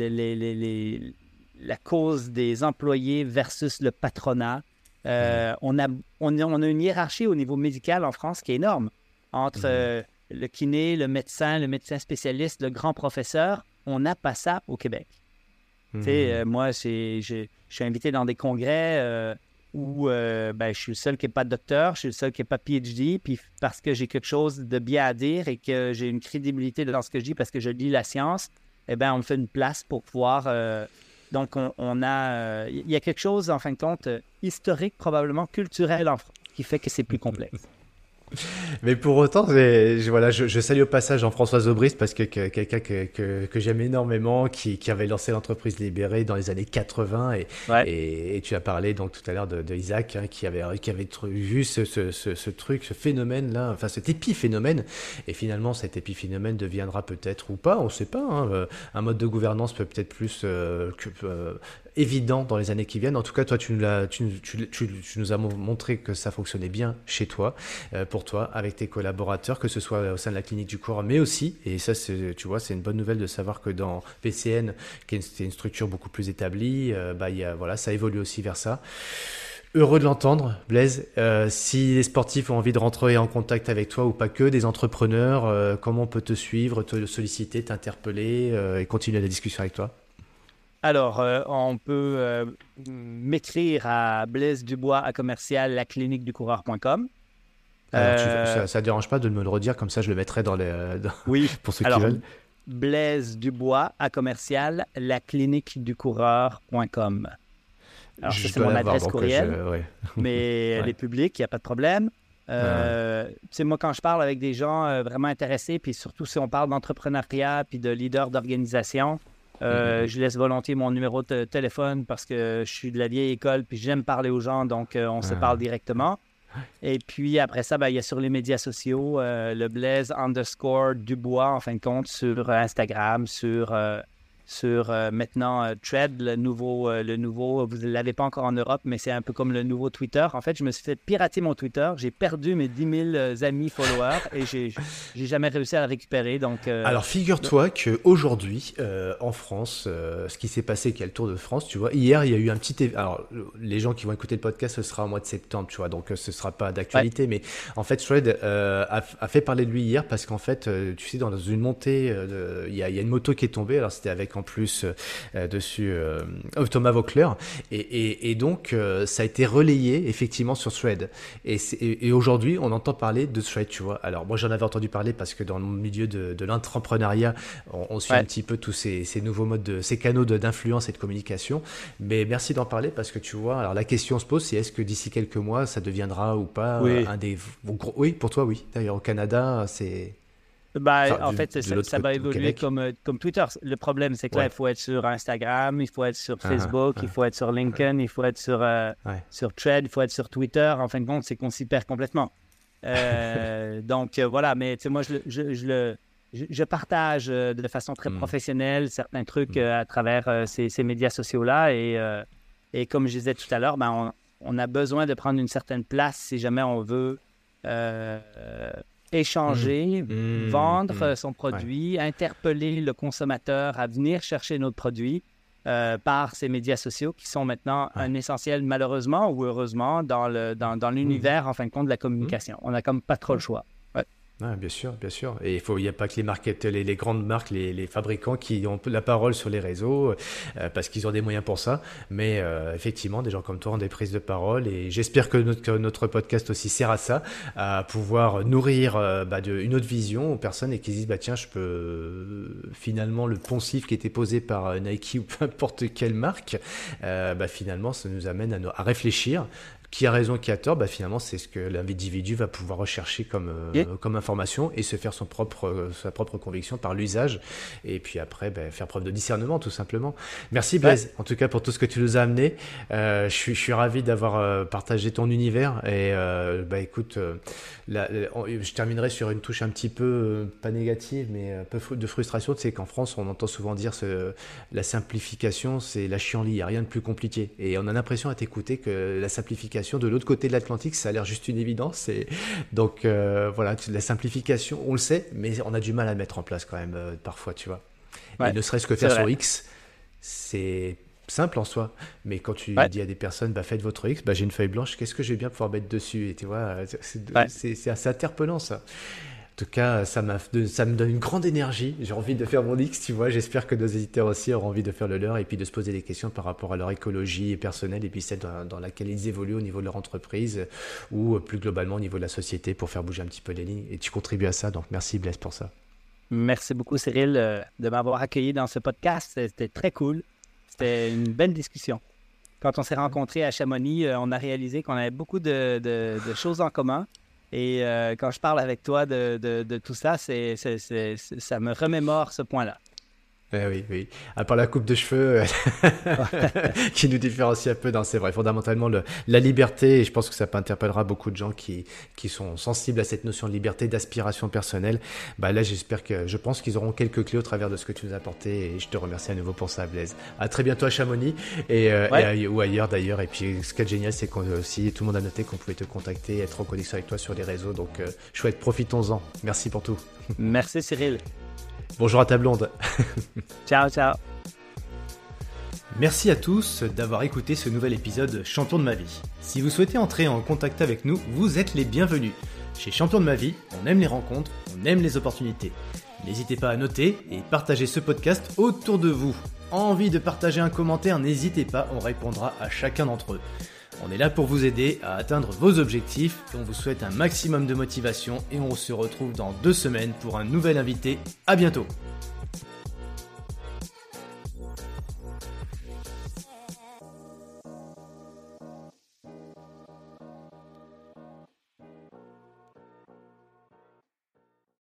la cause des employés versus le patronat. Mm. On a une hiérarchie au niveau médical en France qui est énorme entre Mm. le kiné, le médecin spécialiste, le grand professeur. On n'a pas ça au Québec. Tu sais, Mm. moi, je suis invité dans des congrès où je suis le seul qui n'est pas docteur, je suis le seul qui n'est pas PhD, puis parce que j'ai quelque chose de bien à dire et que j'ai une crédibilité dans ce que je dis parce que je lis la science, eh bien, on me fait une place pour pouvoir... donc, il y a quelque chose, en fin de compte, historique, probablement culturel en France, qui fait que c'est plus complexe. Mais pour autant, voilà, je salue au passage Jean-François Aubry parce que quelqu'un que j'aime énormément, qui avait lancé l'entreprise Libérée dans les années 80 Ouais. et tu as parlé donc tout à l'heure de Isaac hein, qui avait vu ce truc, ce phénomène-là, enfin cet épiphénomène et finalement cet épiphénomène deviendra peut-être ou pas, on ne sait pas, hein, un mode de gouvernance peut-être plus évident dans les années qui viennent. En tout cas, toi, tu nous as montré que ça fonctionnait bien chez toi, pour toi, avec tes collaborateurs, que ce soit au sein de la clinique du coureur, mais aussi, et ça, tu vois, c'est une bonne nouvelle de savoir que dans PCN, qui est une structure beaucoup plus établie, voilà, ça évolue aussi vers ça. Heureux de l'entendre, Blaise. Si les sportifs ont envie de rentrer en contact avec toi ou pas que, des entrepreneurs, comment on peut te suivre, te solliciter, t'interpeller et continuer la discussion avec toi? Alors, on peut m'écrire à blaisedubois@lacliniqueducoureur.com. Alors, ça ne dérange pas de me le redire, comme ça je le mettrai Oui, pour ceux alors, qui veulent. blaisedubois@lacliniqueducoureur.com. Alors, ça, c'est mon adresse courriel, mais elle est publique, il n'y a pas de problème. Tu sais, moi, quand je parle avec des gens vraiment intéressés, puis surtout si on parle d'entrepreneuriat puis de leader d'organisation, je laisse volontiers mon numéro de téléphone parce que je suis de la vieille école puis j'aime parler aux gens, donc on se parle directement. Et puis après ça, il y a sur les médias sociaux le Blaise_Dubois, en fin de compte, sur Instagram, sur maintenant Thread, le nouveau, vous ne l'avez pas encore en Europe, mais c'est un peu comme le nouveau Twitter. En fait, je me suis fait pirater mon Twitter, j'ai perdu mes 10 000 amis followers et j'ai jamais réussi à le récupérer. Donc, alors, figure-toi qu'aujourd'hui, en France, ce qui s'est passé, qui est le Tour de France, tu vois, hier, il y a eu un petit... Alors, les gens qui vont écouter le podcast, ce sera au mois de septembre, tu vois, donc ce ne sera pas d'actualité, mais en fait, Thread a fait parler de lui hier parce qu'en fait, tu sais, dans une montée, il y a une moto qui est tombée, alors c'était avec en plus dessus Thomas Voeckler et donc ça a été relayé effectivement sur Thread et aujourd'hui on entend parler de Thread, tu vois. Alors moi j'en avais entendu parler parce que dans le milieu de l'entrepreneuriat on suit un petit peu tous ces nouveaux modes, ces canaux d'influence et de communication, mais merci d'en parler parce que tu vois, alors la question se pose, c'est est-ce que d'ici quelques mois ça deviendra ou pas un des gros... Oui, pour toi oui, d'ailleurs au Canada c'est... en fait, ça va évoluer comme Twitter. Le problème, c'est que là, il faut être sur Instagram, il faut être sur Facebook, il faut être sur LinkedIn, il faut être sur Thread, il faut être sur Twitter. En fin de compte, c'est qu'on s'y perd complètement. Donc, voilà. Mais moi, je partage de façon très professionnelle certains trucs à travers ces médias sociaux-là. Et comme je disais tout à l'heure, on a besoin de prendre une certaine place si jamais on veut... échanger, vendre son produit, interpeller le consommateur à venir chercher notre produit par ces médias sociaux qui sont maintenant un essentiel, malheureusement ou heureusement, dans l'univers, en fin de compte, de la communication. On n'a comme pas trop le choix. Ah, bien sûr, bien sûr. Et il n'y a pas que les grandes marques, les fabricants qui ont la parole sur les réseaux parce qu'ils ont des moyens pour ça. Mais effectivement, des gens comme toi ont des prises de parole et j'espère que notre podcast aussi sert à ça, à pouvoir nourrir une autre vision aux personnes et qui se disent tiens, je peux finalement le poncif qui était posé par Nike ou peu importe quelle marque, finalement ça nous amène à réfléchir. Qui a raison, qui a tort, finalement, c'est ce que l'individu va pouvoir rechercher comme information et se faire sa propre conviction par l'usage. Et puis après, faire preuve de discernement, tout simplement. Merci Blaise, en tout cas, pour tout ce que tu nous as amené. Je suis ravi d'avoir partagé ton univers. Et écoute, je terminerai sur une touche un petit peu, pas négative, mais un peu de frustration. C'est qu'en France, on entend souvent dire la simplification, c'est la chienlit, il n'y a rien de plus compliqué. Et on a l'impression à t'écouter que la simplification, de l'autre côté de l'Atlantique, ça a l'air juste une évidence. Et donc voilà, la simplification, on le sait, mais on a du mal à mettre en place quand même parfois, tu vois. Et ne serait-ce que faire sur X, c'est simple en soi, mais quand tu dis à des personnes faites votre X, j'ai une feuille blanche, qu'est-ce que je vais bien pouvoir mettre dessus? Et tu vois, c'est assez interpellant ça. En tout cas, ça me donne une grande énergie. J'ai envie de faire mon X, tu vois. J'espère que nos éditeurs aussi auront envie de faire le leur et puis de se poser des questions par rapport à leur écologie personnelle et puis celle dans laquelle ils évoluent au niveau de leur entreprise ou plus globalement au niveau de la société pour faire bouger un petit peu les lignes. Et tu contribues à ça, donc merci Blaise pour ça. Merci beaucoup Cyril de m'avoir accueilli dans ce podcast. C'était très cool. C'était une belle discussion. Quand on s'est rencontrés à Chamonix, on a réalisé qu'on avait beaucoup de choses en commun. Et quand je parle avec toi de tout ça, ça me remémore ce point-là. Oui. À part la coupe de cheveux qui nous différencie un peu, non, c'est vrai. Fondamentalement, la liberté, et je pense que ça interpellera beaucoup de gens qui sont sensibles à cette notion de liberté, d'aspiration personnelle. Bah là, je pense qu'ils auront quelques clés au travers de ce que tu nous as apporté, et je te remercie à nouveau pour ça, Blaise. À très bientôt à Chamonix ou ailleurs d'ailleurs. Et puis, ce qui est génial, c'est qu'aussi tout le monde a noté qu'on pouvait te contacter, être en connexion avec toi sur les réseaux. Donc, chouette, profitons-en. Merci pour tout. Merci Cyril. Bonjour à ta blonde. Ciao. Merci à tous d'avoir écouté ce nouvel épisode Champion de ma vie. Si vous souhaitez entrer en contact avec nous, vous êtes les bienvenus. Chez Champion de ma vie, on aime les rencontres, on aime les opportunités. N'hésitez pas à noter et partager ce podcast autour de vous. Envie de partager un commentaire, n'hésitez pas, on répondra à chacun d'entre eux. On est là pour vous aider à atteindre vos objectifs et on vous souhaite un maximum de motivation et on se retrouve dans 2 semaines pour un nouvel invité. À bientôt.